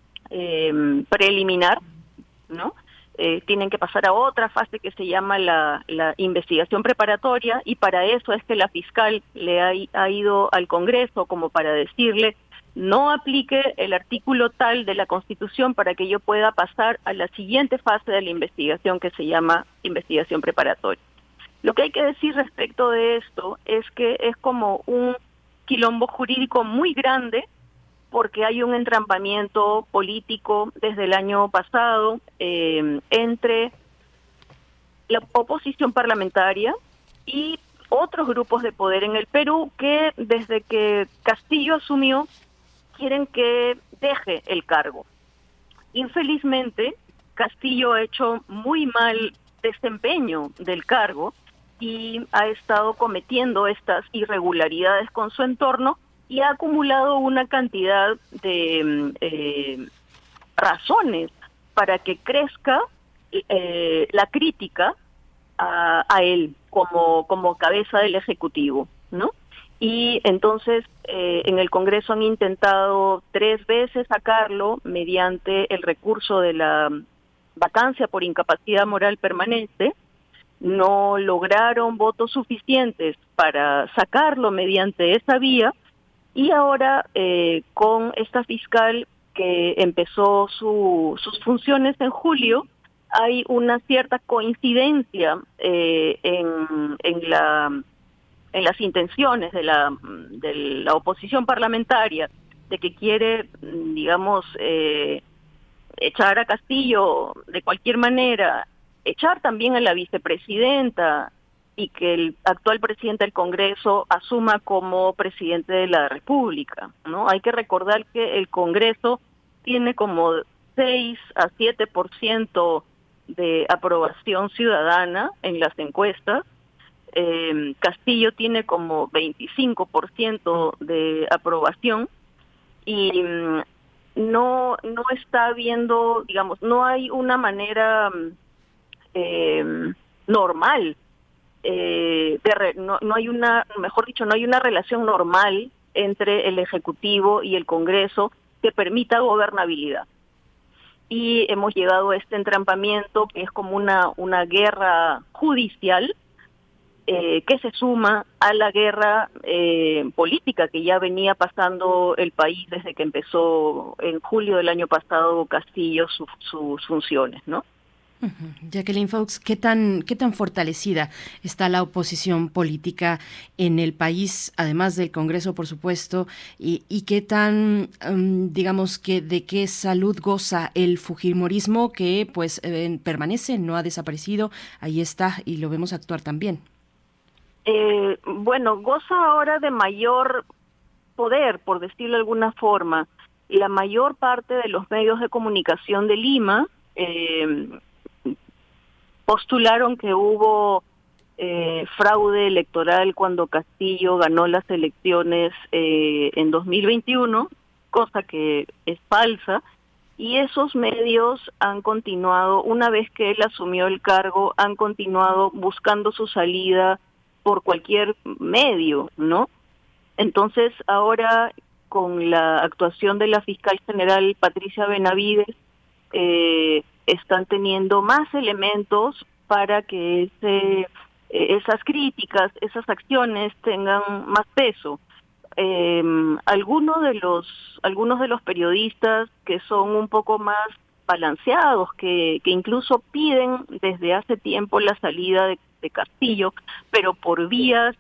preliminar, ¿no? Tienen que pasar a otra fase que se llama la investigación preparatoria, y para eso es que la fiscal le ha ido al Congreso como para decirle: no aplique el artículo tal de la Constitución para que yo pueda pasar a la siguiente fase de la investigación, que se llama investigación preparatoria. Lo que hay que decir respecto de esto es que es como un quilombo jurídico muy grande, porque hay un entrampamiento político desde el año pasado entre la oposición parlamentaria y otros grupos de poder en el Perú que, desde que Castillo asumió, quieren que deje el cargo. Infelizmente, Castillo ha hecho muy mal desempeño del cargo y ha estado cometiendo estas irregularidades con su entorno, y ha acumulado una cantidad de razones para que crezca la crítica a él como cabeza del Ejecutivo, ¿no? Y entonces en el Congreso han intentado 3 veces sacarlo mediante el recurso de la vacancia por incapacidad moral permanente. No lograron votos suficientes para sacarlo mediante esa vía. Y ahora, con esta fiscal que empezó sus funciones en julio, hay una cierta coincidencia en las intenciones de la oposición parlamentaria, de que quiere, digamos, echar a Castillo de cualquier manera, echar también a la vicepresidenta, y que el actual presidente del Congreso asuma como presidente de la República, ¿no? Hay que recordar que el Congreso tiene como 6 a 7% de aprobación ciudadana en las encuestas. Castillo tiene como 25% de aprobación, y no está habiendo, digamos, no hay una manera normal. No hay una, mejor dicho, no hay una relación normal entre el Ejecutivo y el Congreso que permita gobernabilidad. Y hemos llegado a este entrampamiento que es como una guerra judicial que se suma a la guerra política que ya venía pasando el país desde que empezó en julio del año pasado Castillo sus funciones, ¿no? Jacqueline Fox, ¿qué tan fortalecida está la oposición política en el país, además del Congreso, por supuesto, y qué tan, digamos, que de qué salud goza el fujimorismo, que pues permanece, no ha desaparecido, ahí está y lo vemos actuar también? Bueno, goza ahora de mayor poder, por decirlo de alguna forma. La mayor parte de los medios de comunicación de Lima postularon que hubo fraude electoral cuando Castillo ganó las elecciones en 2021, cosa que es falsa, y esos medios han continuado, una vez que él asumió el cargo, han continuado buscando su salida por cualquier medio, ¿no? Entonces, ahora con la actuación de la fiscal general Patricia Benavides, están teniendo más elementos para que esas críticas, esas acciones tengan más peso. Algunos de los periodistas que son un poco más balanceados, que incluso piden desde hace tiempo la salida de Castillo, pero por vías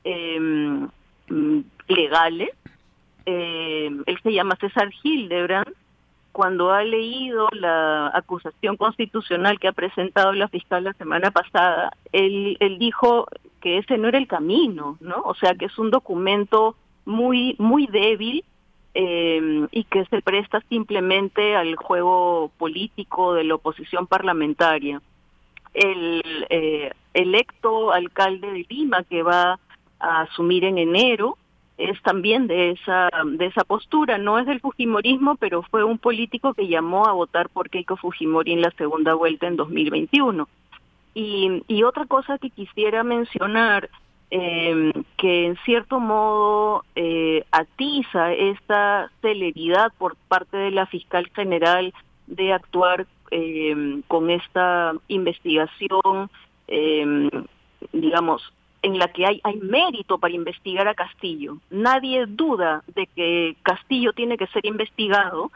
legales. Él se llama César Hildebrand. Cuando ha leído la acusación constitucional que ha presentado la fiscal la semana pasada, él dijo que ese no era el camino, ¿no? O sea, que es un documento muy débil, y que se presta simplemente al juego político de la oposición parlamentaria. El electo alcalde de Lima, que va a asumir en enero, es también de esa postura. No es del fujimorismo, pero fue un político que llamó a votar por Keiko Fujimori en la segunda vuelta en 2021. Y otra cosa que quisiera mencionar, que en cierto modo atiza esta celeridad por parte de la fiscal general de actuar con esta investigación, digamos, en la que hay mérito para investigar a Castillo. Nadie duda de que Castillo tiene que ser investigado.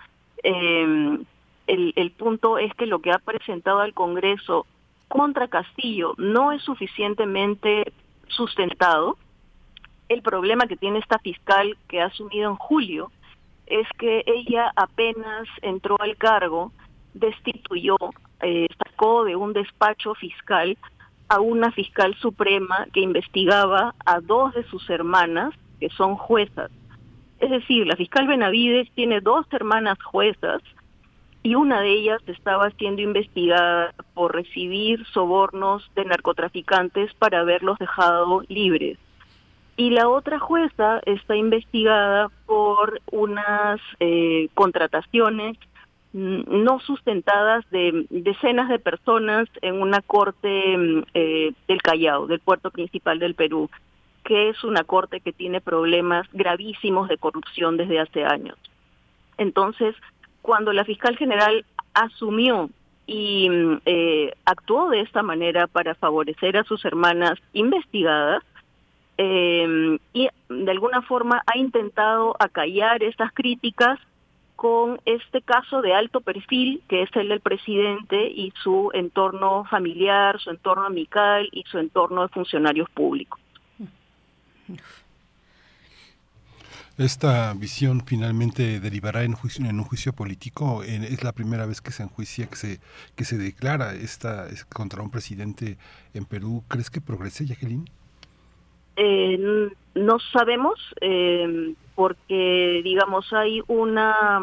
El punto es que lo que ha presentado al Congreso contra Castillo no es suficientemente sustentado. El problema que tiene esta fiscal que ha asumido en julio es que ella apenas entró al cargo, destituyó, sacó de un despacho fiscal a una fiscal suprema que investigaba a dos de sus hermanas, que son juezas. Es decir, la fiscal Benavides tiene dos hermanas juezas y una de ellas estaba siendo investigada por recibir sobornos de narcotraficantes para haberlos dejado libres. Y la otra jueza está investigada por unas contrataciones no sustentadas de decenas de personas en una corte del Callao, del puerto principal del Perú, que es una corte que tiene problemas gravísimos de corrupción desde hace años. Entonces, cuando la fiscal general asumió y actuó de esta manera para favorecer a sus hermanas investigadas, y de alguna forma ha intentado acallar estas críticas con este caso de alto perfil, que es el del presidente y su entorno familiar, su entorno amical y su entorno de funcionarios públicos. ¿Esta visión finalmente derivará en un juicio político? ¿Es la primera vez que se enjuicia, que se declara contra un presidente en Perú? ¿Crees que progrese, Jacqueline? No sabemos, porque, digamos, hay una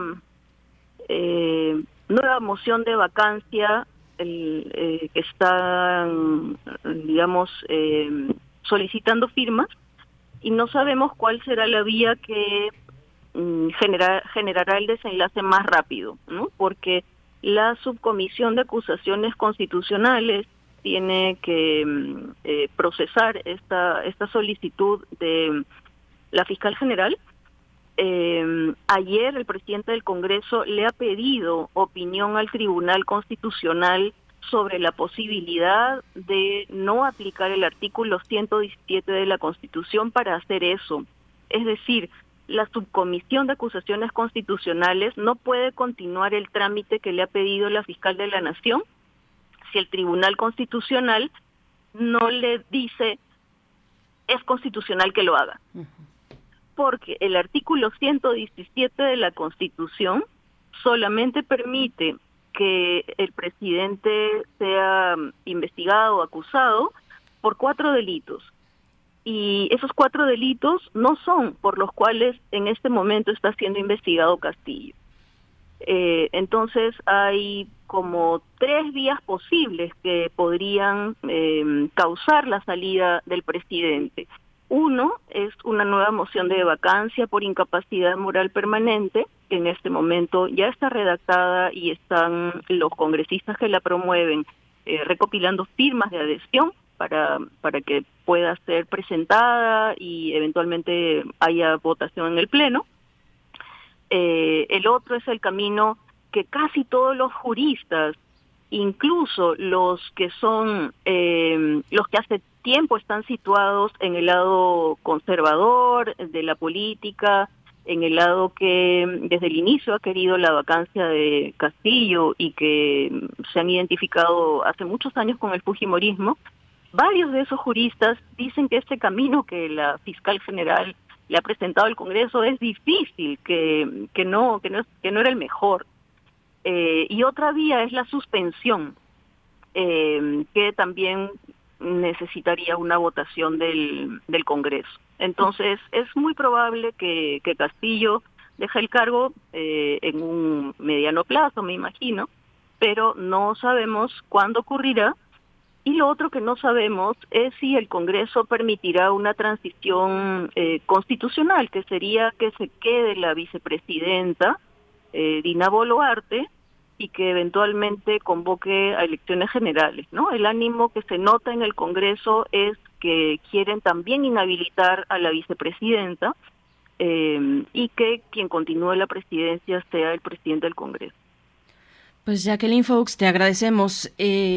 nueva moción de vacancia que están, digamos, solicitando firmas, y no sabemos cuál será la vía que generará el desenlace más rápido, ¿no? Porque la subcomisión de acusaciones constitucionales tiene que procesar esta solicitud de la fiscal general. Ayer el presidente del Congreso le ha pedido opinión al Tribunal Constitucional sobre la posibilidad de no aplicar el artículo 117 de la Constitución para hacer eso. Es decir, la subcomisión de acusaciones constitucionales no puede continuar el trámite que le ha pedido la fiscal de la Nación si el Tribunal Constitucional no le dice es constitucional que lo haga. Porque el artículo 117 de la Constitución solamente permite que el presidente sea investigado o acusado por 4 delitos. Y esos 4 delitos no son por los cuales en este momento está siendo investigado Castillo. Entonces hay como 3 vías posibles que podrían causar la salida del presidente. Uno es una nueva moción de vacancia por incapacidad moral permanente, que en este momento ya está redactada y están los congresistas que la promueven recopilando firmas de adhesión para que pueda ser presentada y eventualmente haya votación en el Pleno. El otro es el camino que casi todos los juristas, incluso los que son los que hace tiempo están situados en el lado conservador de la política, en el lado que desde el inicio ha querido la vacancia de Castillo y que se han identificado hace muchos años con el fujimorismo, varios de esos juristas dicen que este camino que la fiscal general le ha presentado al Congreso es difícil, que no era el mejor. Y otra vía es la suspensión, que también necesitaría una votación del Congreso. Entonces, es muy probable que Castillo deje el cargo en un mediano plazo, me imagino, pero no sabemos cuándo ocurrirá. Y lo otro que no sabemos es si el Congreso permitirá una transición constitucional, que sería que se quede la vicepresidenta Dina Boluarte y que eventualmente convoque a elecciones generales, ¿no? El ánimo que se nota en el Congreso es que quieren también inhabilitar a la vicepresidenta y que quien continúe la presidencia sea el presidente del Congreso. Pues Jacqueline Fox, te agradecemos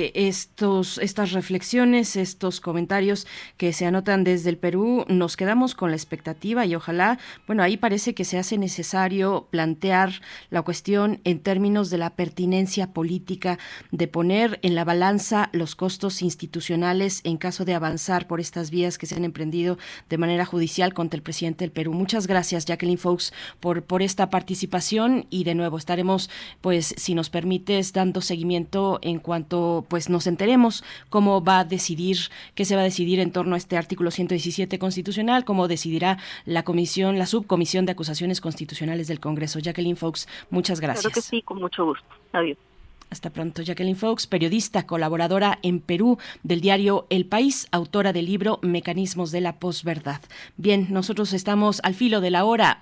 estas reflexiones, estos comentarios que se anotan desde el Perú. Nos quedamos con la expectativa y ojalá, bueno, ahí parece que se hace necesario plantear la cuestión en términos de la pertinencia política, de poner en la balanza los costos institucionales en caso de avanzar por estas vías que se han emprendido de manera judicial contra el presidente del Perú. Muchas gracias, Jacqueline Fox, por esta participación y de nuevo estaremos, pues, si nos permite, dando seguimiento en cuanto pues nos enteremos cómo va a decidir, qué se va a decidir en torno a este artículo 117 constitucional, cómo decidirá la subcomisión de acusaciones constitucionales del Congreso. Jacqueline Fox, muchas gracias. Claro que sí, con mucho gusto. Adiós. Hasta pronto. Jacqueline Fox, periodista, colaboradora en Perú del diario El País, autora del libro Mecanismos de la Posverdad. Bien, nosotros estamos al filo de la hora,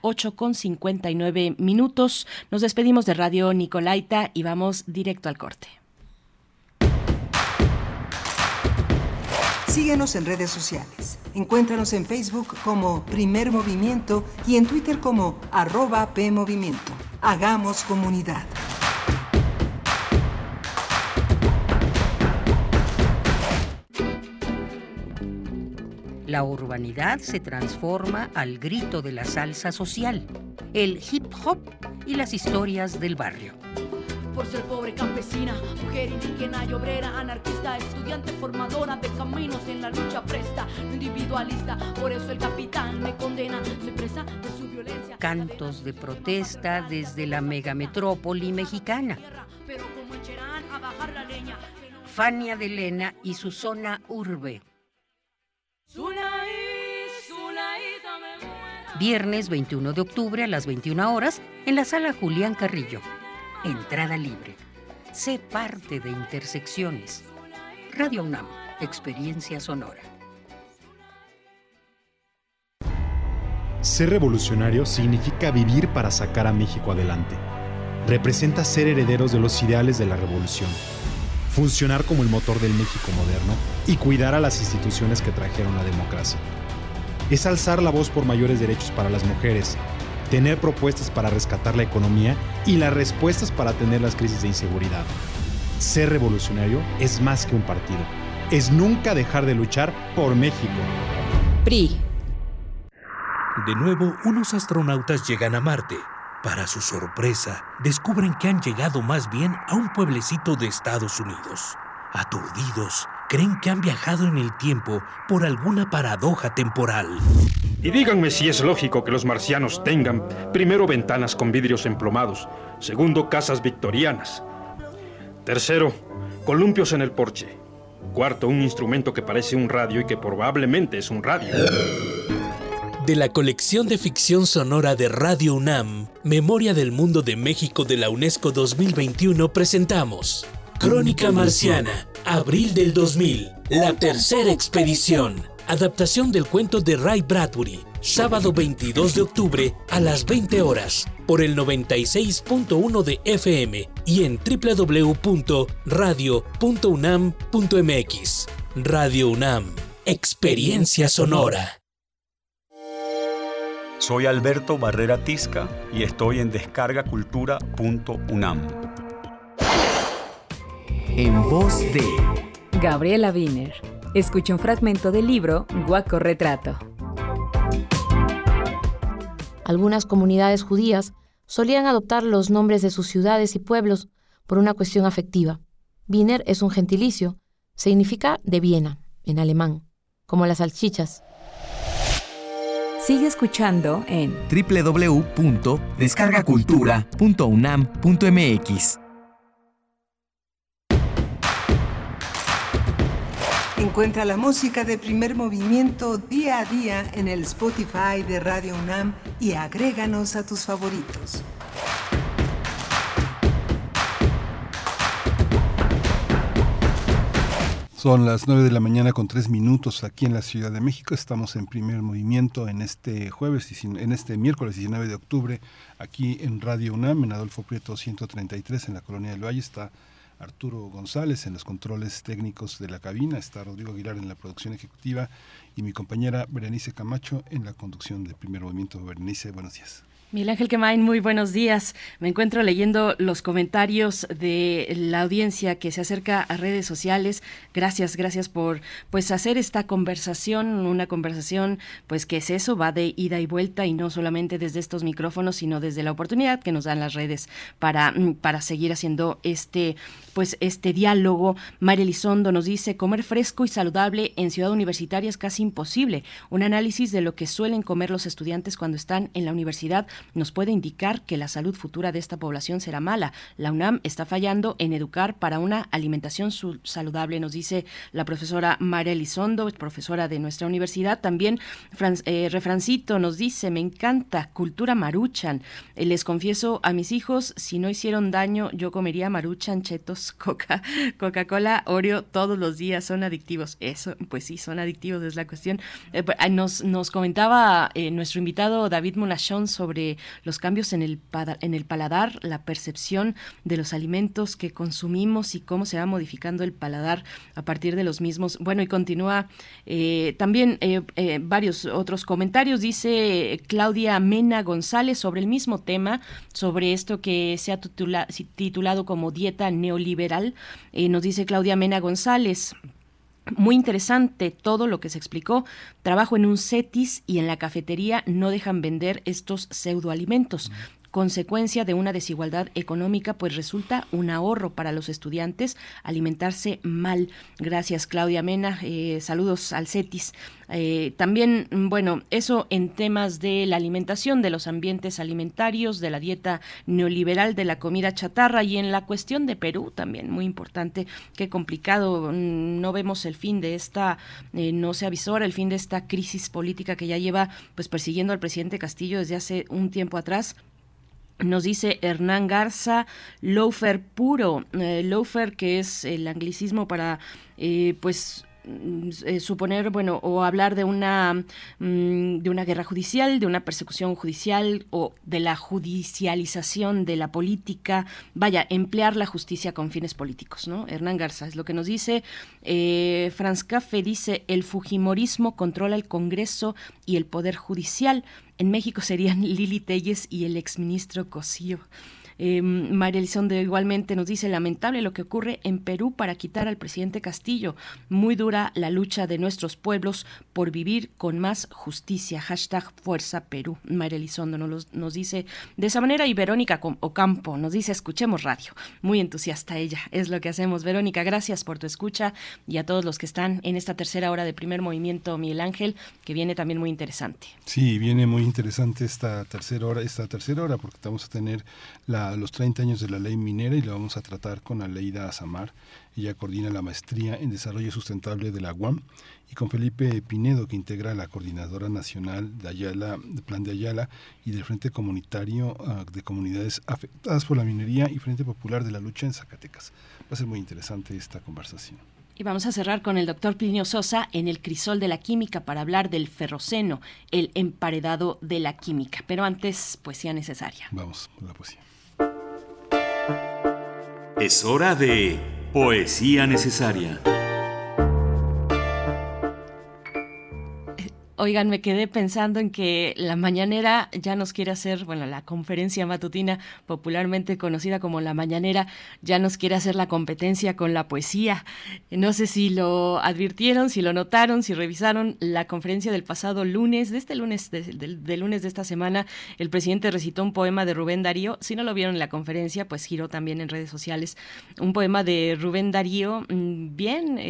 8:59. Nos despedimos de Radio Nicolaita y vamos directo al corte. Síguenos en redes sociales. Encuéntranos en Facebook como Primer Movimiento y en Twitter como @PMovimiento. Hagamos comunidad. La urbanidad se transforma al grito de la salsa social, el hip hop y las historias del barrio. Por ser pobre campesina, mujer indígena y obrera, anarquista, estudiante, formadora de caminos en la lucha presta, individualista, por eso el capital me condena, soy presa de su violencia. Cantos de protesta desde la megametrópoli mexicana. Pero como en Cherán, a bajar la leña. Fania de Lena y su zona urbe. Viernes 21 de octubre a las 21 horas en la sala Julián Carrillo. Entrada libre. Sé parte de Intersecciones. Radio UNAM, experiencia sonora. Ser revolucionario significa vivir para sacar a México adelante. Representa ser herederos de los ideales de la revolución. Funcionar como el motor del México moderno y cuidar a las instituciones que trajeron la democracia. Es alzar la voz por mayores derechos para las mujeres, tener propuestas para rescatar la economía y las respuestas para atender las crisis de inseguridad. Ser revolucionario es más que un partido, es nunca dejar de luchar por México. PRI. De nuevo, unos astronautas llegan a Marte. Para su sorpresa, descubren que han llegado más bien a un pueblecito de Estados Unidos. Aturdidos, creen que han viajado en el tiempo por alguna paradoja temporal. Y díganme si es lógico que los marcianos tengan, primero, ventanas con vidrios emplomados, segundo, casas victorianas, tercero, columpios en el porche, cuarto, un instrumento que parece un radio y que probablemente es un radio. De la colección de ficción sonora de Radio UNAM, Memoria del Mundo de México de la UNESCO 2021, presentamos Crónica Marciana, abril del 2000, la tercera expedición. Adaptación del cuento de Ray Bradbury, sábado 22 de octubre a las 20 horas, por el 96.1 de FM y en www.radio.unam.mx. Radio UNAM, Experiencia Sonora. Soy Alberto Barrera Tisca y estoy en descargacultura.unam. En voz de Gabriela Wiener. Escucha un fragmento del libro Guaco Retrato. Algunas comunidades judías solían adoptar los nombres de sus ciudades y pueblos por una cuestión afectiva. Wiener es un gentilicio, significa de Viena, en alemán, como las salchichas. Sigue escuchando en www.descargacultura.unam.mx. Encuentra la música de Primer Movimiento día a día en el Spotify de Radio UNAM y agréganos a tus favoritos. Son las 9:03 a.m. aquí en la Ciudad de México. Estamos en Primer Movimiento en este miércoles 19 de octubre, aquí en Radio UNAM, en Adolfo Prieto 133, en la Colonia del Valle. Está Arturo González en los controles técnicos de la cabina, está Rodrigo Aguilar en la producción ejecutiva y mi compañera Berenice Camacho en la conducción de Primer Movimiento. Berenice, buenos días. Miguel Ángel Quemain, muy buenos días. Me encuentro leyendo los comentarios de la audiencia que se acerca a redes sociales. Gracias por hacer esta conversación, una conversación que es eso, va de ida y vuelta y no solamente desde estos micrófonos, sino desde la oportunidad que nos dan las redes para seguir haciendo este diálogo. María Elizondo nos dice: comer fresco y saludable en Ciudad Universitaria es casi imposible. Un análisis de lo que suelen comer los estudiantes cuando están en la universidad nos puede indicar que la salud futura de esta población será mala. La UNAM está fallando en educar para una alimentación saludable, nos dice la profesora María Elizondo, profesora de nuestra universidad. También Refrancito nos dice: me encanta, cultura Maruchan. Les confieso a mis hijos, si no hicieron daño, yo comería Maruchan, chetos, Coca-Cola, Oreo todos los días, son adictivos. Eso, pues sí, son adictivos, es la cuestión. Nos comentaba nuestro invitado David Munachón sobre los cambios en el paladar, la percepción de los alimentos que consumimos y cómo se va modificando el paladar a partir de los mismos. Bueno, y continúa también varios otros comentarios. Dice Claudia Mena González sobre el mismo tema, sobre esto que se ha titulado como dieta neoliberal. Nos dice Claudia Mena González: muy interesante todo lo que se explicó. Trabajo en un CETIS y en la cafetería no dejan vender estos pseudoalimentos. Consecuencia de una desigualdad económica, pues resulta un ahorro para los estudiantes alimentarse mal. Gracias, Claudia Mena. Saludos al CETIS. También, bueno, eso en temas de la alimentación, de los ambientes alimentarios, de la dieta neoliberal, de la comida chatarra, y en la cuestión de Perú también, muy importante. Qué complicado, no vemos el fin de esta, no se avisora el fin de esta crisis política que ya lleva persiguiendo al presidente Castillo desde hace un tiempo atrás. Nos dice Hernán Garza: loafer puro, loafer, que es el anglicismo para suponer, o hablar de una guerra judicial, de una persecución judicial o de la judicialización de la política, emplear la justicia con fines políticos, ¿no? Hernán Garza es lo que nos dice. Franz Café dice: el fujimorismo controla el Congreso y el Poder Judicial. En México serían Lili Téllez y el exministro Cosío. María Elizondo igualmente nos dice: lamentable lo que ocurre en Perú para quitar al presidente Castillo. Muy dura la lucha de nuestros pueblos por vivir con más justicia. #Fuerza Perú. María Elizondo nos dice de esa manera. Y Verónica Ocampo nos dice: escuchemos radio. Muy entusiasta ella, es lo que hacemos. Verónica, gracias por tu escucha, y a todos los que están en esta tercera hora de Primer Movimiento, Miguel Ángel, que viene también muy interesante. Sí, viene muy interesante esta tercera hora porque vamos a tener los 30 años de la ley minera y lo vamos a tratar con Aleida Azamar. Ella coordina la maestría en desarrollo sustentable de la UAM, y con Felipe Pinedo, que integra la coordinadora nacional de Ayala, de Plan de Ayala, y del Frente Comunitario de Comunidades Afectadas por la Minería y Frente Popular de la Lucha en Zacatecas. Va a ser muy interesante esta conversación. Y vamos a cerrar con el doctor Plinio Sosa en el crisol de la química para hablar del ferroceno, el emparedado de la química. Pero antes, poesía necesaria. Vamos con la poesía. Es hora de poesía necesaria. Oigan, me quedé pensando en que la mañanera ya nos quiere hacer, bueno, la conferencia matutina, popularmente conocida como la mañanera, ya nos quiere hacer la competencia con la poesía. No sé si lo advirtieron, si lo notaron, si revisaron la conferencia del pasado lunes, del lunes de esta semana. El presidente recitó un poema de Rubén Darío. Si no lo vieron en la conferencia, pues giró también en redes sociales. Un poema de Rubén Darío. Bien,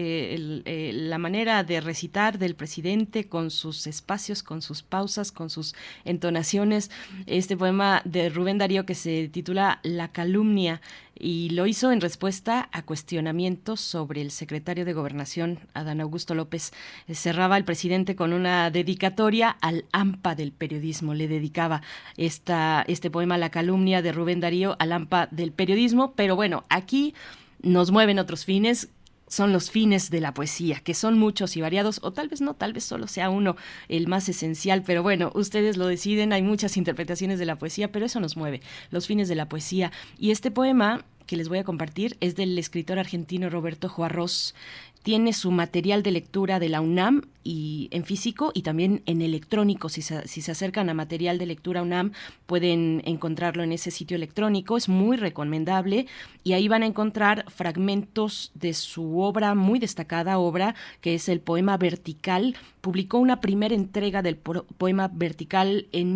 la manera de recitar del presidente con sus espacios, con sus pausas, con sus entonaciones. Este poema de Rubén Darío que se titula La calumnia, y lo hizo en respuesta a cuestionamientos sobre el secretario de Gobernación, Adán Augusto López. Cerraba el presidente con una dedicatoria al AMPA del periodismo. Le dedicaba este poema, La calumnia, de Rubén Darío, al AMPA del periodismo. Pero bueno, aquí nos mueven otros fines. Son los fines de la poesía, que son muchos y variados, o tal vez no, tal vez solo sea uno el más esencial, pero bueno, ustedes lo deciden. Hay muchas interpretaciones de la poesía, pero eso nos mueve, los fines de la poesía. Y este poema que les voy a compartir es del escritor argentino Roberto Juarros. Tiene su material de lectura de la UNAM y en físico y también en electrónico. Si se acercan a material de lectura UNAM, pueden encontrarlo en ese sitio electrónico. Es muy recomendable y ahí van a encontrar fragmentos de su obra, muy destacada obra, que es el Poema Vertical. Publicó una primera entrega del Poema Vertical en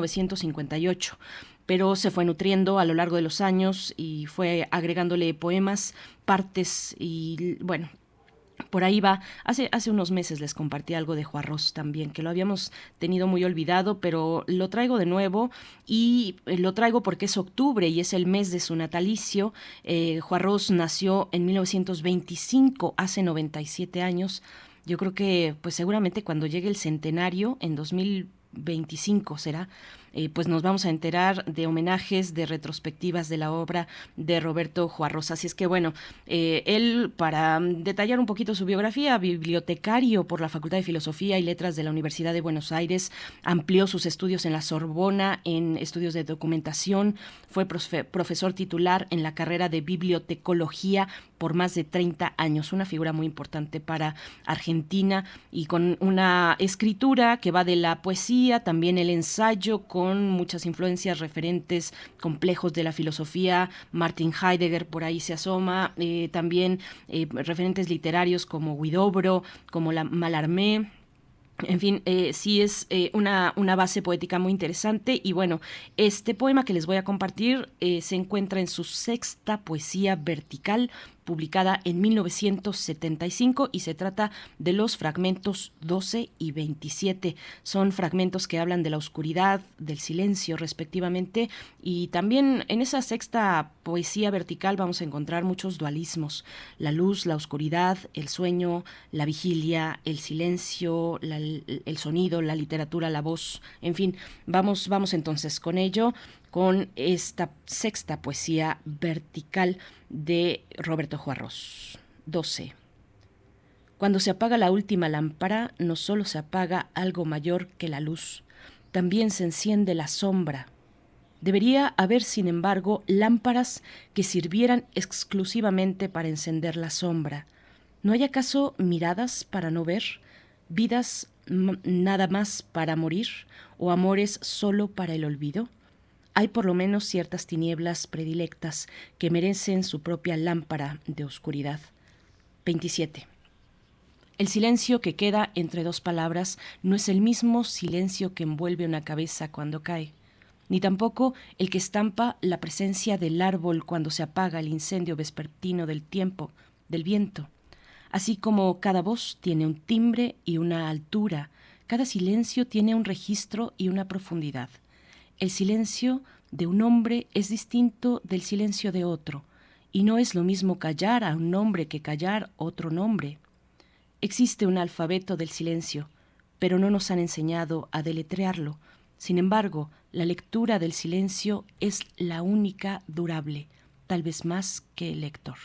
1958. Pero se fue nutriendo a lo largo de los años y fue agregándole poemas, partes y bueno, por ahí va. Hace unos meses les compartí algo de Juarros también, que lo habíamos tenido muy olvidado, pero lo traigo de nuevo y lo traigo porque es octubre y es el mes de su natalicio. Juarros nació en 1925, hace 97 años. Yo creo que pues seguramente cuando llegue el centenario, en 2025 será, pues nos vamos a enterar de homenajes, de retrospectivas de la obra de Roberto Juarros. Así es que bueno, él, para detallar un poquito su biografía, bibliotecario por la Facultad de Filosofía y Letras de la Universidad de Buenos Aires, amplió sus estudios en la Sorbona, en estudios de documentación, fue profesor titular en la carrera de bibliotecología por más de 30 años, una figura muy importante para Argentina y con una escritura que va de la poesía, también el ensayo, con muchas influencias, referentes complejos de la filosofía. Martin Heidegger por ahí se asoma, también referentes literarios como Huidobro, como Mallarmé. En fin, sí es una base poética muy interesante. Y bueno, este poema que les voy a compartir se encuentra en su sexta poesía vertical, publicada en 1975, y se trata de los fragmentos 12 y 27. Son fragmentos que hablan de la oscuridad, del silencio, respectivamente, y también en esa sexta poesía vertical vamos a encontrar muchos dualismos: la luz, la oscuridad, el sueño, la vigilia, el silencio, el sonido, la literatura, la voz. En fin, vamos entonces con ello, con esta sexta poesía vertical de Roberto Juarros. 12. Cuando se apaga la última lámpara, no solo se apaga algo mayor que la luz, también se enciende la sombra. Debería haber, sin embargo, lámparas que sirvieran exclusivamente para encender la sombra. ¿No hay acaso miradas para no ver, vidas nada más para morir, o amores solo para el olvido? Hay por lo menos ciertas tinieblas predilectas que merecen su propia lámpara de oscuridad. 27. El silencio que queda entre dos palabras no es el mismo silencio que envuelve una cabeza cuando cae, ni tampoco el que estampa la presencia del árbol cuando se apaga el incendio vespertino del tiempo, del viento. Así como cada voz tiene un timbre y una altura, cada silencio tiene un registro y una profundidad. El silencio de un hombre es distinto del silencio de otro, y no es lo mismo callar a un nombre que callar otro nombre. Existe un alfabeto del silencio, pero no nos han enseñado a deletrearlo. Sin embargo, la lectura del silencio es la única durable, tal vez más que el lector.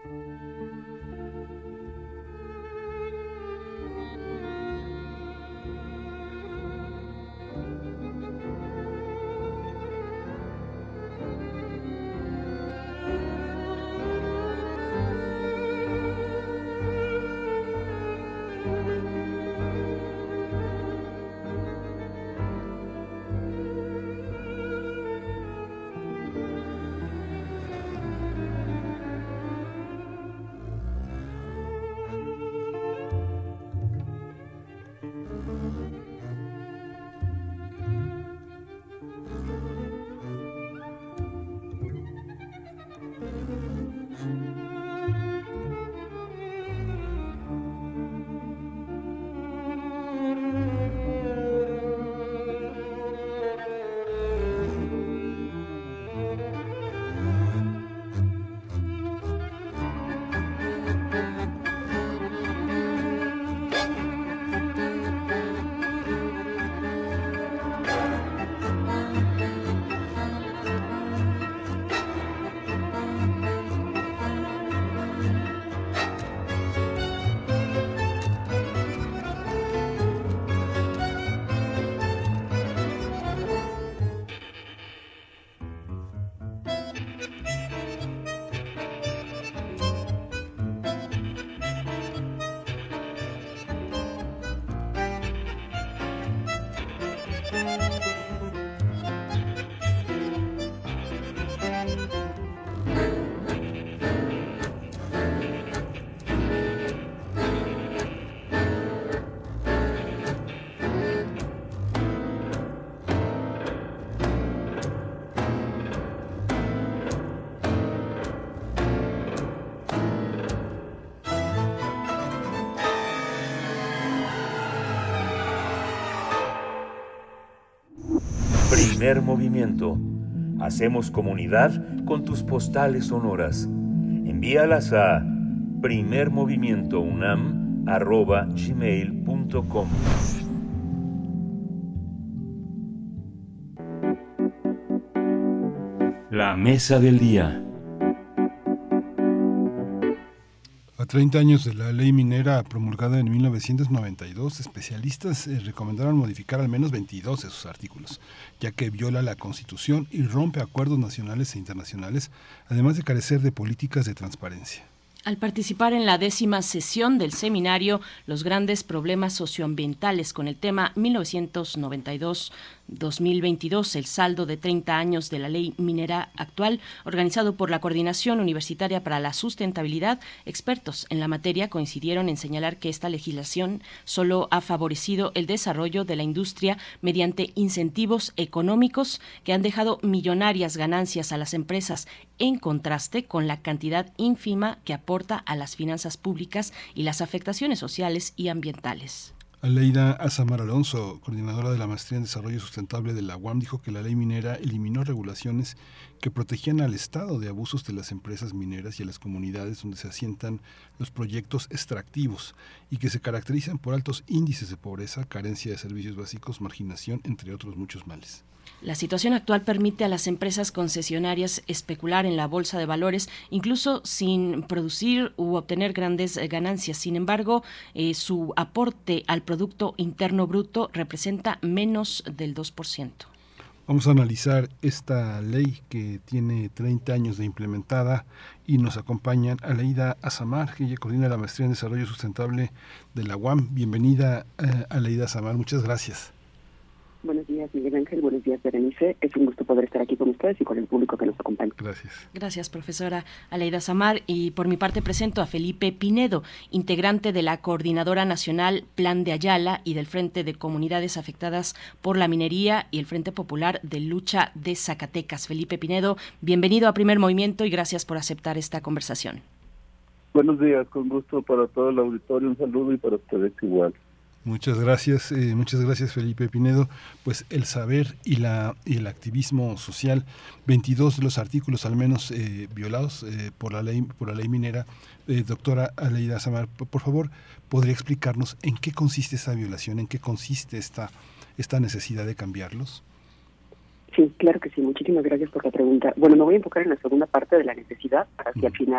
Primer movimiento. Hacemos comunidad con tus postales sonoras. Envíalas a primermovimientounam@gmail.com. La mesa del día. A 30 años de la ley minera promulgada en 1992, especialistas recomendaron modificar al menos 22 de sus artículos, ya que viola la Constitución y rompe acuerdos nacionales e internacionales, además de carecer de políticas de transparencia. Al participar en la 10ª sesión del seminario Los grandes problemas socioambientales con el tema 1992-2022, el saldo de 30 años de la ley minera actual, organizado por la Coordinación Universitaria para la Sustentabilidad, expertos en la materia coincidieron en señalar que esta legislación solo ha favorecido el desarrollo de la industria mediante incentivos económicos que han dejado millonarias ganancias a las empresas, en contraste con la cantidad ínfima que aporta a las finanzas públicas y las afectaciones sociales y ambientales. Aleida Azamar Alonso, coordinadora de la Maestría en Desarrollo Sustentable de la UAM, dijo que la ley minera eliminó regulaciones que protegían al Estado de abusos de las empresas mineras y a las comunidades donde se asientan los proyectos extractivos y que se caracterizan por altos índices de pobreza, carencia de servicios básicos, marginación, entre otros muchos males. La situación actual permite a las empresas concesionarias especular en la bolsa de valores, incluso sin producir u obtener grandes ganancias. Sin embargo, su aporte al Producto Interno Bruto representa menos del 2%. Vamos a analizar esta ley que tiene 30 años de implementada y nos acompañan Aleida Azamar, que ella coordina la Maestría en Desarrollo Sustentable de la UAM. Bienvenida, Aleida Azamar, muchas gracias. Buenos días, Miguel Ángel. Buenos días, Berenice. Es un gusto poder estar aquí con ustedes y con el público que nos acompaña. Gracias. Gracias, profesora Aleida Azamar. Y por mi parte presento a Felipe Pinedo, integrante de la Coordinadora Nacional Plan de Ayala y del Frente de Comunidades Afectadas por la Minería y el Frente Popular de Lucha de Zacatecas. Felipe Pinedo, bienvenido a Primer Movimiento y gracias por aceptar esta conversación. Buenos días, con gusto para todo el auditorio. Un saludo y para ustedes igual. Muchas gracias Felipe Pinedo. Pues el saber y el activismo social, 22 de los artículos al menos violados por la ley minera. Doctora Aleida Azamar, por favor, ¿podría explicarnos en qué consiste esta violación, en qué consiste esta necesidad de cambiarlos? Sí, claro que sí. Muchísimas gracias por la pregunta. Bueno, me voy a enfocar en la segunda parte de la necesidad para así al final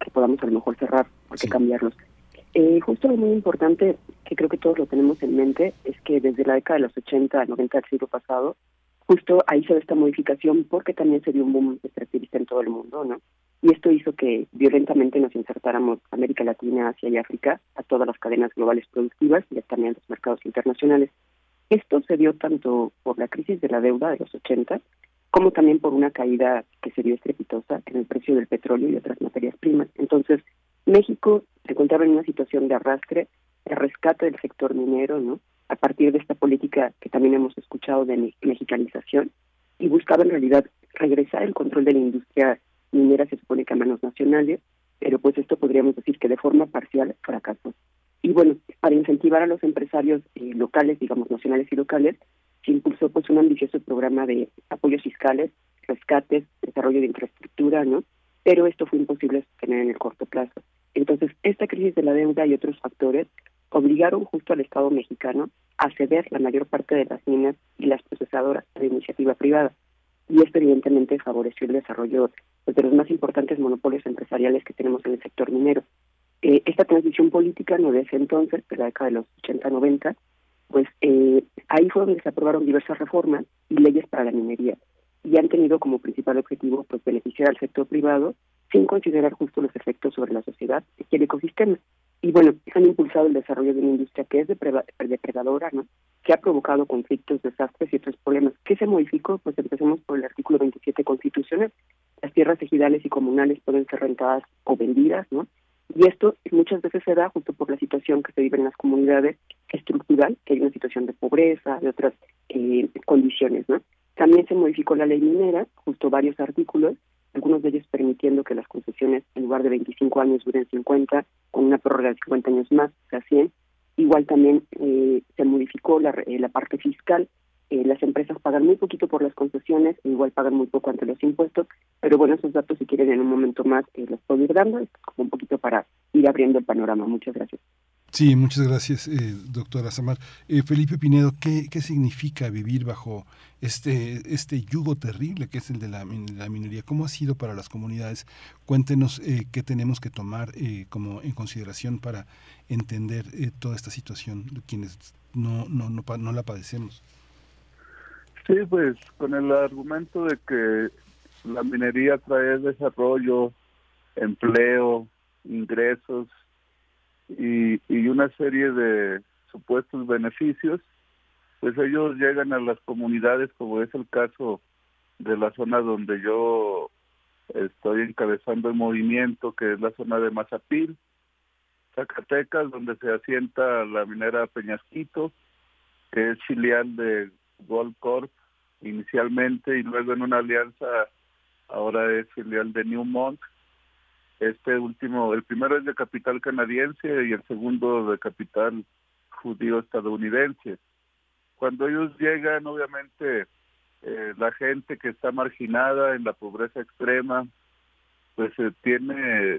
que podamos a lo mejor cerrar, por qué cambiarlos. Justo lo muy importante, que creo que todos lo tenemos en mente, es que desde la década de los 80, 90 del siglo pasado, justo ahí se ve esta modificación porque también se dio un boom extractivista en todo el mundo, ¿no? Y esto hizo que violentamente nos insertáramos América Latina, Asia y África a todas las cadenas globales productivas y también a los mercados internacionales. Esto se dio tanto por la crisis de la deuda de los 80, como también por una caída que se dio estrepitosa en el precio del petróleo y otras materias primas. Entonces, México se encontraba en una situación de arrastre, de rescate del sector minero, ¿no? A partir de esta política que también hemos escuchado de mexicanización, y buscaba en realidad regresar el control de la industria minera, se supone que a manos nacionales, pero pues esto podríamos decir que de forma parcial fracasó. Y bueno, para incentivar a los empresarios locales, digamos nacionales y locales, se impulsó pues un ambicioso programa de apoyos fiscales, rescates, desarrollo de infraestructura, ¿no? Pero esto fue imposible sostener en el corto plazo. Entonces, esta crisis de la deuda y otros factores obligaron justo al Estado mexicano a ceder la mayor parte de las minas y las procesadoras de iniciativa privada. Y esto evidentemente favoreció el desarrollo pues, de los más importantes monopolios empresariales que tenemos en el sector minero. Esta transición política, no de ese entonces, de la década de los 80-90, pues ahí fue donde se aprobaron diversas reformas y leyes para la minería, y han tenido como principal objetivo pues beneficiar al sector privado sin considerar justo los efectos sobre la sociedad y el ecosistema. Y bueno, han impulsado el desarrollo de una industria que es depredadora, ¿no? Que ha provocado conflictos, desastres y otros problemas. ¿Qué se modificó? Pues empecemos por el artículo 27 constitucional. Las tierras ejidales y comunales pueden ser rentadas o vendidas, ¿no? Y esto muchas veces se da justo por la situación que se vive en las comunidades estructural, que hay una situación de pobreza, de otras condiciones, ¿no? También se modificó la ley minera, justo varios artículos, algunos de ellos permitiendo que las concesiones en lugar de 25 años duren 50, con una prórroga de 50 años más, o sea 100. Igual también se modificó la parte fiscal. Las empresas pagan muy poquito por las concesiones, igual pagan muy poco ante los impuestos, pero bueno, esos datos si quieren en un momento más los puedo ir dando, esto es como un poquito para ir abriendo el panorama. Muchas gracias. Sí, muchas gracias, doctora Samar. Felipe Pinedo, ¿qué significa vivir bajo este yugo terrible que es el de la minería? ¿Cómo ha sido para las comunidades? Cuéntenos qué tenemos que tomar como en consideración para entender toda esta situación de quienes no la padecemos. Sí, pues con el argumento de que la minería trae desarrollo, empleo, ingresos y una serie de supuestos beneficios, pues ellos llegan a las comunidades, como es el caso de la zona donde yo estoy encabezando el movimiento, que es la zona de Mazapil, Zacatecas, donde se asienta la minera Peñasquito, que es filial de Goldcorp inicialmente y luego en una alianza ahora es filial de Newmont. Este último, el primero es de capital canadiense y el segundo de capital judío estadounidense. Cuando ellos llegan, obviamente la gente que está marginada en la pobreza extrema, pues tiene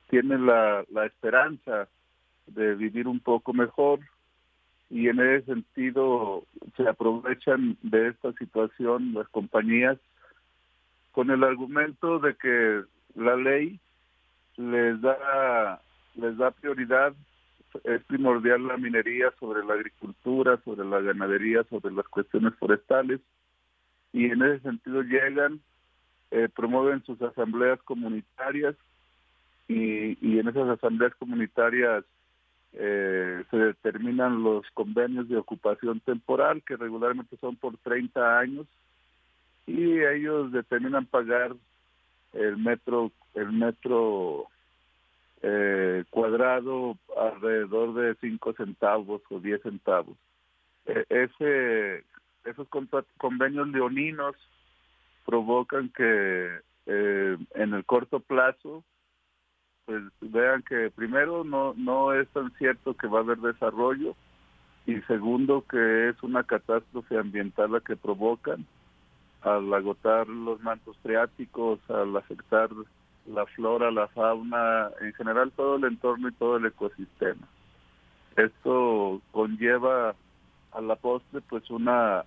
la esperanza de vivir un poco mejor, y en ese sentido se aprovechan de esta situación las compañías con el argumento de que la ley les da prioridad. Es primordial la minería sobre la agricultura, sobre la ganadería, sobre las cuestiones forestales, y en ese sentido llegan, promueven sus asambleas comunitarias y en esas asambleas comunitarias se determinan los convenios de ocupación temporal, que regularmente son por 30 años, y ellos determinan pagar el metro cuadrado alrededor de 5 centavos o 10 centavos. Esos convenios leoninos provocan que en el corto plazo pues vean que primero no es tan cierto que va a haber desarrollo, y segundo que es una catástrofe ambiental la que provocan al agotar los mantos freáticos, al afectar la flora, la fauna, en general todo el entorno y todo el ecosistema. Esto conlleva a la postre pues una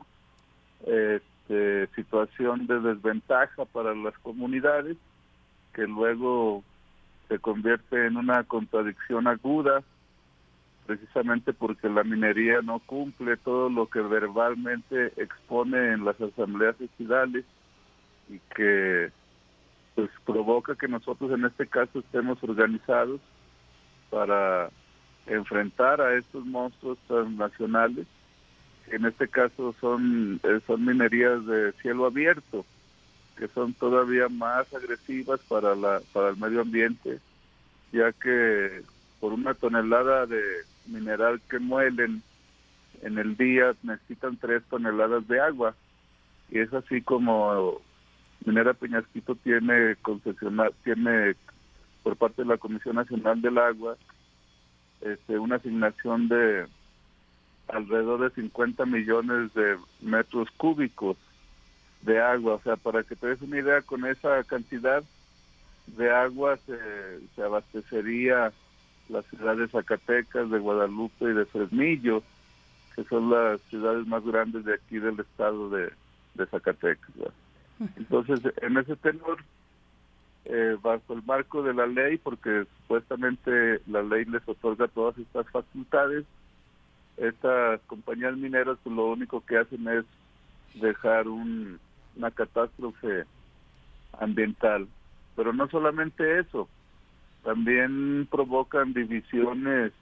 situación de desventaja para las comunidades, que luego se convierte en una contradicción aguda, precisamente porque la minería no cumple todo lo que verbalmente expone en las asambleas ejidales y que pues provoca que nosotros en este caso estemos organizados para enfrentar a estos monstruos transnacionales. En este caso son minerías de cielo abierto, que son todavía más agresivas para el medio ambiente, ya que por una tonelada de mineral que muelen en el día necesitan 3 toneladas de agua, y es así como Minera Peñasquito tiene por parte de la Comisión Nacional del Agua una asignación de alrededor de 50 millones de metros cúbicos de agua. O sea, para que te des una idea, con esa cantidad de agua se abastecería las ciudades de Zacatecas, de Guadalupe y de Fresnillo, que son las ciudades más grandes de aquí del estado de Zacatecas, ¿verdad? Entonces, en ese tenor, bajo el marco de la ley, porque supuestamente la ley les otorga todas estas facultades, estas compañías mineras pues, lo único que hacen es dejar una catástrofe ambiental. Pero no solamente eso, también provocan divisiones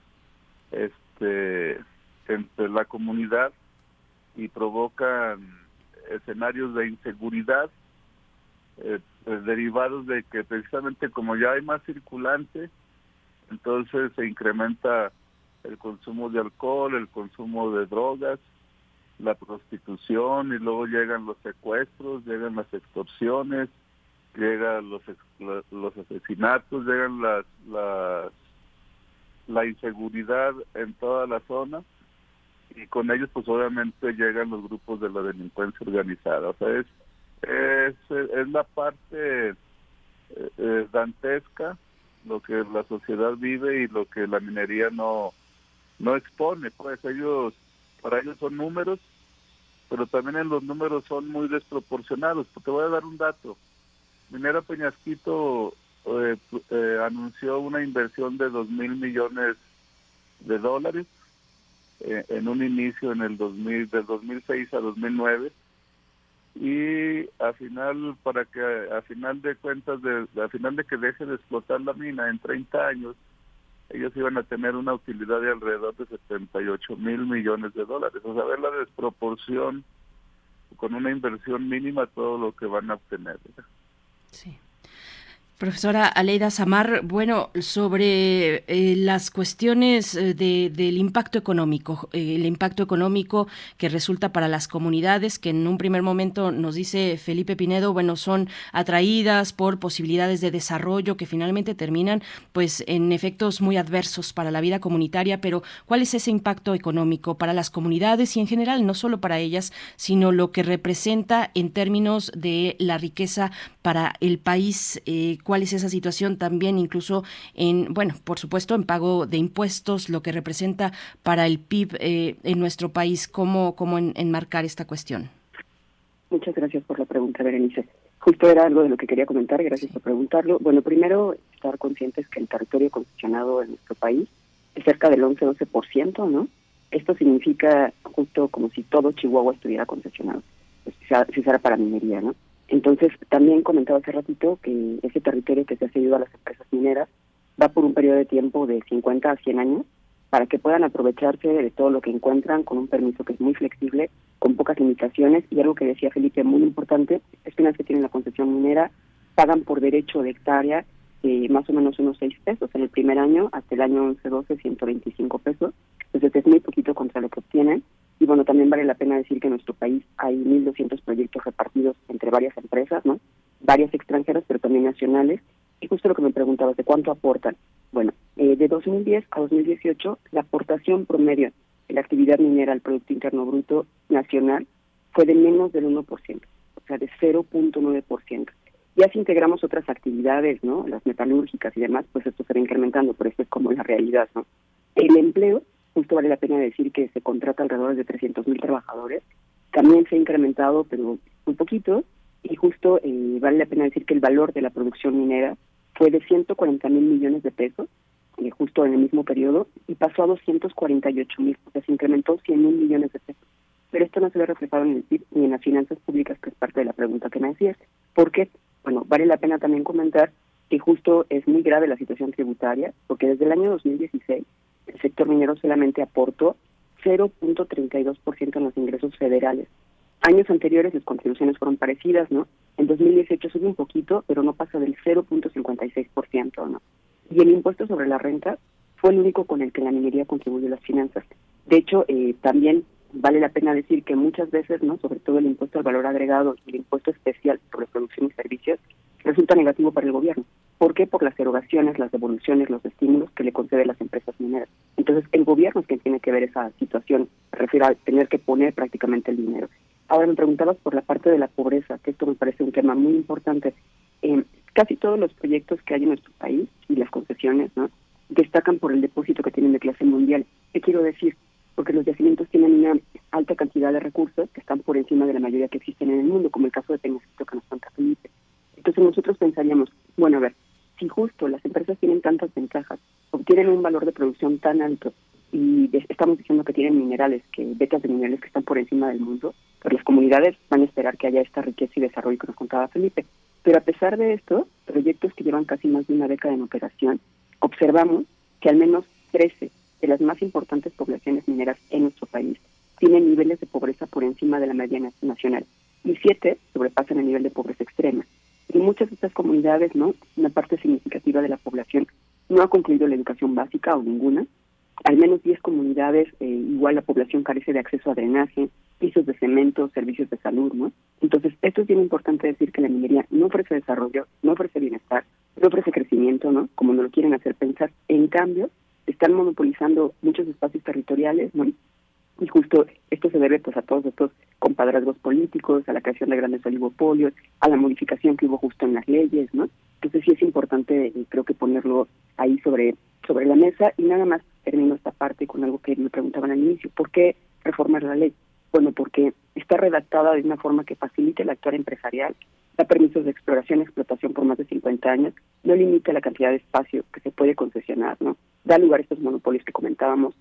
entre la comunidad y provocan escenarios de inseguridad derivados de que precisamente como ya hay más circulante, entonces se incrementa el consumo de alcohol, el consumo de drogas, la prostitución, y luego llegan los secuestros, llegan las extorsiones, llegan los asesinatos, llegan la inseguridad en toda la zona, y con ellos pues obviamente llegan los grupos de la delincuencia organizada. O sea, es la parte dantesca, lo que la sociedad vive y lo que la minería no expone. Pues para ellos son números, pero también en los números son muy desproporcionados. Te voy a dar un dato. Minera Peñasquito anunció una inversión de $2,000 millones en un inicio en el del 2006 a 2009, y a final de cuentas, a final de que deje de explotar la mina en 30 años, ellos iban a tener una utilidad de alrededor de $78,000 millones. O sea, ver la desproporción con una inversión mínima, todo lo que van a obtener, ¿verdad? Sí. Profesora Aleida Samar, bueno, sobre las cuestiones del impacto económico, el impacto económico que resulta para las comunidades, que en un primer momento nos dice Felipe Pinedo, bueno, son atraídas por posibilidades de desarrollo que finalmente terminan pues en efectos muy adversos para la vida comunitaria, pero ¿cuál es ese impacto económico para las comunidades y en general, no solo para ellas, sino lo que representa en términos de la riqueza para el país? ¿Cuál es esa situación también incluso por supuesto en pago de impuestos, lo que representa para el PIB en nuestro país? ¿Cómo enmarcar esta cuestión? Muchas gracias por la pregunta, Berenice. Justo era algo de lo que quería comentar, gracias por preguntarlo. Bueno, primero, estar conscientes que el territorio concesionado en nuestro país es cerca del 11-12%, ¿no? Esto significa justo como si todo Chihuahua estuviera concesionado, pues, si fuera para minería, ¿no? Entonces, también comentaba hace ratito que ese territorio que se ha cedido a las empresas mineras va por un periodo de tiempo de 50 a 100 años para que puedan aprovecharse de todo lo que encuentran con un permiso que es muy flexible, con pocas limitaciones, y algo que decía Felipe muy importante, es que una vez que tienen la concesión minera, pagan por derecho de hectárea más o menos unos 6 pesos en el primer año, hasta el año 11-12, 125 pesos, entonces es muy poquito contra lo que obtienen. Y bueno, también vale la pena decir que en nuestro país hay 1,200 proyectos repartidos entre varias empresas, ¿no? Varias extranjeras, pero también nacionales. Y justo lo que me preguntabas, ¿de cuánto aportan? Bueno, de 2010 a 2018, la aportación promedio de la actividad minera al Producto Interno Bruto nacional fue de menos del 1%, o sea, de 0.9%. Ya si integramos otras actividades, ¿no? Las metalúrgicas y demás, pues esto se va incrementando, pero esto es como la realidad, ¿no? El empleo, justo vale la pena decir que se contrata alrededor de 300,000 trabajadores, también se ha incrementado, pero un poquito, y justo vale la pena decir que el valor de la producción minera fue de 140,000 millones de pesos, justo en el mismo periodo, y pasó a 248,000, o sea, se incrementó 100,000 millones de pesos. Pero esto no se ve reflejado en el PIB ni en las finanzas públicas, que es parte de la pregunta que me hacías. ¿Por qué? Bueno, vale la pena también comentar que justo es muy grave la situación tributaria, porque desde el año 2016 el sector minero solamente aportó 0.32% en los ingresos federales. Años anteriores las contribuciones fueron parecidas, ¿no? En 2018 sube un poquito, pero no pasa del 0.56%, ¿no? Y el impuesto sobre la renta fue el único con el que la minería contribuyó a las finanzas. De hecho, también vale la pena decir que muchas veces, ¿no?, sobre todo el impuesto al valor agregado y el impuesto especial sobre producción y servicios, resulta negativo para el gobierno. ¿Por qué? Por las erogaciones, las devoluciones, los estímulos que le concede las empresas mineras. Entonces, el gobierno es quien tiene que ver esa situación, me refiero a tener que poner prácticamente el dinero. Ahora me preguntabas por la parte de la pobreza, que esto me parece un tema muy importante. Casi todos los proyectos que hay en nuestro país y las concesiones, ¿no?, destacan por el depósito que tienen de clase mundial. ¿Qué quiero decir? Porque los yacimientos tienen una alta cantidad de recursos que están por encima de la mayoría que existen en el mundo, como el caso de Peñasquito que nos cuenta Felipe. Entonces nosotros pensaríamos, bueno, a ver, si justo las empresas tienen tantas ventajas, obtienen un valor de producción tan alto y estamos diciendo que tienen minerales, que vetas de minerales que están por encima del mundo, pues las comunidades van a esperar que haya esta riqueza y desarrollo que nos contaba Felipe. Pero a pesar de esto, proyectos que llevan casi más de una década en operación, observamos que al menos 13 de las más importantes poblaciones mineras en nuestro país tienen niveles de pobreza por encima de la media nacional y 7 sobrepasan el nivel de pobreza extrema. Y muchas de estas comunidades, ¿no?, una parte significativa de la población no ha concluido la educación básica o ninguna. Al menos 10 comunidades, igual la población carece de acceso a drenaje, pisos de cemento, servicios de salud, ¿no? Entonces, esto es bien importante decir que la minería no ofrece desarrollo, no ofrece bienestar, no ofrece crecimiento, ¿no?, como nos lo quieren hacer pensar. En cambio, están monopolizando muchos espacios territoriales, ¿no? Y justo esto se debe pues a todos estos compadrazgos políticos, a la creación de grandes oligopolios, a la modificación que hubo justo en las leyes, ¿no? Entonces sí es importante, creo que ponerlo ahí sobre la mesa. Y nada más termino esta parte con algo que me preguntaban al inicio: ¿por qué reformar la ley? Bueno, porque está redactada de una forma que facilite el actuar empresarial, da permisos de exploración y explotación por más de 50 años, no limita la cantidad de espacio que se puede concesionar, ¿no? Da lugar a estos monopolios que comentábamos.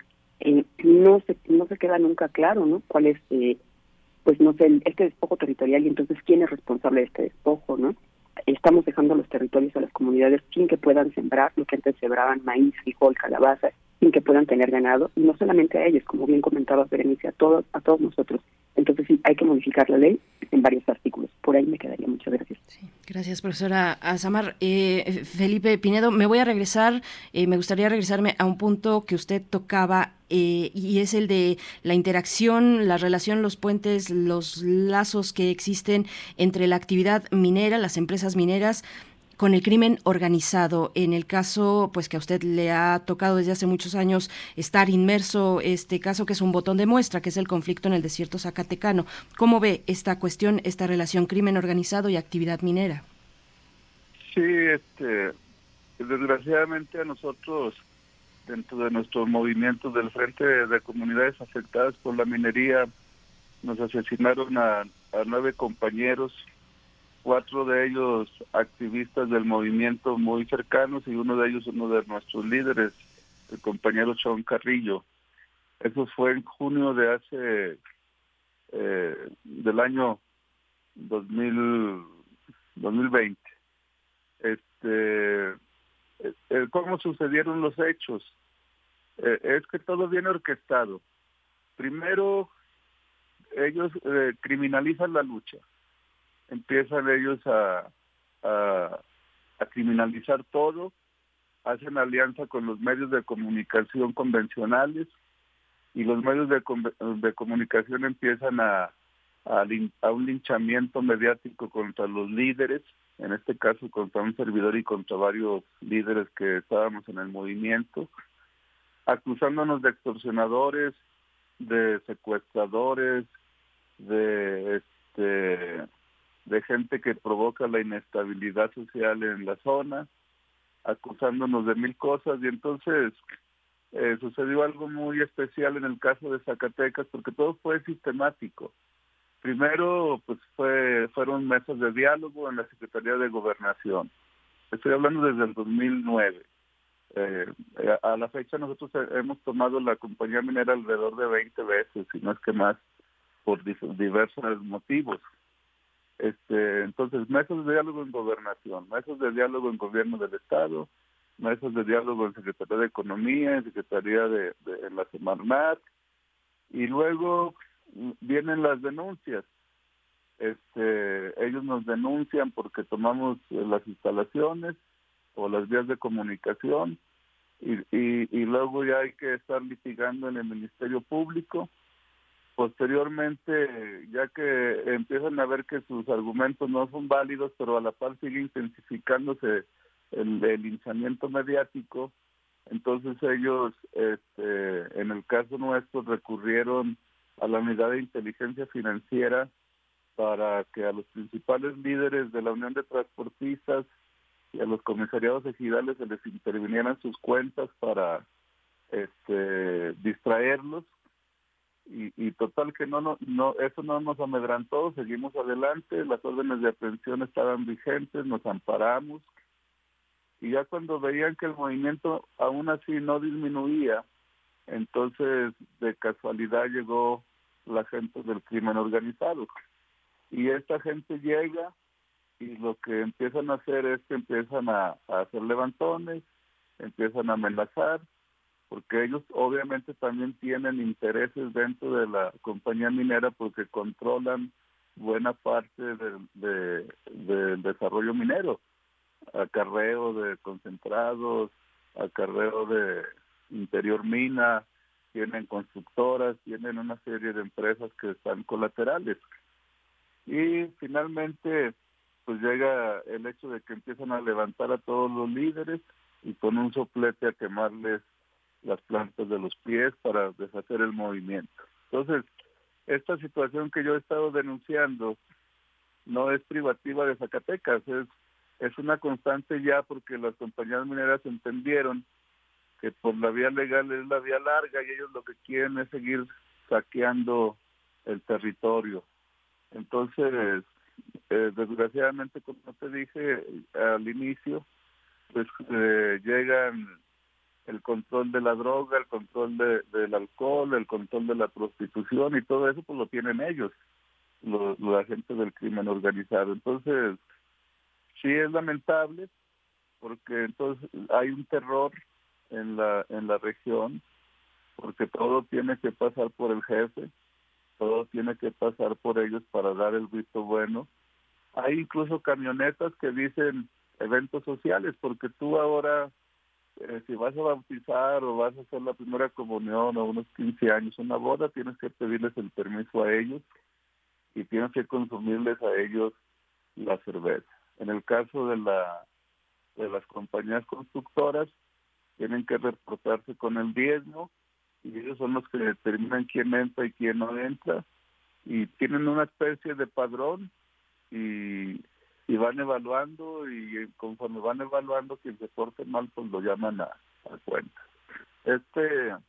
No se queda nunca claro, ¿no?, cuál es, pues no sé, este despojo territorial, y entonces quién es responsable de este despojo, ¿no? Estamos dejando los territorios a las comunidades sin que puedan sembrar lo que antes sembraban: maíz, frijol, calabaza, sin que puedan tener ganado, y no solamente a ellos, como bien comentaba Berenice, a todos nosotros. Entonces sí, hay que modificar la ley en varios artículos. Por ahí me quedaría. Muchas gracias. Sí, gracias, profesora Azamar. Felipe Pinedo, me gustaría regresarme a un punto que usted tocaba, y es el de la interacción, la relación, los puentes, los lazos que existen entre la actividad minera, las empresas mineras, con el crimen organizado. En el caso, pues, que a usted le ha tocado desde hace muchos años estar inmerso, este caso que es un botón de muestra, que es el conflicto en el desierto zacatecano. ¿Cómo ve esta cuestión, esta relación crimen organizado y actividad minera? Sí, desgraciadamente a nosotros, dentro de nuestros movimientos del Frente de Comunidades Afectadas por la Minería, nos asesinaron a 9 compañeros, 4 de ellos activistas del movimiento muy cercanos, y uno de ellos uno de nuestros líderes, el compañero Sean Carrillo. Eso fue en junio de del año 2020. ¿Cómo sucedieron los hechos? Es que todo viene orquestado. Primero, ellos criminalizan la lucha. Empiezan ellos a criminalizar todo, hacen alianza con los medios de comunicación convencionales, y los medios de comunicación empiezan a un linchamiento mediático contra los líderes, en este caso contra un servidor y contra varios líderes que estábamos en el movimiento, acusándonos de extorsionadores, de secuestradores, de gente que provoca la inestabilidad social en la zona, acusándonos de 1000 cosas. Y entonces sucedió algo muy especial en el caso de Zacatecas, porque todo fue sistemático. Primero, pues fueron mesas de diálogo en la Secretaría de Gobernación. Estoy hablando desde el 2009. A la fecha nosotros hemos tomado la compañía minera alrededor de 20 veces, si no es que más, por diversos motivos. Entonces, mesas de diálogo en gobernación, mesas de diálogo en gobierno del Estado, mesas de diálogo en Secretaría de Economía, en Secretaría en la Semarnat, y luego vienen las denuncias. Ellos nos denuncian porque tomamos las instalaciones o las vías de comunicación y luego ya hay que estar litigando en el Ministerio Público. Posteriormente, ya que empiezan a ver que sus argumentos no son válidos, pero a la par sigue intensificándose el linchamiento mediático, entonces ellos, en el caso nuestro, recurrieron a la unidad de inteligencia financiera para que a los principales líderes de la Unión de Transportistas y a los comisariados ejidales se les intervinieran sus cuentas para distraerlos. Y total que no eso no nos amedrantó, seguimos adelante, las órdenes de aprehensión estaban vigentes, nos amparamos, y ya cuando veían que el movimiento aún así no disminuía, entonces de casualidad llegó la gente del crimen organizado, y esta gente llega y lo que empiezan a hacer es que empiezan a hacer levantones, empiezan a amenazar, porque ellos obviamente también tienen intereses dentro de la compañía minera porque controlan buena parte del desarrollo minero, acarreo de concentrados, acarreo de interior mina, tienen constructoras, tienen una serie de empresas que están colaterales. Y finalmente pues llega el hecho de que empiezan a levantar a todos los líderes y con un soplete a quemarles las plantas de los pies para deshacer el movimiento. Entonces, esta situación que yo he estado denunciando no es privativa de Zacatecas, es una constante ya porque las compañías mineras entendieron que por la vía legal es la vía larga y ellos lo que quieren es seguir saqueando el territorio. Entonces, desgraciadamente, como te dije al inicio, pues llegan el control de la droga, el control del alcohol, el control de la prostitución y todo eso pues lo tienen ellos, los agentes del crimen organizado. Entonces, sí es lamentable porque entonces hay un terror en la región porque todo tiene que pasar por el jefe, todo tiene que pasar por ellos para dar el visto bueno. Hay incluso camionetas que dicen eventos sociales porque tú ahora si vas a bautizar o vas a hacer la primera comunión o unos 15 años, una boda, tienes que pedirles el permiso a ellos y tienes que consumirles a ellos la cerveza. En el caso de las compañías constructoras, tienen que reportarse con el diezmo y ellos son los que determinan quién entra y quién no entra y tienen una especie de padrón y van evaluando y conforme van evaluando quien se porte mal pues lo llaman a cuenta. Esta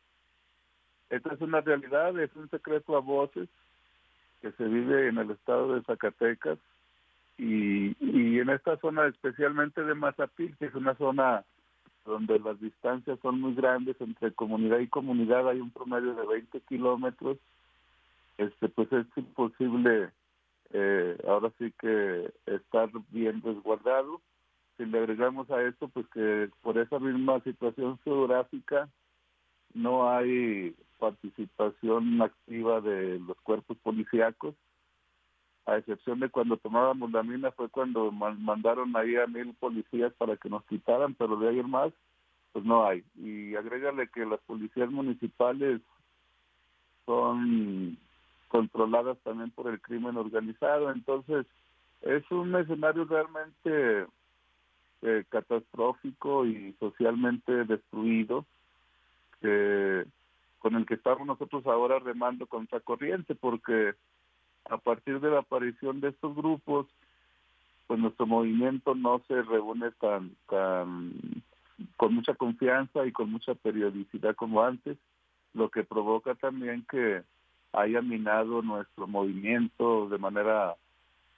es una realidad, es un secreto a voces que se vive en el estado de Zacatecas y en esta zona especialmente de Mazapil, que es una zona donde las distancias son muy grandes entre comunidad y comunidad, hay un promedio de 20 kilómetros, pues es imposible ahora sí que estar bien resguardado. Si le agregamos a esto, pues que por esa misma situación geográfica no hay participación activa de los cuerpos policíacos, a excepción de cuando tomábamos la mina, fue cuando mandaron ahí a 1,000 policías para que nos quitaran, pero de ahí en más, pues no hay. Y agrégale que las policías municipales son controladas también por el crimen organizado, entonces es un escenario realmente catastrófico y socialmente destruido con el que estamos nosotros ahora remando contra corriente, porque a partir de la aparición de estos grupos pues nuestro movimiento no se reúne tan con mucha confianza y con mucha periodicidad como antes, lo que provoca también que haya minado nuestro movimiento de manera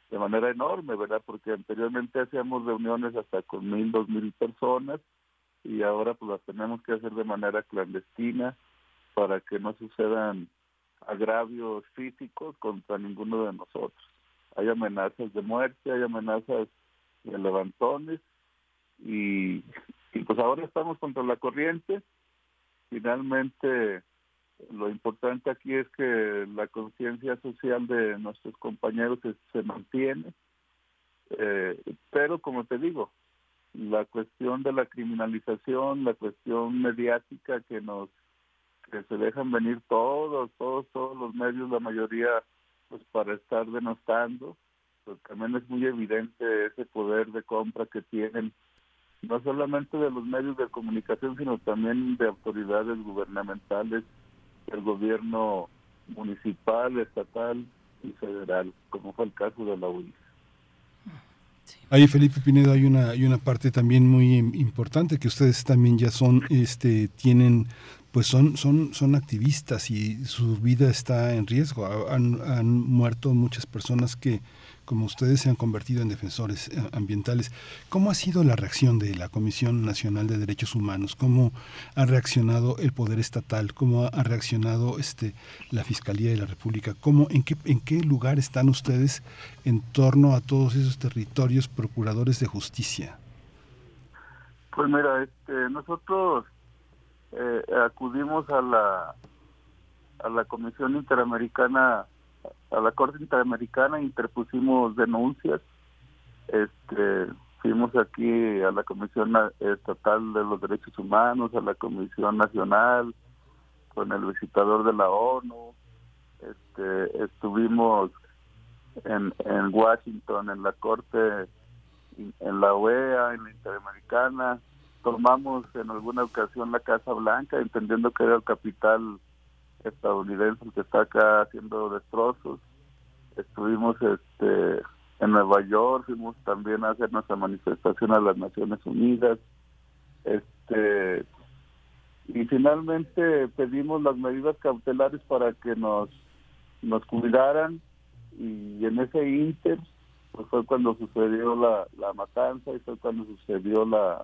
de manera enorme, ¿verdad? Porque anteriormente hacíamos reuniones hasta con 1,000, 2,000 personas y ahora pues las tenemos que hacer de manera clandestina para que no sucedan agravios físicos contra ninguno de nosotros. Hay amenazas de muerte, hay amenazas de levantones y pues ahora estamos contra la corriente. Finalmente, lo importante aquí es que la conciencia social de nuestros compañeros se mantiene, pero como te digo, la cuestión de la criminalización, la cuestión mediática que se dejan venir todos los medios, la mayoría, pues para estar denostando, pues también es muy evidente ese poder de compra que tienen, no solamente de los medios de comunicación, sino también de autoridades gubernamentales, el gobierno municipal, estatal y federal, como fue el caso de la UIS. Ahí, Felipe Pinedo, hay una parte también muy importante, que ustedes también ya son, tienen, pues son activistas y su vida está en riesgo. Han muerto muchas personas que, como ustedes, se han convertido en defensores ambientales. ¿Cómo ha sido la reacción de la Comisión Nacional de Derechos Humanos? ¿Cómo ha reaccionado el Poder Estatal? ¿Cómo ha reaccionado la Fiscalía de la República? ¿En qué lugar están ustedes en torno a todos esos territorios procuradores de justicia? Pues mira, nosotros acudimos a la Comisión Interamericana, a la Corte Interamericana, interpusimos denuncias, fuimos aquí a la Comisión Estatal de los Derechos Humanos, a la Comisión Nacional, con el visitador de la ONU, estuvimos en Washington, en la Corte, en la OEA, en la Interamericana, tomamos en alguna ocasión la Casa Blanca, entendiendo que era el capital estadounidense el que está acá haciendo destrozos. Estuvimos en Nueva York, fuimos también a hacer nuestra manifestación a las Naciones Unidas, y finalmente pedimos las medidas cautelares para que nos cuidaran, y en ese ínter pues fue cuando sucedió la matanza, y fue cuando sucedió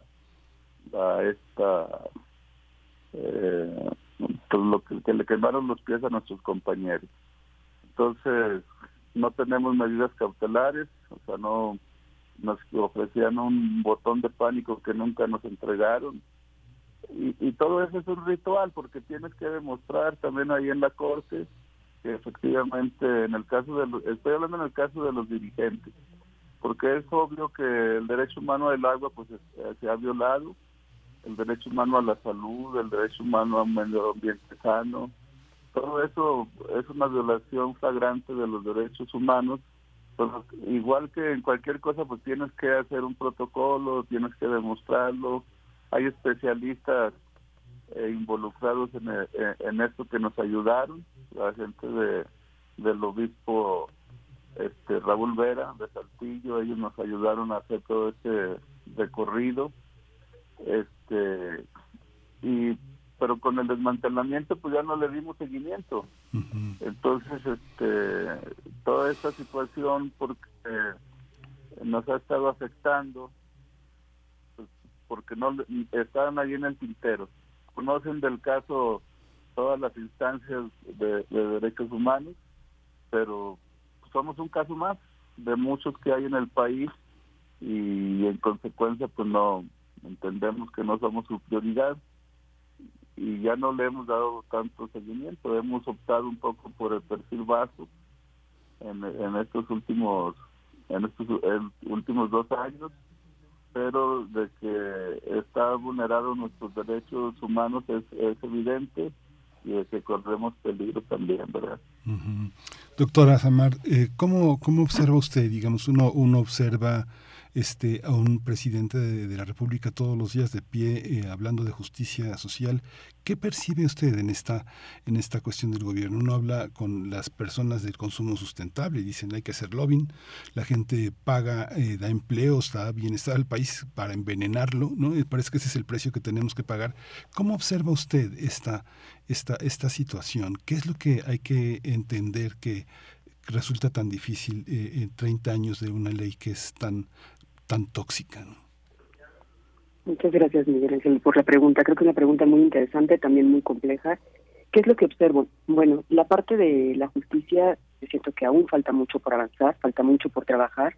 lo que le quemaron los pies a nuestros compañeros. Entonces no tenemos medidas cautelares, o sea, no nos ofrecían un botón de pánico que nunca nos entregaron, y todo eso es un ritual, porque tienes que demostrar también ahí en la corte que efectivamente, estoy hablando en el caso de los dirigentes, porque es obvio que el derecho humano al agua pues se ha violado, el derecho humano a la salud, el derecho humano a un medio ambiente sano, todo eso es una violación flagrante de los derechos humanos. Pues, igual que en cualquier cosa, pues tienes que hacer un protocolo, tienes que demostrarlo. Hay especialistas involucrados en esto que nos ayudaron, la gente del obispo Raúl Vera de Saltillo, ellos nos ayudaron a hacer todo este recorrido, pero con el desmantelamiento pues ya no le dimos seguimiento. Uh-huh. Entonces toda esta situación porque nos ha estado afectando, pues, porque no estaban ahí en el tintero. Conocen del caso todas las instancias de derechos humanos, pero somos un caso más de muchos que hay en el país, y en consecuencia pues no entendemos que no somos su prioridad y ya no le hemos dado tanto seguimiento. Hemos optado un poco por el perfil bajo en estos últimos 2 años, pero de que está vulnerado nuestros derechos humanos es evidente, y de que corremos peligro también, ¿verdad? Uh-huh. Doctora Samar, ¿cómo observa usted? Digamos, uno observa a un presidente de la República todos los días de pie, hablando de justicia social. ¿Qué percibe usted en esta cuestión del gobierno? Uno habla con las personas del consumo sustentable y dicen hay que hacer lobbying, la gente paga, da empleos, da bienestar al país para envenenarlo, ¿no? Y parece que ese es el precio que tenemos que pagar. ¿Cómo observa usted esta situación? ¿Qué es lo que hay que entender resulta tan difícil en 30 años de una ley que es tan tóxica, ¿no? Muchas gracias, Miguel Ángel, por la pregunta. Creo que es una pregunta muy interesante, también muy compleja. ¿Qué es lo que observo? Bueno, la parte de la justicia, yo siento que aún falta mucho por avanzar, falta mucho por trabajar.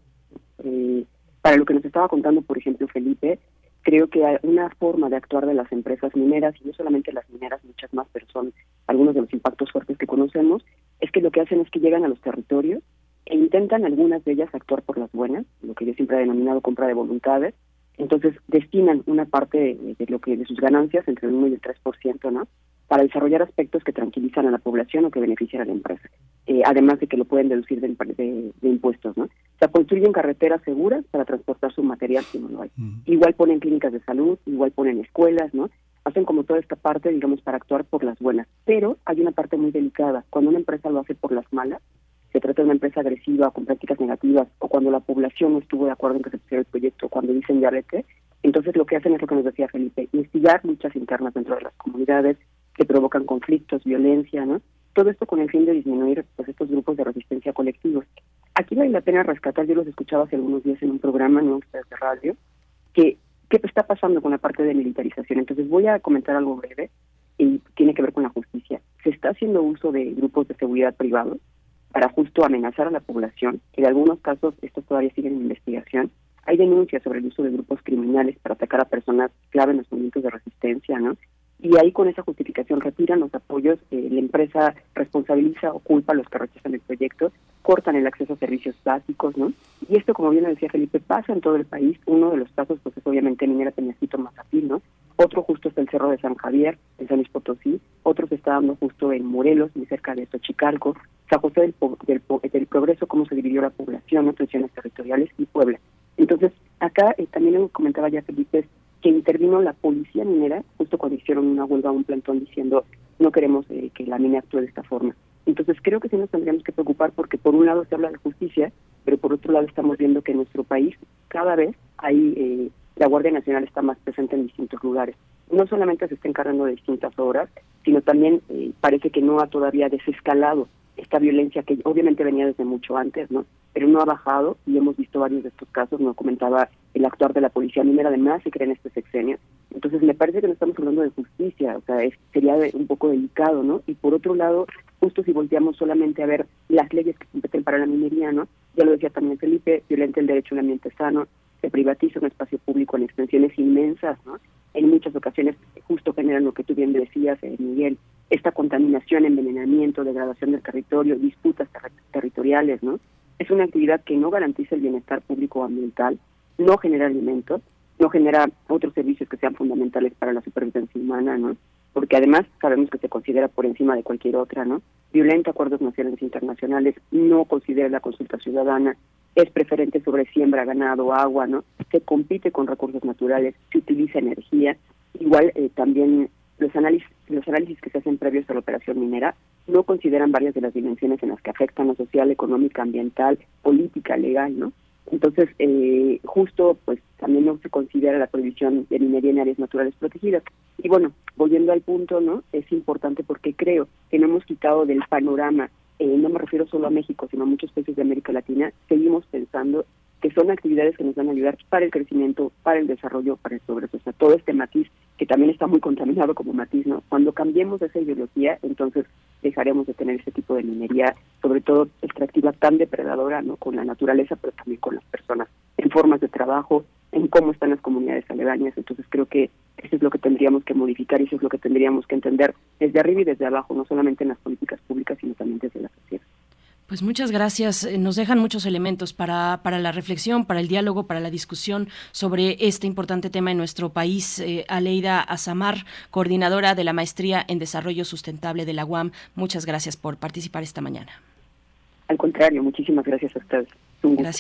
Para lo que nos estaba contando, por ejemplo, Felipe, creo que hay una forma de actuar de las empresas mineras, y no solamente las mineras, muchas más, pero son algunos de los impactos fuertes que conocemos, es que lo que hacen es que llegan a los territorios e intentan algunas de ellas actuar por las buenas, lo que yo siempre he denominado compra de voluntades. Entonces destinan una parte de sus ganancias, entre el 1 y el 3%, ¿no?, para desarrollar aspectos que tranquilizan a la población o que benefician a la empresa, además de que lo pueden deducir de impuestos, ¿no? O sea, construyen carreteras seguras para transportar su material si no lo hay. Igual ponen clínicas de salud, igual ponen escuelas, ¿no? Hacen como toda esta parte, digamos, para actuar por las buenas. Pero hay una parte muy delicada. Cuando una empresa lo hace por las malas, se trata de una empresa agresiva, con prácticas negativas, o cuando la población no estuvo de acuerdo en que se pusiera el proyecto, cuando dicen ya vete, entonces lo que hacen es lo que nos decía Felipe, instigar luchas internas dentro de las comunidades que provocan conflictos, violencia, ¿no? Todo esto con el fin de disminuir pues estos grupos de resistencia colectivos. Aquí vale la pena rescatar, yo los escuchaba hace algunos días en un programa, no ustedes de radio, que qué está pasando con la parte de militarización. Entonces voy a comentar algo breve y tiene que ver con la justicia. Se está haciendo uso de grupos de seguridad privados para justo amenazar a la población, y en algunos casos estos todavía siguen en investigación. Hay denuncias sobre el uso de grupos criminales para atacar a personas clave en los movimientos de resistencia, ¿no? Y ahí con esa justificación retiran los apoyos, la empresa responsabiliza o culpa a los que rechazan el proyecto, cortan el acceso a servicios básicos, ¿no? Y esto, como bien lo decía Felipe, pasa en todo el país. Uno de los casos pues es obviamente Minera Peñasquito, Mazapil, ¿no? Otro justo está el Cerro de San Javier, en San Luis Potosí. Otro se está dando justo en Morelos, muy cerca de Xochicalco. San José del Progreso, cómo se dividió la población, ¿no? Tensiones territoriales, y Puebla. Entonces, acá también comentaba ya Felipe, que intervino la policía minera justo cuando hicieron una huelga, un plantón diciendo no queremos que la mina actúe de esta forma. Entonces creo que sí nos tendríamos que preocupar, porque por un lado se habla de justicia, pero por otro lado estamos viendo que en nuestro país cada vez hay la Guardia Nacional está más presente en distintos lugares. No solamente se está encargando de distintas obras, sino también parece que no ha todavía desescalado esta violencia que obviamente venía desde mucho antes, ¿no? Pero no ha bajado, y hemos visto varios de estos casos. No comentaba el actuar de la policía minera, además se cree en este sexenio. Entonces me parece que no estamos hablando de justicia, o sea, sería un poco delicado, ¿no? Y por otro lado, justo si volteamos solamente a ver las leyes que competen para la minería, ¿no? Ya lo decía también Felipe, violenta el derecho a un ambiente sano, se privatiza un espacio público en extensiones inmensas, ¿no? En muchas ocasiones justo generan lo que tú bien decías, Miguel, esta contaminación, envenenamiento, degradación del territorio, disputas territoriales, ¿no? Es una actividad que no garantiza el bienestar público o ambiental, no genera alimentos, no genera otros servicios que sean fundamentales para la supervivencia humana, ¿no? Porque además sabemos que se considera por encima de cualquier otra, ¿no? Violenta acuerdos nacionales e internacionales, no considera la consulta ciudadana, es preferente sobre siembra, ganado, agua, ¿no? Se compite con recursos naturales, se utiliza energía. Igual también los análisis que se hacen previos a la operación minera no consideran varias de las dimensiones en las que afectan lo social, económica, ambiental, política, legal, ¿no? Entonces, justo, pues, también no se considera la prohibición de minería en áreas naturales protegidas. Y bueno, volviendo al punto, ¿no? Es importante porque creo que no hemos quitado del panorama, no me refiero solo a México, sino a muchos países de América Latina, seguimos pensando que son actividades que nos van a ayudar para el crecimiento, para el desarrollo, para el progreso. O sea, todo este matiz, que también está muy contaminado como matiz, ¿no? Cuando cambiemos esa ideología, entonces dejaremos de tener ese tipo de minería, sobre todo extractiva, tan depredadora, ¿no? Con la naturaleza, pero también con las personas, en formas de trabajo, en cómo están las comunidades aledañas. Entonces creo que eso es lo que tendríamos que modificar, y eso es lo que tendríamos que entender desde arriba y desde abajo, no solamente en las políticas públicas, sino también desde la sociedad. Pues muchas gracias. Nos dejan muchos elementos para la reflexión, para el diálogo, para la discusión sobre este importante tema en nuestro país. Aleida Azamar, coordinadora de la Maestría en Desarrollo Sustentable de la UAM, muchas gracias por participar esta mañana. Al contrario, muchísimas gracias a ustedes. Gracias.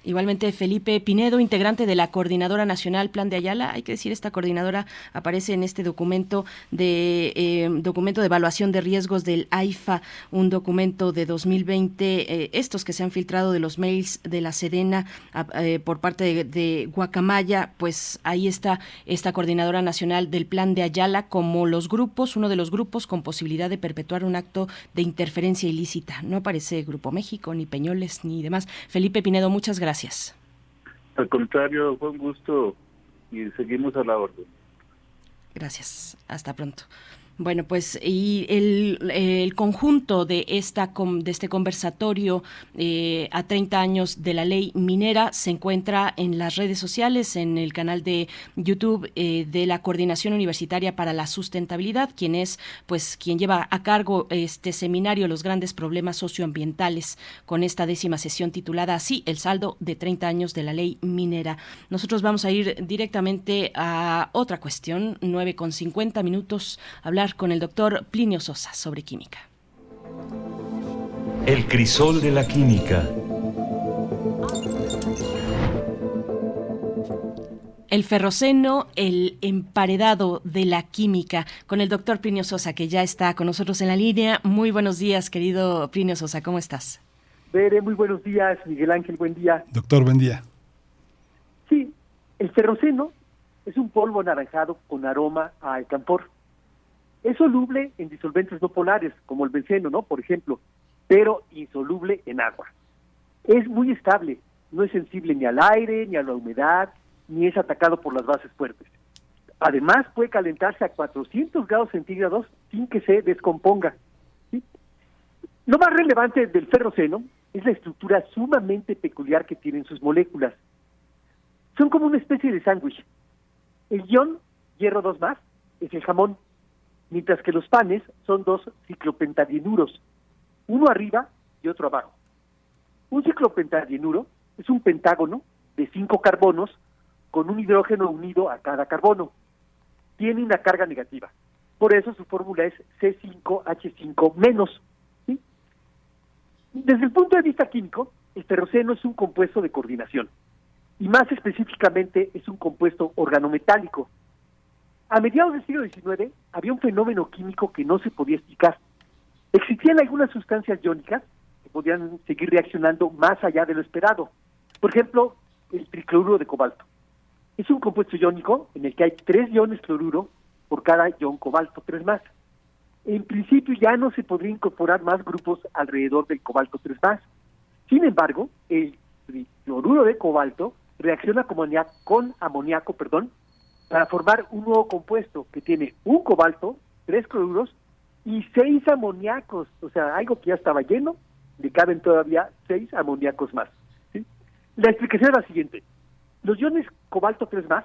Igualmente Felipe Pinedo, integrante de la Coordinadora Nacional Plan de Ayala. Hay que decir, esta coordinadora aparece en este documento de evaluación de riesgos del AIFA, un documento de 2020, estos que se han filtrado de los mails de la Sedena por parte de Guacamaya. Pues ahí está esta Coordinadora Nacional del Plan de Ayala como los grupos, uno de los grupos con posibilidad de perpetuar un acto de interferencia ilícita. No aparece Grupo México, ni Peñoles, ni demás. Felipe Pinedo, muchas gracias. Al contrario, fue un gusto y seguimos a la orden. Gracias, hasta pronto. Bueno, pues y el conjunto de este conversatorio a 30 años de la ley minera se encuentra en las redes sociales, en el canal de YouTube de la Coordinación Universitaria para la Sustentabilidad, quien lleva a cargo este seminario, Los grandes problemas socioambientales, con esta 10ª sesión titulada así, El saldo de 30 años de la ley minera. Nosotros vamos a ir directamente a otra cuestión, 9:50, hablar con el doctor Plinio Sosa sobre química. El crisol de la química. El ferroceno, el emparedado de la química, con el doctor Plinio Sosa, que ya está con nosotros en la línea. Muy buenos días, querido Plinio Sosa, ¿cómo estás? Bere, muy buenos días. Miguel Ángel, buen día. Doctor, buen día. Sí, el ferroceno es un polvo anaranjado con aroma a alcanfor. Es soluble en disolventes no polares, como el benceno, ¿no? Por ejemplo, pero insoluble en agua. Es muy estable, no es sensible ni al aire, ni a la humedad, ni es atacado por las bases fuertes. Además, puede calentarse a 400 grados centígrados sin que se descomponga, ¿sí? Lo más relevante del ferroceno es la estructura sumamente peculiar que tienen sus moléculas. Son como una especie de sándwich. El ion hierro 2+, es el jamón, mientras que los panes son 2 ciclopentadienuros, uno arriba y otro abajo. Un ciclopentadienuro es un pentágono de 5 carbonos con un hidrógeno unido a cada carbono. Tiene una carga negativa. Por eso su fórmula es C5H5-. ¿Sí? Desde el punto de vista químico, el ferroceno es un compuesto de coordinación, y más específicamente es un compuesto organometálico. A mediados del siglo XIX había un fenómeno químico que no se podía explicar. Existían algunas sustancias iónicas que podían seguir reaccionando más allá de lo esperado. Por ejemplo, el tricloruro de cobalto. Es un compuesto iónico en el que hay 3 iones cloruro por cada ion cobalto 3+. En principio ya no se podría incorporar más grupos alrededor del cobalto 3+. Sin embargo, el tricloruro de cobalto reacciona con amoníaco, para formar un nuevo compuesto que tiene un cobalto, 3 cloruros y 6 amoníacos. O sea, algo que ya estaba lleno, le caben todavía 6 amoníacos más, ¿sí? La explicación es la siguiente. Los iones cobalto 3+,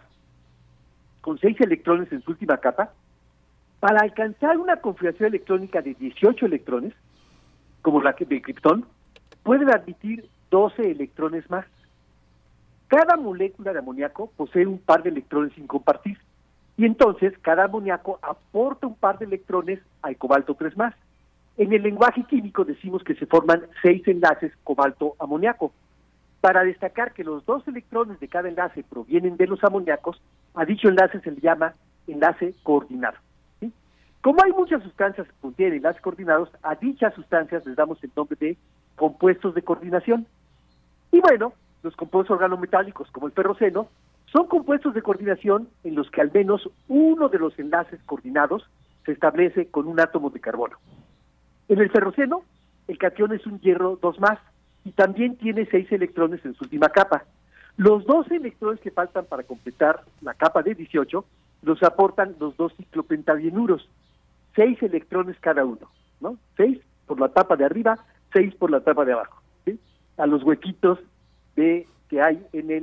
con 6 electrones en su última capa, para alcanzar una configuración electrónica de 18 electrones, como la de Krypton, pueden admitir 12 electrones más. Cada molécula de amoníaco posee un par de electrones sin compartir, y entonces cada amoníaco aporta un par de electrones al cobalto 3+. En el lenguaje químico decimos que se forman 6 enlaces cobalto-amoníaco. Para destacar que los 2 electrones de cada enlace provienen de los amoníacos, a dicho enlace se le llama enlace coordinado, ¿sí? Como hay muchas sustancias que contienen enlaces coordinados, a dichas sustancias les damos el nombre de compuestos de coordinación. Y bueno, los compuestos organometálicos, como el ferroceno, son compuestos de coordinación en los que al menos uno de los enlaces coordinados se establece con un átomo de carbono. En el ferroceno, el catión es un hierro 2+, y también tiene 6 electrones en su última capa. Los 12 electrones que faltan para completar la capa de 18 los aportan los 2 ciclopentadienuros, 6 electrones cada uno, ¿no? 6 por la tapa de arriba, 6 por la tapa de abajo, ¿sí? A los huequitos que hay en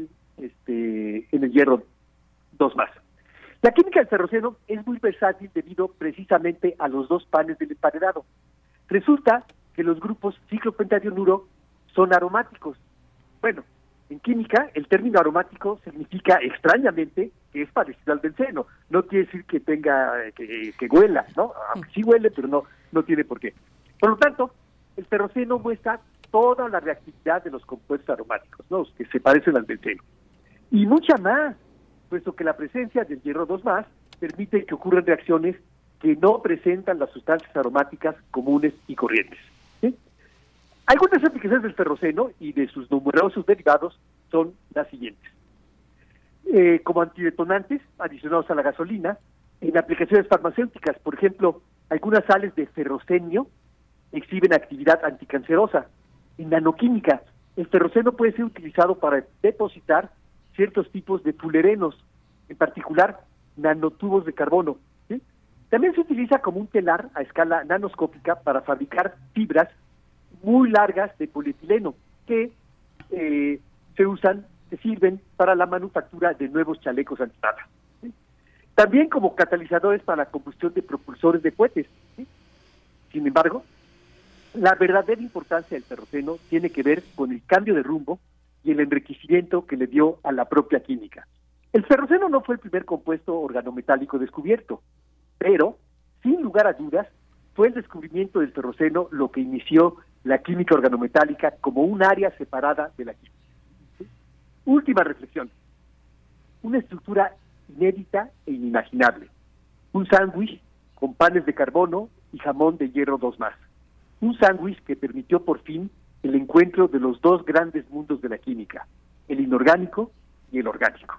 el hierro 2+. La química del ferroceno es muy versátil debido precisamente a los 2 panes del emparedado. Resulta que los grupos ciclopentadienuro son aromáticos. Bueno, en química el término aromático significa extrañamente que es parecido al benceno. No quiere decir que tenga que huela, ¿no? Aunque sí huele, pero no tiene por qué. Por lo tanto, el ferroceno muestra toda la reactividad de los compuestos aromáticos, ¿no? Que se parecen al benceno. Y mucha más, puesto que la presencia del hierro 2+ permite que ocurran reacciones que no presentan las sustancias aromáticas comunes y corrientes. ¿Sí? Algunas aplicaciones del ferroceno y de sus numerosos derivados son las siguientes. Como antidetonantes adicionados a la gasolina, en aplicaciones farmacéuticas, por ejemplo, algunas sales de ferrocenio exhiben actividad anticancerosa. En nanoquímica, el ferroceno puede ser utilizado para depositar ciertos tipos de fulerenos, en particular nanotubos de carbono. ¿Sí? También se utiliza como un telar a escala nanoscópica para fabricar fibras muy largas de polietileno que se sirven para la manufactura de nuevos chalecos antibala. ¿Sí? También como catalizadores para la combustión de propulsores de cohetes. ¿Sí? Sin embargo, la verdadera importancia del ferroceno tiene que ver con el cambio de rumbo y el enriquecimiento que le dio a la propia química. El ferroceno no fue el primer compuesto organometálico descubierto, pero, sin lugar a dudas, fue el descubrimiento del ferroceno lo que inició la química organometálica como un área separada de la química. ¿Sí? Última reflexión. Una estructura inédita e inimaginable. Un sándwich con panes de carbono y jamón de hierro 2+. Un sándwich que permitió por fin el encuentro de los dos grandes mundos de la química, el inorgánico y el orgánico.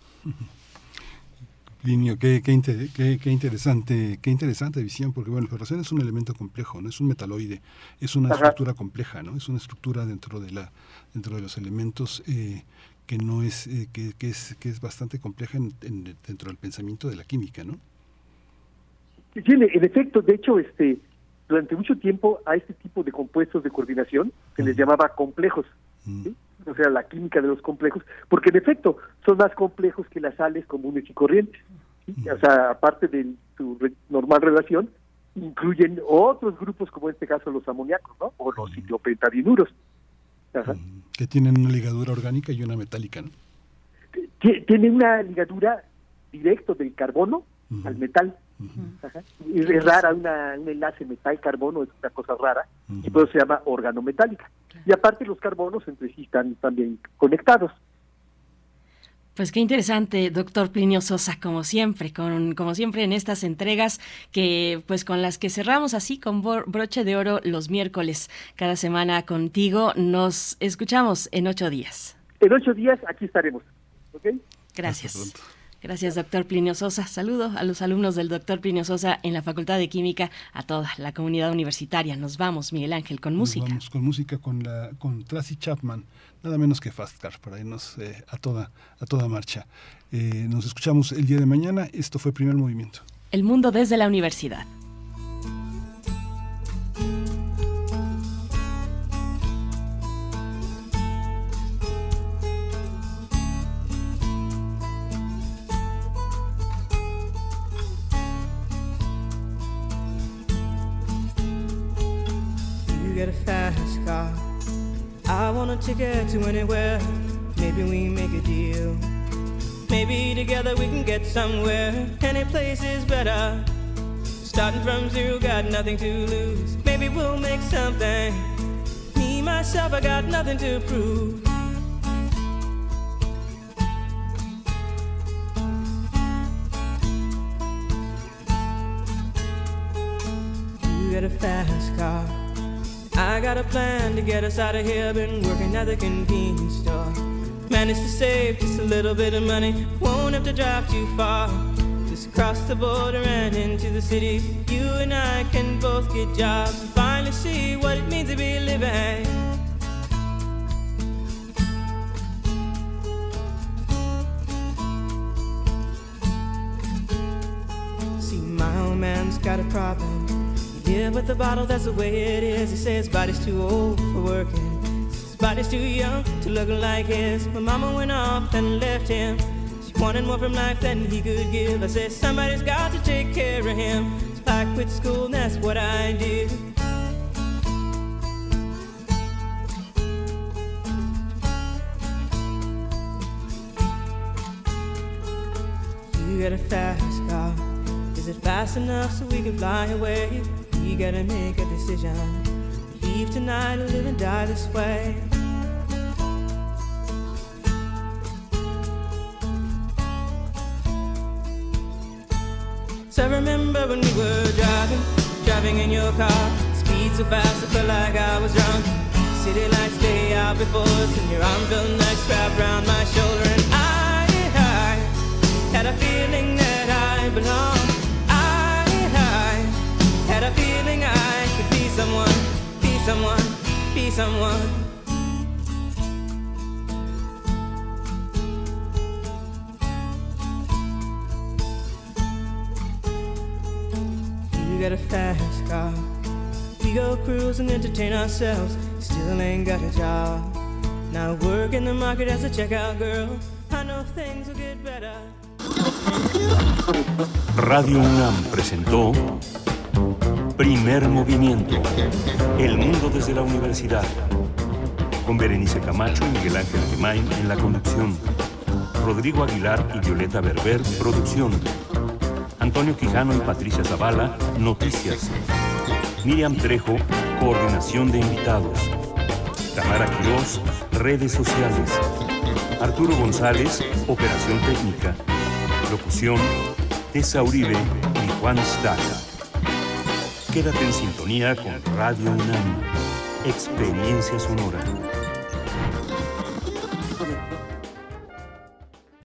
Plinio, qué interesante visión, porque bueno, el ferroceno es un elemento complejo, no es un metaloide, es una estructura compleja, ¿no? Es una estructura dentro de los elementos que no es que es bastante compleja dentro del pensamiento de la química, ¿no? Sí, en efecto, de hecho, durante mucho tiempo a este tipo de compuestos de coordinación se les llamaba complejos, ¿sí? O sea, la química de los complejos, porque en efecto son más complejos que las sales comunes y corrientes, ¿sí? O sea, aparte de su normal relación, incluyen otros grupos, como en este caso los amoníacos, ¿no? O los ciclopentadienuros. Ajá. Que tienen una ligadura orgánica y una metálica, ¿no? Tiene una ligadura directo del carbono al metal. Ajá. Es rara, un enlace metal-carbono es una cosa rara, y por eso se llama organometálica. Y aparte los carbonos entre sí están también conectados. Pues qué interesante, doctor Plinio Sosa, como siempre en estas entregas que pues con las que cerramos así con broche de oro los miércoles cada semana contigo. Nos escuchamos en 8 días. En 8 días aquí estaremos. ¿Ok? Gracias. Gracias, doctor Plinio Sosa. Saludo a los alumnos del doctor Plinio Sosa en la Facultad de Química, a toda la comunidad universitaria. Nos vamos, Miguel Ángel, con música. Nos vamos con música con Tracy Chapman, nada menos que Fast Car, para irnos a toda marcha. Nos escuchamos el día de mañana. Esto fue Primer Movimiento. El mundo desde la universidad. Get a fast car. I want a ticket to anywhere. Maybe we make a deal. Maybe together we can get somewhere. Any place is better. Starting from zero, got nothing to lose. Maybe we'll make something. Me, myself, I got nothing to prove. You get a fast car. I got a plan to get us out of here. Been working at the convenience store. Managed to save just a little bit of money. Won't have to drive too far. Just cross the border and into the city. You and I can both get jobs and finally see what it means to be living. See, my old man's got a problem. Yeah, but the bottle, that's the way it is. He says his body's too old for working. His body's too young to look like his. My mama went off and left him. She wanted more from life than he could give. I said, somebody's got to take care of him. So I quit school and that's what I did. You got a fast car. Is it fast enough so we can fly away? You gotta make a decision. leave tonight or live and die this way. So I remember when we were driving in your car, speed so fast I felt like I was drunk. City lights lay out before us and your arm felt nice wrapped around my shoulder. And I had a feeling that I belonged. I had a feeling I could be someone, be someone, be someone. You got a fast car, we go cruise and entertain ourselves. Still ain't got a job. Now work in the market as a checkout girl. I know things will get better. Radio UNAM presentó Primer Movimiento. El mundo desde la universidad. Con Berenice Camacho y Miguel Ángel Gemain en la conducción. Rodrigo Aguilar y Violeta Berber, producción. Antonio Quijano y Patricia Zavala, noticias. Miriam Trejo, coordinación de invitados. Tamara Quirós, redes sociales. Arturo González, operación técnica. Locución, Tessa Uribe y Juan Staca. Quédate en sintonía con Radio UNAM. Experiencia sonora.